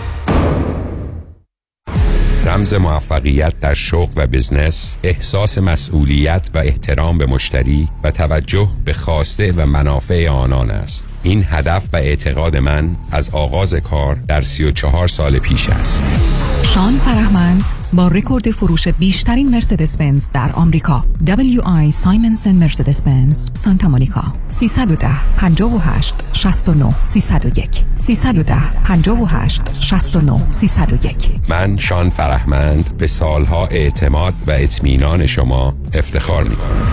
[SPEAKER 2] رمز موفقیت در شغل و بزنس، احساس مسئولیت و احترام به مشتری و توجه به خواسته و منافع آنان است. این هدف و اعتقاد من از آغاز کار در سی و چهار سال پیش است.
[SPEAKER 3] شان فرهمند با رکورد فروش بیشترین مرسدس بنز در آمریکا، دبلیو آی سایمنسن مرسدس بنز سانتا مونیکا. سیصد و ده پنجاه و هشت شصت و نه سیصد و یک سیصد و ده پنجاه و هشت شصت و نه سیصد و یک.
[SPEAKER 2] من شان فرهمند به سالها اعتماد و اطمینان شما افتخار می‌کنم.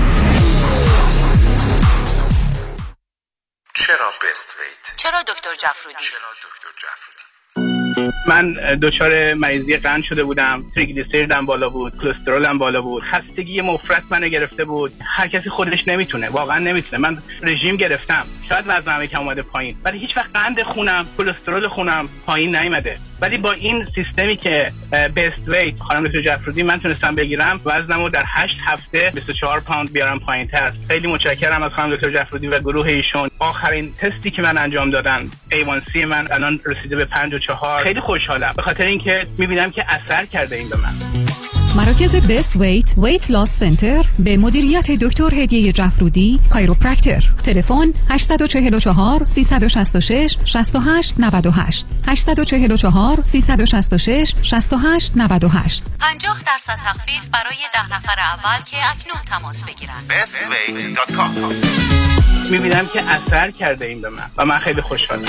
[SPEAKER 28] چرا بست ویت؟
[SPEAKER 4] چرا دکتر جعفرودی؟
[SPEAKER 28] چرا دکتر جعفرودی؟
[SPEAKER 7] من دچار مریضی قند شده بودم، تریگلیسیریدم بالا بود، کلسترولم بالا بود، خستگی مفرط منو گرفته بود. هر کسی خودش نمیتونه، واقعا نمیتونه. من رژیم گرفتم، شاید وزنم یکم اومده پایین، ولی هیچ وقت قند خونم، کلسترول خونم پایین نیومده. ولی با این سیستمی که بست ویت خانم دکتر جعفرودی من تونستم بگیرم وزنمو در هشت هفته بیست و چهار پوند بیارم پایین‌تر. خیلی متشکرم از خانم دکتر جعفرودی و گروه ایشون. آخرین تستی که من انجام دادن ای وان سی من الان رسیده به پنجاه و چهار. خیلی خوشحالم به خاطر اینکه می‌بینم که اثر کرده این به من.
[SPEAKER 3] مراکز بست ویت ویت لاس سنتر به مدیریت دکتر هدیه جعفرودی، کایروپرکتر. تلفن هشت چهار چهار سه شش شش شش هشت نه هشت هشت چهار چهار سه شش شش شش هشت نه هشت.
[SPEAKER 4] پنجاه درصد تخفیف برای ده نفر اول که اکنون تماس بگیرن.
[SPEAKER 28] بست ویت دات کام.
[SPEAKER 7] می‌بینم که اثر کرده این به من و من خیلی خوشحالم.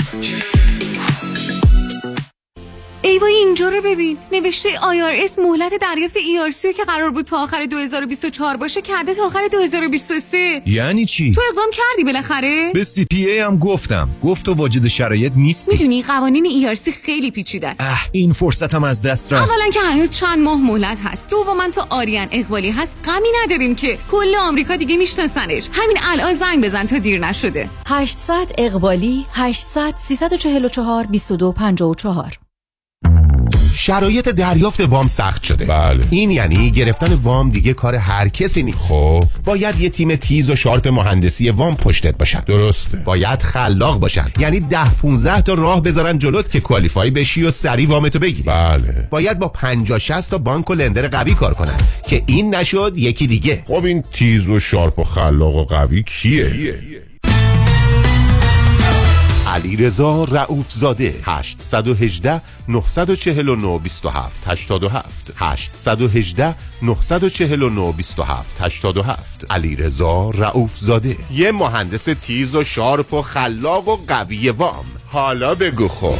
[SPEAKER 20] ای وای اینجا رو ببین، نوشته آی آر اس مهلت دریافت ای آر سی که قرار بود تا آخر دو هزار و بیست و چهار باشه کرده تا آخر دو هزار و بیست و سه.
[SPEAKER 22] یعنی چی؟
[SPEAKER 20] تو اقدام کردی بالاخره؟
[SPEAKER 22] به سی پی ای هم گفتم، گفت تو واجد شرایط نیستی.
[SPEAKER 20] میدونی قوانین ای آر سی خیلی پیچیده است.
[SPEAKER 22] اه این فرصتم از دست رفت.
[SPEAKER 20] اولا که هنوز چند ماه مهلت هست، دوما تا آریان اقبالی هست غمی نداریم که کل آمریکا دیگه میشناسنش. همین الان زنگ بزن تا دیر نشده.
[SPEAKER 13] هشتصد اقبالی هشتصد سیصد و چهل و چهار بیست و دو پنجاه و چهار.
[SPEAKER 27] شرایط دریافت وام سخت شده.
[SPEAKER 2] بله.
[SPEAKER 27] این یعنی گرفتن وام دیگه کار هر کسی نیست.
[SPEAKER 2] خب
[SPEAKER 27] باید یه تیم تیز و شارپ مهندسی وام پشتت باشن.
[SPEAKER 2] درسته.
[SPEAKER 27] باید خلاق باشن، یعنی ده پونزده تا راه بذارن جلوت که کوالیفای بشی و سری وامتو بگیری.
[SPEAKER 2] بله.
[SPEAKER 27] باید با پنجاه شصت تا بانک و لندر قوی کار کنن که این نشد یکی دیگه.
[SPEAKER 2] خب این تیز و شارپ و خلاق و قوی کیه؟ کیه؟
[SPEAKER 27] علیرضا رؤوف زاده. هشت یک هشت نه چهار نه دو هفت هشت هفت هشت یک هشت نه چهار نه دو هفت هشت هفت. علیرضا رؤوف زاده، یه مهندس تیز و شارپ و خلاق و قوی وام. حالا بگو خب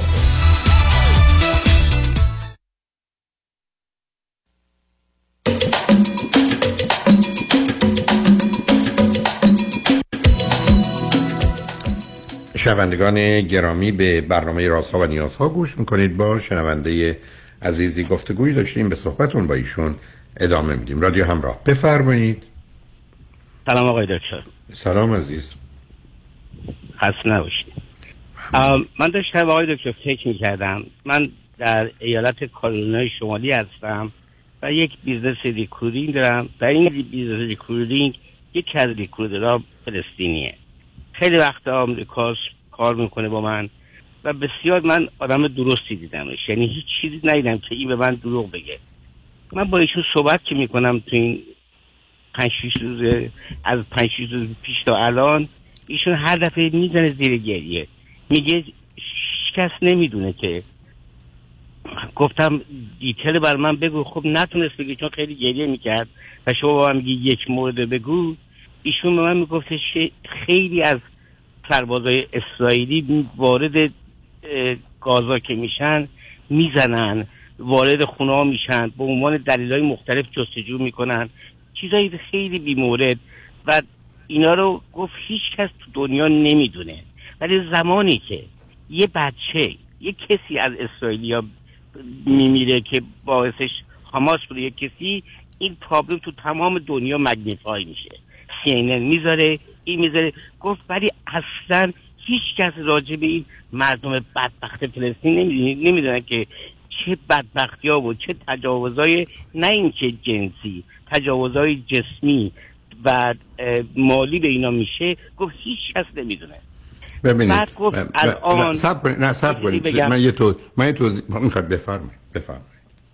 [SPEAKER 5] شنوندگان گرامی به برنامه رازها و نیازها گوش میکنید. با شنونده عزیزی گفتگویی داشتیم، به صحبتون با ایشون ادامه میدیم. رادیو همراه، بفرمایید.
[SPEAKER 30] سلام آقای دکتر.
[SPEAKER 5] سلام عزیز.
[SPEAKER 30] خسته نباشید. من داشتم آقای دکتر فکر میکردم، من در ایالت کارولینای شمالی هستم و یک بیزنس ریکرودینگ دارم. در این بیزنس ریکرودینگ یک از ریکرودرها فلسطینیه، خیلی وقت آمریکاست کار میکنه با من و بسیار من آدم درستی دیدمش، یعنی هیچ چیزی ندیدم که این به من دروغ بگه. من با ایشون صحبت که میکنم تو این پنج شیش روز، از پنج شیش روز پیش تا الان، ایشون هر دفعه میزنه زیر گریه، میگه کس نمیدونه که. گفتم دیتیل بر من بگو، خب نتونست بگه چون خیلی گریه میکرد و شما با من میگی یک مورد بگو. ایشون به من میگفته خیلی از سربازای اسرائیلی وارد گازا که میشن میزنن، وارد خونه ها میشن، به عنوان دلایل مختلف جستجو میکنن، چیزایی خیلی بیمورد و اینا رو گفت هیچ کس تو دنیا نمیدونه. ولی زمانی که یه بچه، یه کسی از اسرائیلیا میمیره که باعثش حماس بوده یک کسی، این پرابلم تو تمام دنیا مگنیفای میشه. سی ان ان میذاره، این میذاره. گفت ولی اصلا هیچ کس راجع به این مردم بدبخت فلسطین نمیدونه، نمیدونن که چه بدبختی ها و چه تجاوزهای، نه اینکه جنسی، تجاوزهای جسمی و مالی به اینا میشه. گفت هیچ کس نمیدونه.
[SPEAKER 5] ببینید
[SPEAKER 30] بعد گفت الان
[SPEAKER 5] صبر کنید، نه صبر کنید، من یه تو من یه توضیح میخوام. بفرمایید بفرمایید.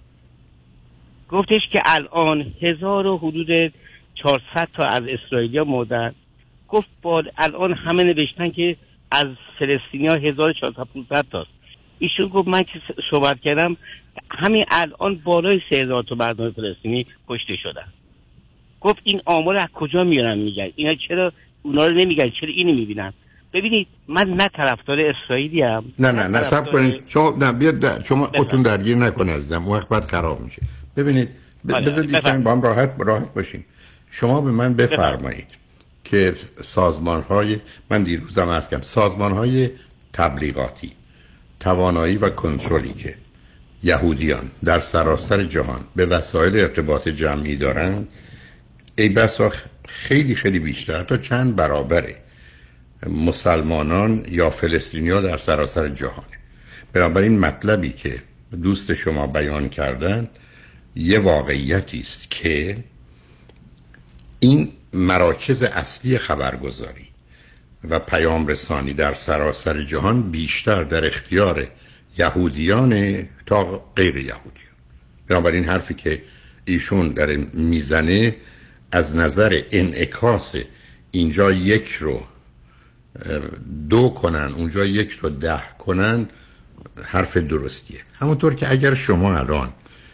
[SPEAKER 30] گفتش که الان هزار و حدود چهارصد تا از اسرائیلیا مردن. گفت با الان همه نوشتن که از فلسطینیا هزار و چهارصد تا پانصد تاست. ایشون گفت من که صحبت کردم همین الان بالای سه هزار تا مردم فلسطینی کشته شدن. گفت این آمار از کجا میارن میگن؟ اینا چرا اونا رو نمیگن؟ چرا اینو میبینن؟ ببینید من نه طرفدار اسرائیلی ام،
[SPEAKER 5] نه نه نه صبر کنید شما، نه بیاد شما خودتون درگیر نکنید عزیزم، اون وقت بعد خراب میشه. ببینید بذارید یه با هم راحت راحت باشیم. شما به من بفرمایید که سازمان‌های، من دیروزم عرض کردم، سازمان‌های تبلیغاتی توانایی و کنترلی که یهودیان در سراسر جهان به وسایل ارتباط جمعی دارند، ای بسا خیلی خیلی بیشتر تا چند برابره مسلمانان یا فلسطینی‌ها در سراسر جهان. بنابراین مطلبی که دوست شما بیان کردن یه واقعیتی است که این مراکز اصلی خبرگزاری و پیام رسانی در سراسر جهان بیشتر در اختیار یهودیان تا غیر یهودیان. بنابراین حرفی که ایشون در میزنه از نظر انعکاس اینجا یک رو دو کنن اونجا یک رو ده کنن حرف درستیه. همونطور که اگر شما الان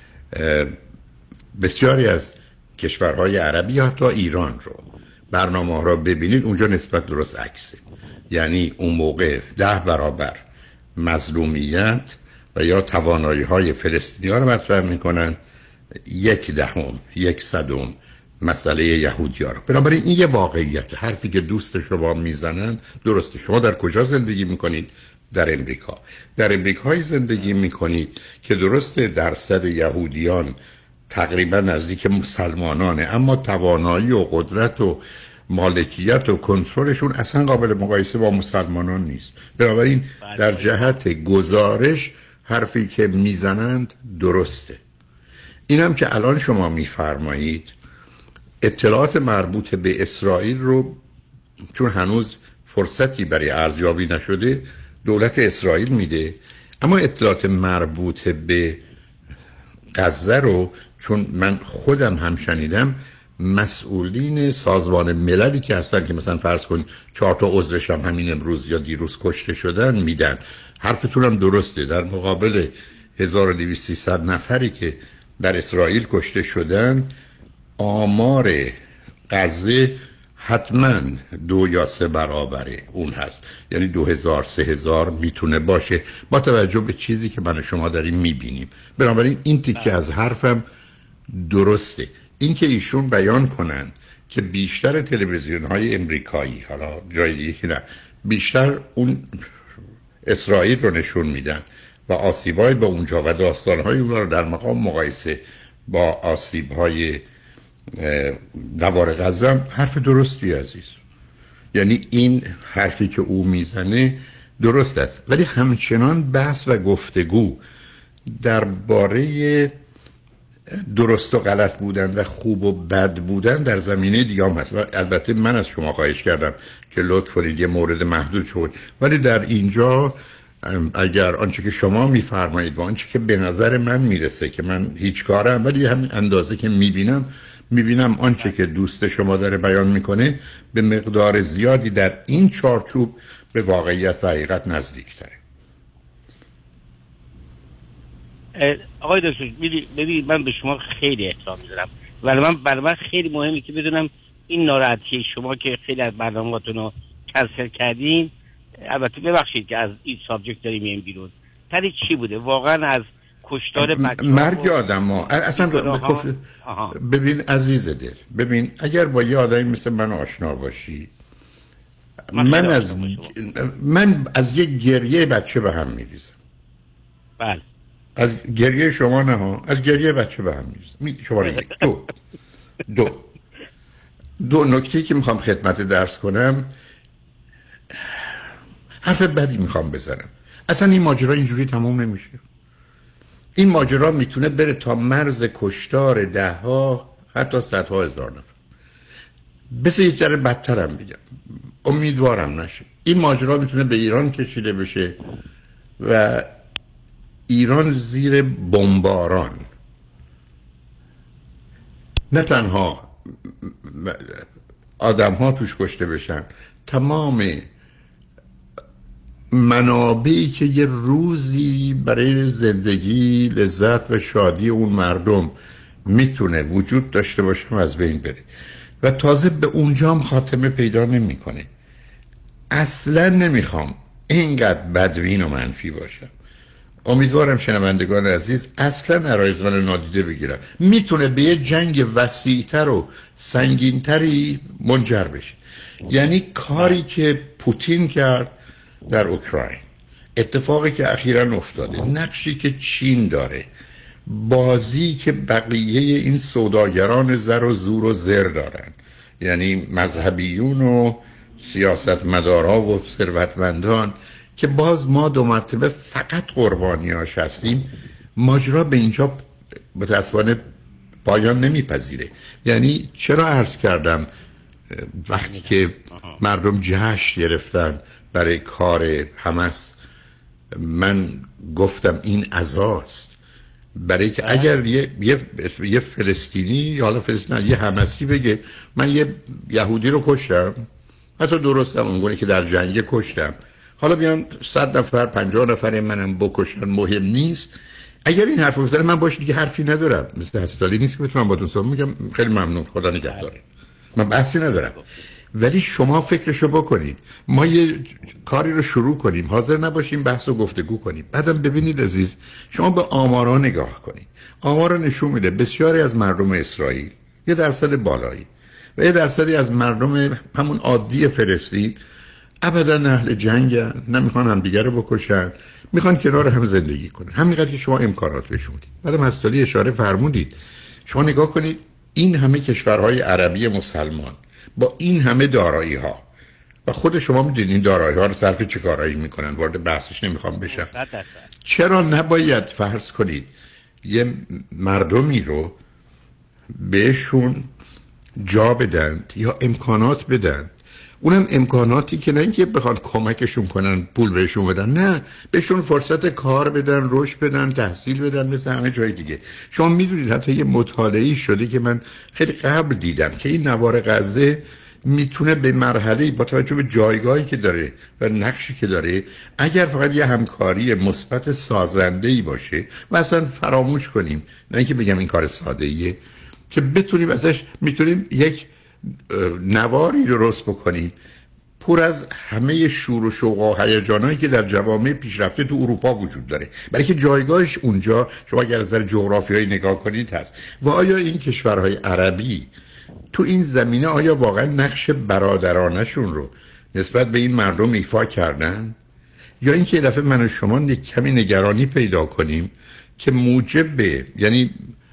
[SPEAKER 5] بسیاری از کشورهای عربی حتی ایران رو برنامه را ببینید، اونجا نسبت درست عکسه. یعنی اون موقع ده برابر مظلومیت و یا توانایی های فلسطینی ها رو مطرح میکنن، یک دهم یک صدم مسئله یهودی ها رو. بنابراین این یه واقعیت. حرفی که دوست شما میزنن درسته. شما در کجا زندگی میکنید؟ در امریکا. در امریکایی زندگی میکنید که درسته درصد یهودیان تقریبا نزدیک مسلمانانه، اما توانایی و قدرت و مالکیت و کنترلشون اصلا قابل مقایسه با مسلمانان نیست. بنابراین در جهت گزارش حرفی که میزنند درسته. اینم که الان شما میفرمایید اطلاعات مربوط به اسرائیل رو، چون هنوز فرصتی برای ارزیابی نشده، دولت اسرائیل میده، اما اطلاعات مربوط به غزه رو، چون من خودم هم شنیدم، مسئولین سازمان مللی که هستن که مثلا فرض کنید چهار تا عضوش هم همین امروز یا دیروز کشته شدن میدن. حرفتون هم درسته. در مقابل هزار و دویست سیصد نفری که در اسرائیل کشته شدن، آمار غزه حتما دو یا سه برابره اون هست. یعنی دو هزار سه هزار میتونه باشه با توجه به چیزی که من و شما داریم میبینیم. بنابراین این تیکه از حرفم درسته. این که ایشون بیان کنن که بیشتر تلویزیون های امریکایی، حالا جای دیگه که نه، بیشتر اون اسرائیل رو نشون میدن و آسیبای به اونجا و داستانهای اونها رو در مقام مقایسه با آسیبهای نوار غزه، حرف درستی عزیز. یعنی این حرفی که او میزنه درست است، ولی همچنان بحث و گفتگو درباره درست و غلط بودن و خوب و بد بودن در زمینه دیگه هم هست. البته من از شما خواهش کردم که لطف کنید یه مورد محدود شد، ولی در اینجا اگر آنچه که شما میفرمایید و آنچه که به نظر من میرسه که من هیچ کارم، ولی همین اندازه که میبینم میبینم آنچه که دوست شما داره بیان میکنه به مقدار زیادی در این چارچوب به واقعیت و حقیقت نزدیکتره.
[SPEAKER 30] آقای دکتر ببینید من به شما خیلی احترام میذارم، ولی من برای من خیلی مهمه که بدونم این ناراحتی شما که خیلی از برنامه‌هاتون رو کنسل کردین، البته ببخشید که از این سابجکت داریم میایم بیرون، تری چی بوده واقعا از کشتار بچه‌ها،
[SPEAKER 5] مرگ آدم‌ها اصلا بکف... ببین عزیز دل، ببین اگر با یه آدمی مثل من آشنا باشی، من, من از من از یک گریه بچه به هم میریزم.
[SPEAKER 30] بله.
[SPEAKER 5] از گریه شما نه ها، از گریه بچه به هم میرسه. شماره یک. دو دو دو نکته که میخوام خدمت درس کنم، حرف بدی میخوام بزنم. اصلا این ماجرا اینجوری تموم نمیشه. این ماجرا میتونه بره تا مرز کشتار ده ها حتی صدها هزار نفر. بس یه ذره بدترم بگم، امیدوارم نشه. این ماجرا میتونه به ایران کشیده بشه و ایران زیر بمباران، نه تنها آدم ها توش کشته بشن، تمام منابعی که یه روزی برای زندگی، لذت و شادی اون مردم میتونه وجود داشته باشه از بین بره و تازه به اونجام خاتمه پیدا نمیکنه. اصلا نمیخوام اینقدر بدبین و منفی باشم. امیدوارم شنوندگان عزیز اصلا عرایض من نادیده بگیرن. میتونه به یه جنگ وسیع‌تر و سنگین‌تری منجر بشه. یعنی کاری که پوتین کرد در اوکراین، اتفاقی که اخیراً افتاده، نقشی که چین داره، بازی که بقیه این سوداگران زر و زور و زر دارن، یعنی مذهبیون و سیاستمدارها و ثروتمندان، که باز ما دو مرتبه فقط قربانیاش هستیم. ماجرا به اینجا متاسفانه پایان نمیپذیره. یعنی چرا عرض کردم وقتی که مردم جشن گرفتن برای کار حماس، من گفتم این عزاست، برای که اگر یه, یه, یه فلسطینی یا حالا فلسطینی یه حماسی بگه من یه یهودی رو کشتم، حتی درستم اونگونه که در جنگ کشتم، حالا بیان صد نفر پنجاه نفر منم بکشن مهم نیست. اگر این حرفو بزنه من باش دیگه حرفی ندارم، مثل هستالی نیست که بتونم باتون صحبت میگم خیلی ممنون خدا نگهداره، من بحثی ندارم. ولی شما فکرشو بکنید، ما یه کاری رو شروع کنیم، حاضر نباشیم بحث و گفتگو کنیم، بعدم ببینید عزیز، شما به آمارا نگاه کنید. آمارا نشون میده بسیاری از مردم اسرائیل، یه درصد بالایی و یه درصدی از مردم همون عادی فلسطین ابدا اهل جنگن، نمیخوان هم دیگه رو بکشن، میخوان کنار هم زندگی کنن، همینقدر که شما امکانات بهشون میدید. بعدم هستالی اشاره فرمودید، شما نگاه کنید این همه کشورهای عربی مسلمان با این همه دارایی ها و خود شما میدونید این دارایی ها رو صرف چه کارایی میکنن، وارد بحثش نمیخوام بشم. چرا نباید فرض کنید یه مردمی رو بهشون جا بدن یا امکانات بدن، اونم امکاناتی که نه اینکه بخوان کمکشون کنن پول بهشون بدن، نه، بهشون فرصت کار بدن، رشد بدن، تحصیل بدن، مثل همه جای دیگه. شما میدونید حتی یه مطالعه‌ای شده که من خیلی قبل دیدم که این نوار غزه میتونه به مرحله با توجه به جایگاهی که داره و نقشی که داره، اگر فقط یه همکاری مثبت سازنده‌ای باشه و اصلا فراموش کنیم، نه اینکه بگم این کار ساده‌ایه، که بتونیم ازش میتونیم یک نواری درست بکنیم پر از همه شور و شوق و هیجانایی که در جوامع پیشرفته تو اروپا وجود داره، برای که جایگاهش اونجا شما اگر از نظر جغرافیایی نگاه کنید هست. و آیا این کشورهای عربی تو این زمینه آیا واقعا نقش برادرانشون رو نسبت به این مردم ایفا کردن، یا اینکه یه دفعه من و شما کمی نگرانی پیدا کنیم که موجب به یعنی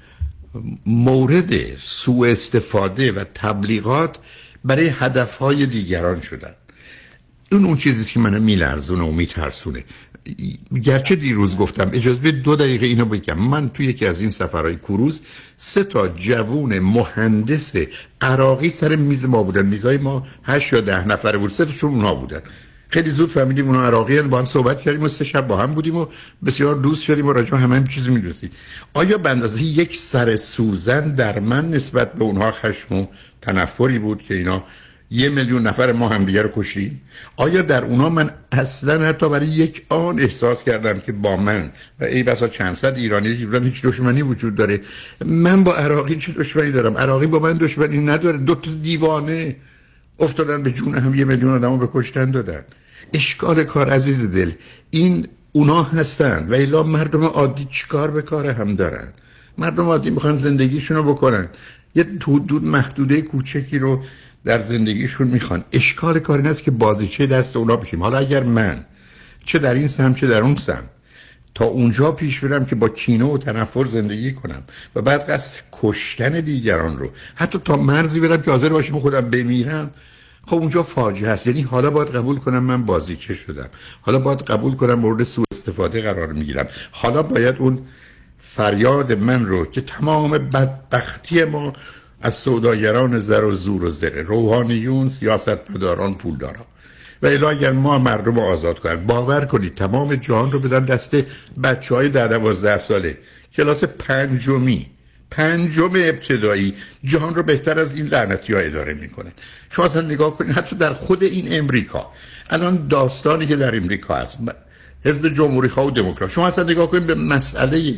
[SPEAKER 5] مورد سوء استفاده و تبلیغات برای هدفهای دیگران شدن. اون اون چیزیست که منو میلرزونه و میترسونه. گرچه دیروز گفتم، اجازه به دو دقیقه اینو بگم، من توی یکی از این سفرهای کروز سه تا جوون مهندس عراقی سر میز ما بودن، میزای ما هشت یا ده نفره بود، سه تاشون اونها بودن. خیلی زود فهمیدیم اونا عراقی هستن، با هم صحبت کردیم و سه شب با هم بودیم و بسیار دوست شدیم و راجع به همه چیز می‌دونستیم. آیا به اندازه یک سر سوزن در من نسبت به اونها خشم و تنفری بود که اینا یه میلیون نفر ما هم دیگه رو کشتیم؟ آیا در اونا من اصلا حتی برای یک آن احساس کردم که با من و ای بسا چند صد ایرانی که بودن هیچ دشمنی وجود داره؟ من با عراقی چه دشمنی دارم؟ عراقی با من دشمنی نداره. دو تا دیوانه افتادن به جون هم، یه میلیون آدمو به کشتن دادن. اشکال کار عزیز دل این اونا هستن و الا مردم عادی چیکار به کار هم دارن؟ مردم عادی میخوان زندگیشونو بکنن، یه حدود محدوده کوچکی رو در زندگیشون میخوان. اشکال کار این است که بازیچه دست اونا بشیم. حالا اگر من چه در این سمت چه در اون سمت تا اونجا پیش برم که با کینه و تنفر زندگی کنم و بعد قصد کشتن دیگران رو حتی تا مرزی برم که حاضر باشم خودم بمیرم، خب اونجا فاجعه است. یعنی حالا باید قبول کنم من بازیچه شدم، حالا باید قبول کنم مورد سوء استفاده قرار میگیرم، حالا باید اون فریاد من رو که تمام بدبختی ما از سوداگران زر و زور و زره، روحانیون، سیاستمداران، پولداران و الا اگر ما مردم رو آزاد کنن، باور کنید تمام جهان رو بدن دست بچهای ده دوازده ساله کلاس پنجمی پنجم ابتدایی، جهان رو بهتر از این لعنتی ها اداره میکنن. شما اصلا نگاه کنید حتی در خود این امریکا الان داستانی که در امریکا هست، حزب جمهوری خواه و دموکرات، شما اصلا نگاه کنید به مسئله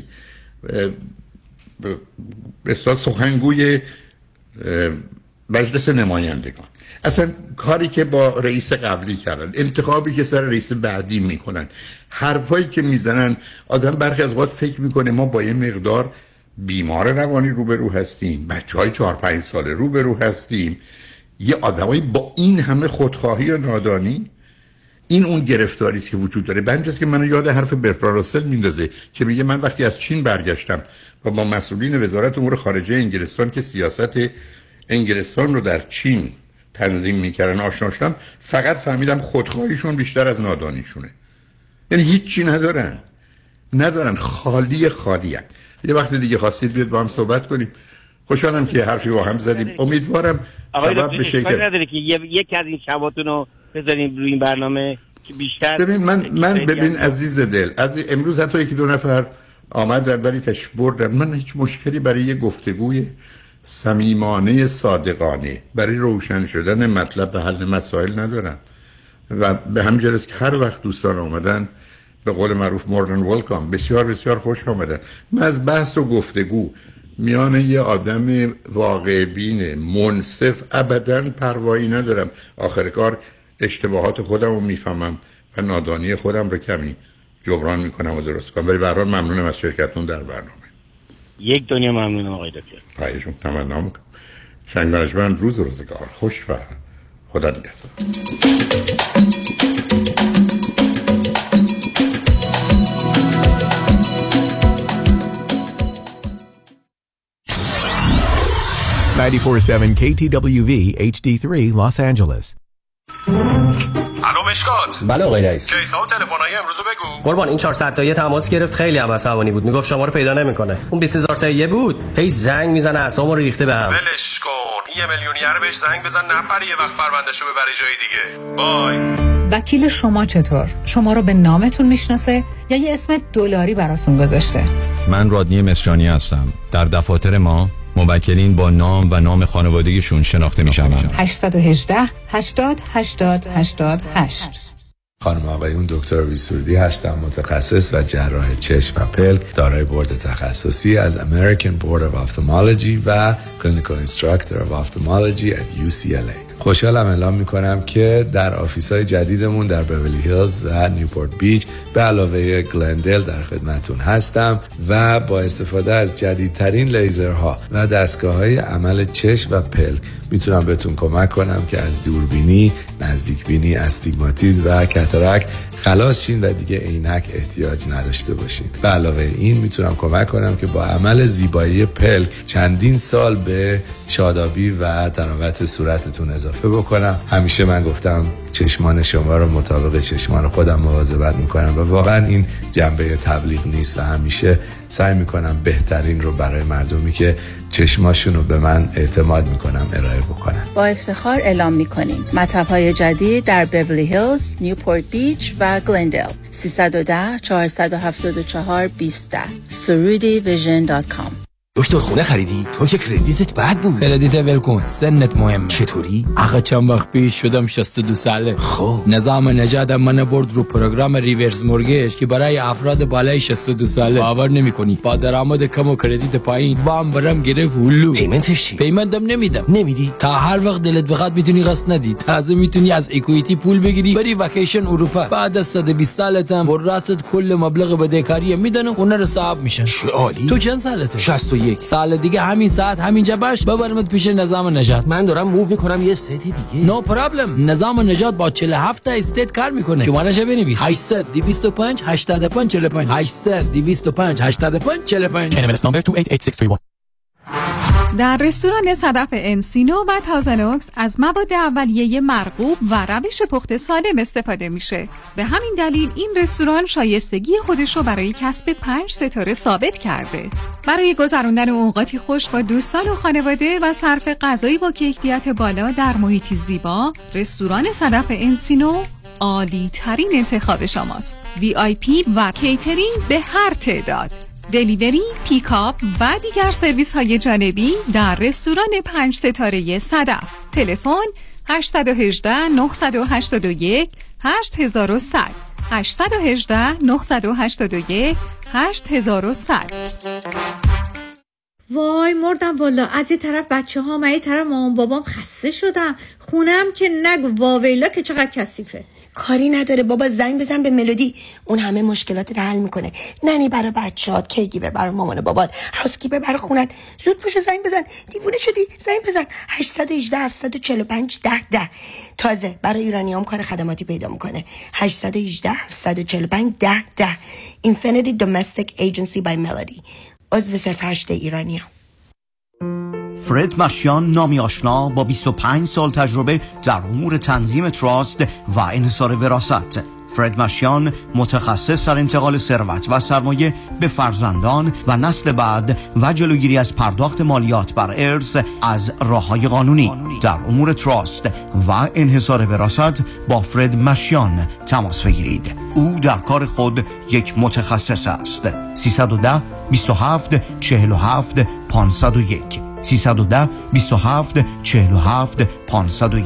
[SPEAKER 5] به اصطلاح سخنگوی مجلس نمایندگان، اصلا کاری که با رئیس قبلی کردن، انتخابی که سر رئیس بعدی میکنن، حرفایی که میزنن، آدم برخی از وقت فکر میکنه ما با یه مقدار بیمار روانی روبرو هستیم، بچهای چهار پنج ساله روبرو هستیم، یه آدمایی با این همه خودخواهی و نادانی. این اون گرفتاری است که وجود داره. بنجاست که منو یاد حرف برتراند راسل میندازه که میگه من وقتی از چین برگشتم و با مسئولین وزارت امور خارجه انگلستان که سیاست انگلستان رو در چین تنظیم میکردن آشنا شدم، فقط فهمیدم خودخواهیشون بیشتر از نادانیشونه. یعنی هیچی ندارن ندارن خالی خالیه. یه وقت دیگه خواستید بیاد با هم صحبت کنیم. خوشحالم که حرفی با هم زدیم. امیدوارم سبب بشه که
[SPEAKER 30] نداره که یکی از این شباتون رو بذاریم روی این برنامه که بیشتر
[SPEAKER 5] ببین من من ببین عزیز دل، از امروز حتی یکی دو نفر آمدن ولی تشریف بردن. من هیچ مشکلی برای یه گفتگوی صمیمانه صادقانه برای روشن شدن مطلب به حل مسائل ندارم و به همین جهت که هر وقت دوستان آمدن به قول معروف موردن ولکام، بسیار بسیار خوش آمدن. من از بحث و گفتگو میان یه آدم واقع بین منصف ابداً پروایی ندارم. آخر کار اشتباهات خودم رو میفهمم و نادانی خودم رو کمی جبران میکنم و درست کنم. ولی به هر حال ممنونم از شرکتتون در برنامه.
[SPEAKER 30] یک دنیا ممنونم آقای دکتر.
[SPEAKER 5] پایشون تمنا میکنم. شنگانجمن روز روزگار خوش و خدا نگهدار.
[SPEAKER 6] ninety-four point seven K T W V H D three Los Angeles.
[SPEAKER 22] الو مشکات.
[SPEAKER 10] بله آقای رئیس.
[SPEAKER 22] کیسا و تلفن‌های امروز بگو.
[SPEAKER 10] قربان این چهارصد تایی تماس گرفت، خیلی هم عصبانی بود، میگفت شما رو پیدا نمیکنه. اون بیست هزار تایی بود، هی زنگ میزنه اعصابمو رو ریخته بهم.
[SPEAKER 22] ولش کن. یه میلیونیر بهش زنگ بزن نپره یه وقت پروندهشو ببره جای دیگه. بای.
[SPEAKER 3] وکیل شما چطور؟ شما رو به نامتون میشناسه یا یه اسم دلاری براتون گذاشته؟
[SPEAKER 22] من رادنی مصریانی هستم. در دفاتر ما موکلین با نام و نام خانوادگیشون شناخته میشن.
[SPEAKER 3] هشت یک هشت هشتاد هشتاد هشتاد هشت.
[SPEAKER 12] خانم آقایون، دکتر ویسوردی هستم، متخصص و جراح چشم و پلک، دارای بورد تخصصی از American Board of Ophthalmology و Clinical Instructor of Ophthalmology at U C L A. خوشحالم اعلام میکنم که در آفیس‌های جدیدمون در بیولی هیلز و نیوپورت بیچ به علاوه گلندل در خدمتون هستم و با استفاده از جدیدترین لیزرها و دستگاه‌های عمل چشم و پلک میتونم بهتون کمک کنم که از دوربینی، نزدیکبینی، استیگماتیسم و کاتاراکت خلاص شین و دیگه عینک احتیاج نداشته باشین. به علاوه این میتونم کمک کنم که با عمل زیبایی پلک چندین سال به شادابی و تراوت صورتتون اضافه بکنم. همیشه من گفتم چشمان شما رو مطابق چشمان خودم مواظبت میکنم و واقعا این جنبه تبلیغ نیست و همیشه سعی میکنم بهترین رو برای مردمی که چشماشون رو به من اعتماد میکنم ارائه بکنم.
[SPEAKER 14] با افتخار اعلام میکنیم مطب‌های جدید در بیولی هیلز، نیوپورت بیچ و گلندل. سیصد و ده چهارصد و هفتاد و چهار بیست سرودی ویژن دات کام.
[SPEAKER 15] دکتر خونه خریدی؟ تو که کردیتت بد بود.
[SPEAKER 17] کردیت ولکن، سنت مهمه.
[SPEAKER 15] چطوری؟
[SPEAKER 17] آخه چند وقت پیش شدم شصت و دو ساله.
[SPEAKER 15] خب
[SPEAKER 17] نظام نجاتم من برد رو پروگرام ریورس مورگیج که برای افراد بالای شصت و دو ساله. باور نمی‌کنی با درآمد کم و کردیت پایین وام برام گرفت هلو.
[SPEAKER 15] پیمنتش چی؟
[SPEAKER 17] پیمنتم نمیدم.
[SPEAKER 15] نمیدی؟
[SPEAKER 17] تا هر وقت دلت بخواد میتونی قسط ندی. تازه میتونی از اکوئیتی پول بگیری بری وکیشن اروپا. بعد از صد و بیست سالتم بر راست کل مبلغ بدهکاری میدن و اون رو حساب میشن.
[SPEAKER 15] چه عالی.
[SPEAKER 17] تو چند سالته؟
[SPEAKER 15] شصت و یک.
[SPEAKER 17] یک. سال دیگه همین ساعت همینجا باش، ببرمت پیش نظام نجات.
[SPEAKER 15] من دارم موو میکنم یه استیت دیگه.
[SPEAKER 17] نو no پرابلم. نظام نجات با چهل و هفت استیت کار میکنه. شمارهش بنویس. هشتصد دویست و پنج هشتاد و پنج چهل و پنج هشتصد دویست و پنج هشتاد و پنج چهل و پنج.
[SPEAKER 29] N M L S number two eight eight six three one.
[SPEAKER 3] در رستوران صدف انسینو و تازنوکس از مواد اولیه مرغوب و روش پخت سالم استفاده میشه. به همین دلیل این رستوران شایستگی خودش رو برای کسب پنج ستاره ثابت کرده. برای گذراندن اوقاتی خوش با دوستان و خانواده و صرف غذایی با کیفیت بالا در محیطی زیبا، رستوران صدف انسینو عالی ترین انتخاب شماست. وی آی پی و کیترینگ به هر تعداد، دلیوری، پیکاپ و دیگر سرویس های جانبی در رستوران پنج ستاره صدف. تلفن هشت یک هشت نه هشت یک هشت صفر صفر صفر هشت یک هشت نه هشت یک هشت صفر صفر.
[SPEAKER 13] وای مردم والا، از یه طرف بچه ها و یه طرف مامان بابام خسته شدم. خونم که نگو، واویلا که چقدر کثیفه.
[SPEAKER 8] کاری نداره بابا، زنگ بزن به ملودی، اون همه مشکلات رو حل میکنه. ننی برای بچه‌هات، کیگیور برای مامان و بابات، هاوسکیپر برای خونت. زود پوشو زنگ بزن، دیوونه شدی؟ زنگ بزن هشت یک هشت هفت چهار پنج ده ده. تازه برای ایرانیام کار خدماتی پیدا میکنه. هشت یک هشت هفت چهار پنج ده ده. Infinity Domestic Agency by Melody. عضو صرف هشت ایرانیام.
[SPEAKER 11] فرد مشیان، نامی آشنا با بیست و پنج سال تجربه در امور تنظیم تراست و انحصار وراثت. فرد مشیان متخصص در انتقال ثروت و سرمایه به فرزندان و نسل بعد و جلوگیری از پرداخت مالیات بر ارث از راه‌های قانونی. در امور تراست و انحصار وراثت با فرد مشیان تماس بگیرید. او در کار خود یک متخصص است. سیصد و ده بیست و هفت چهل و هفت پانصد و یک سیصد و ده بیست و هفت چهل و هفت پانصد و یک.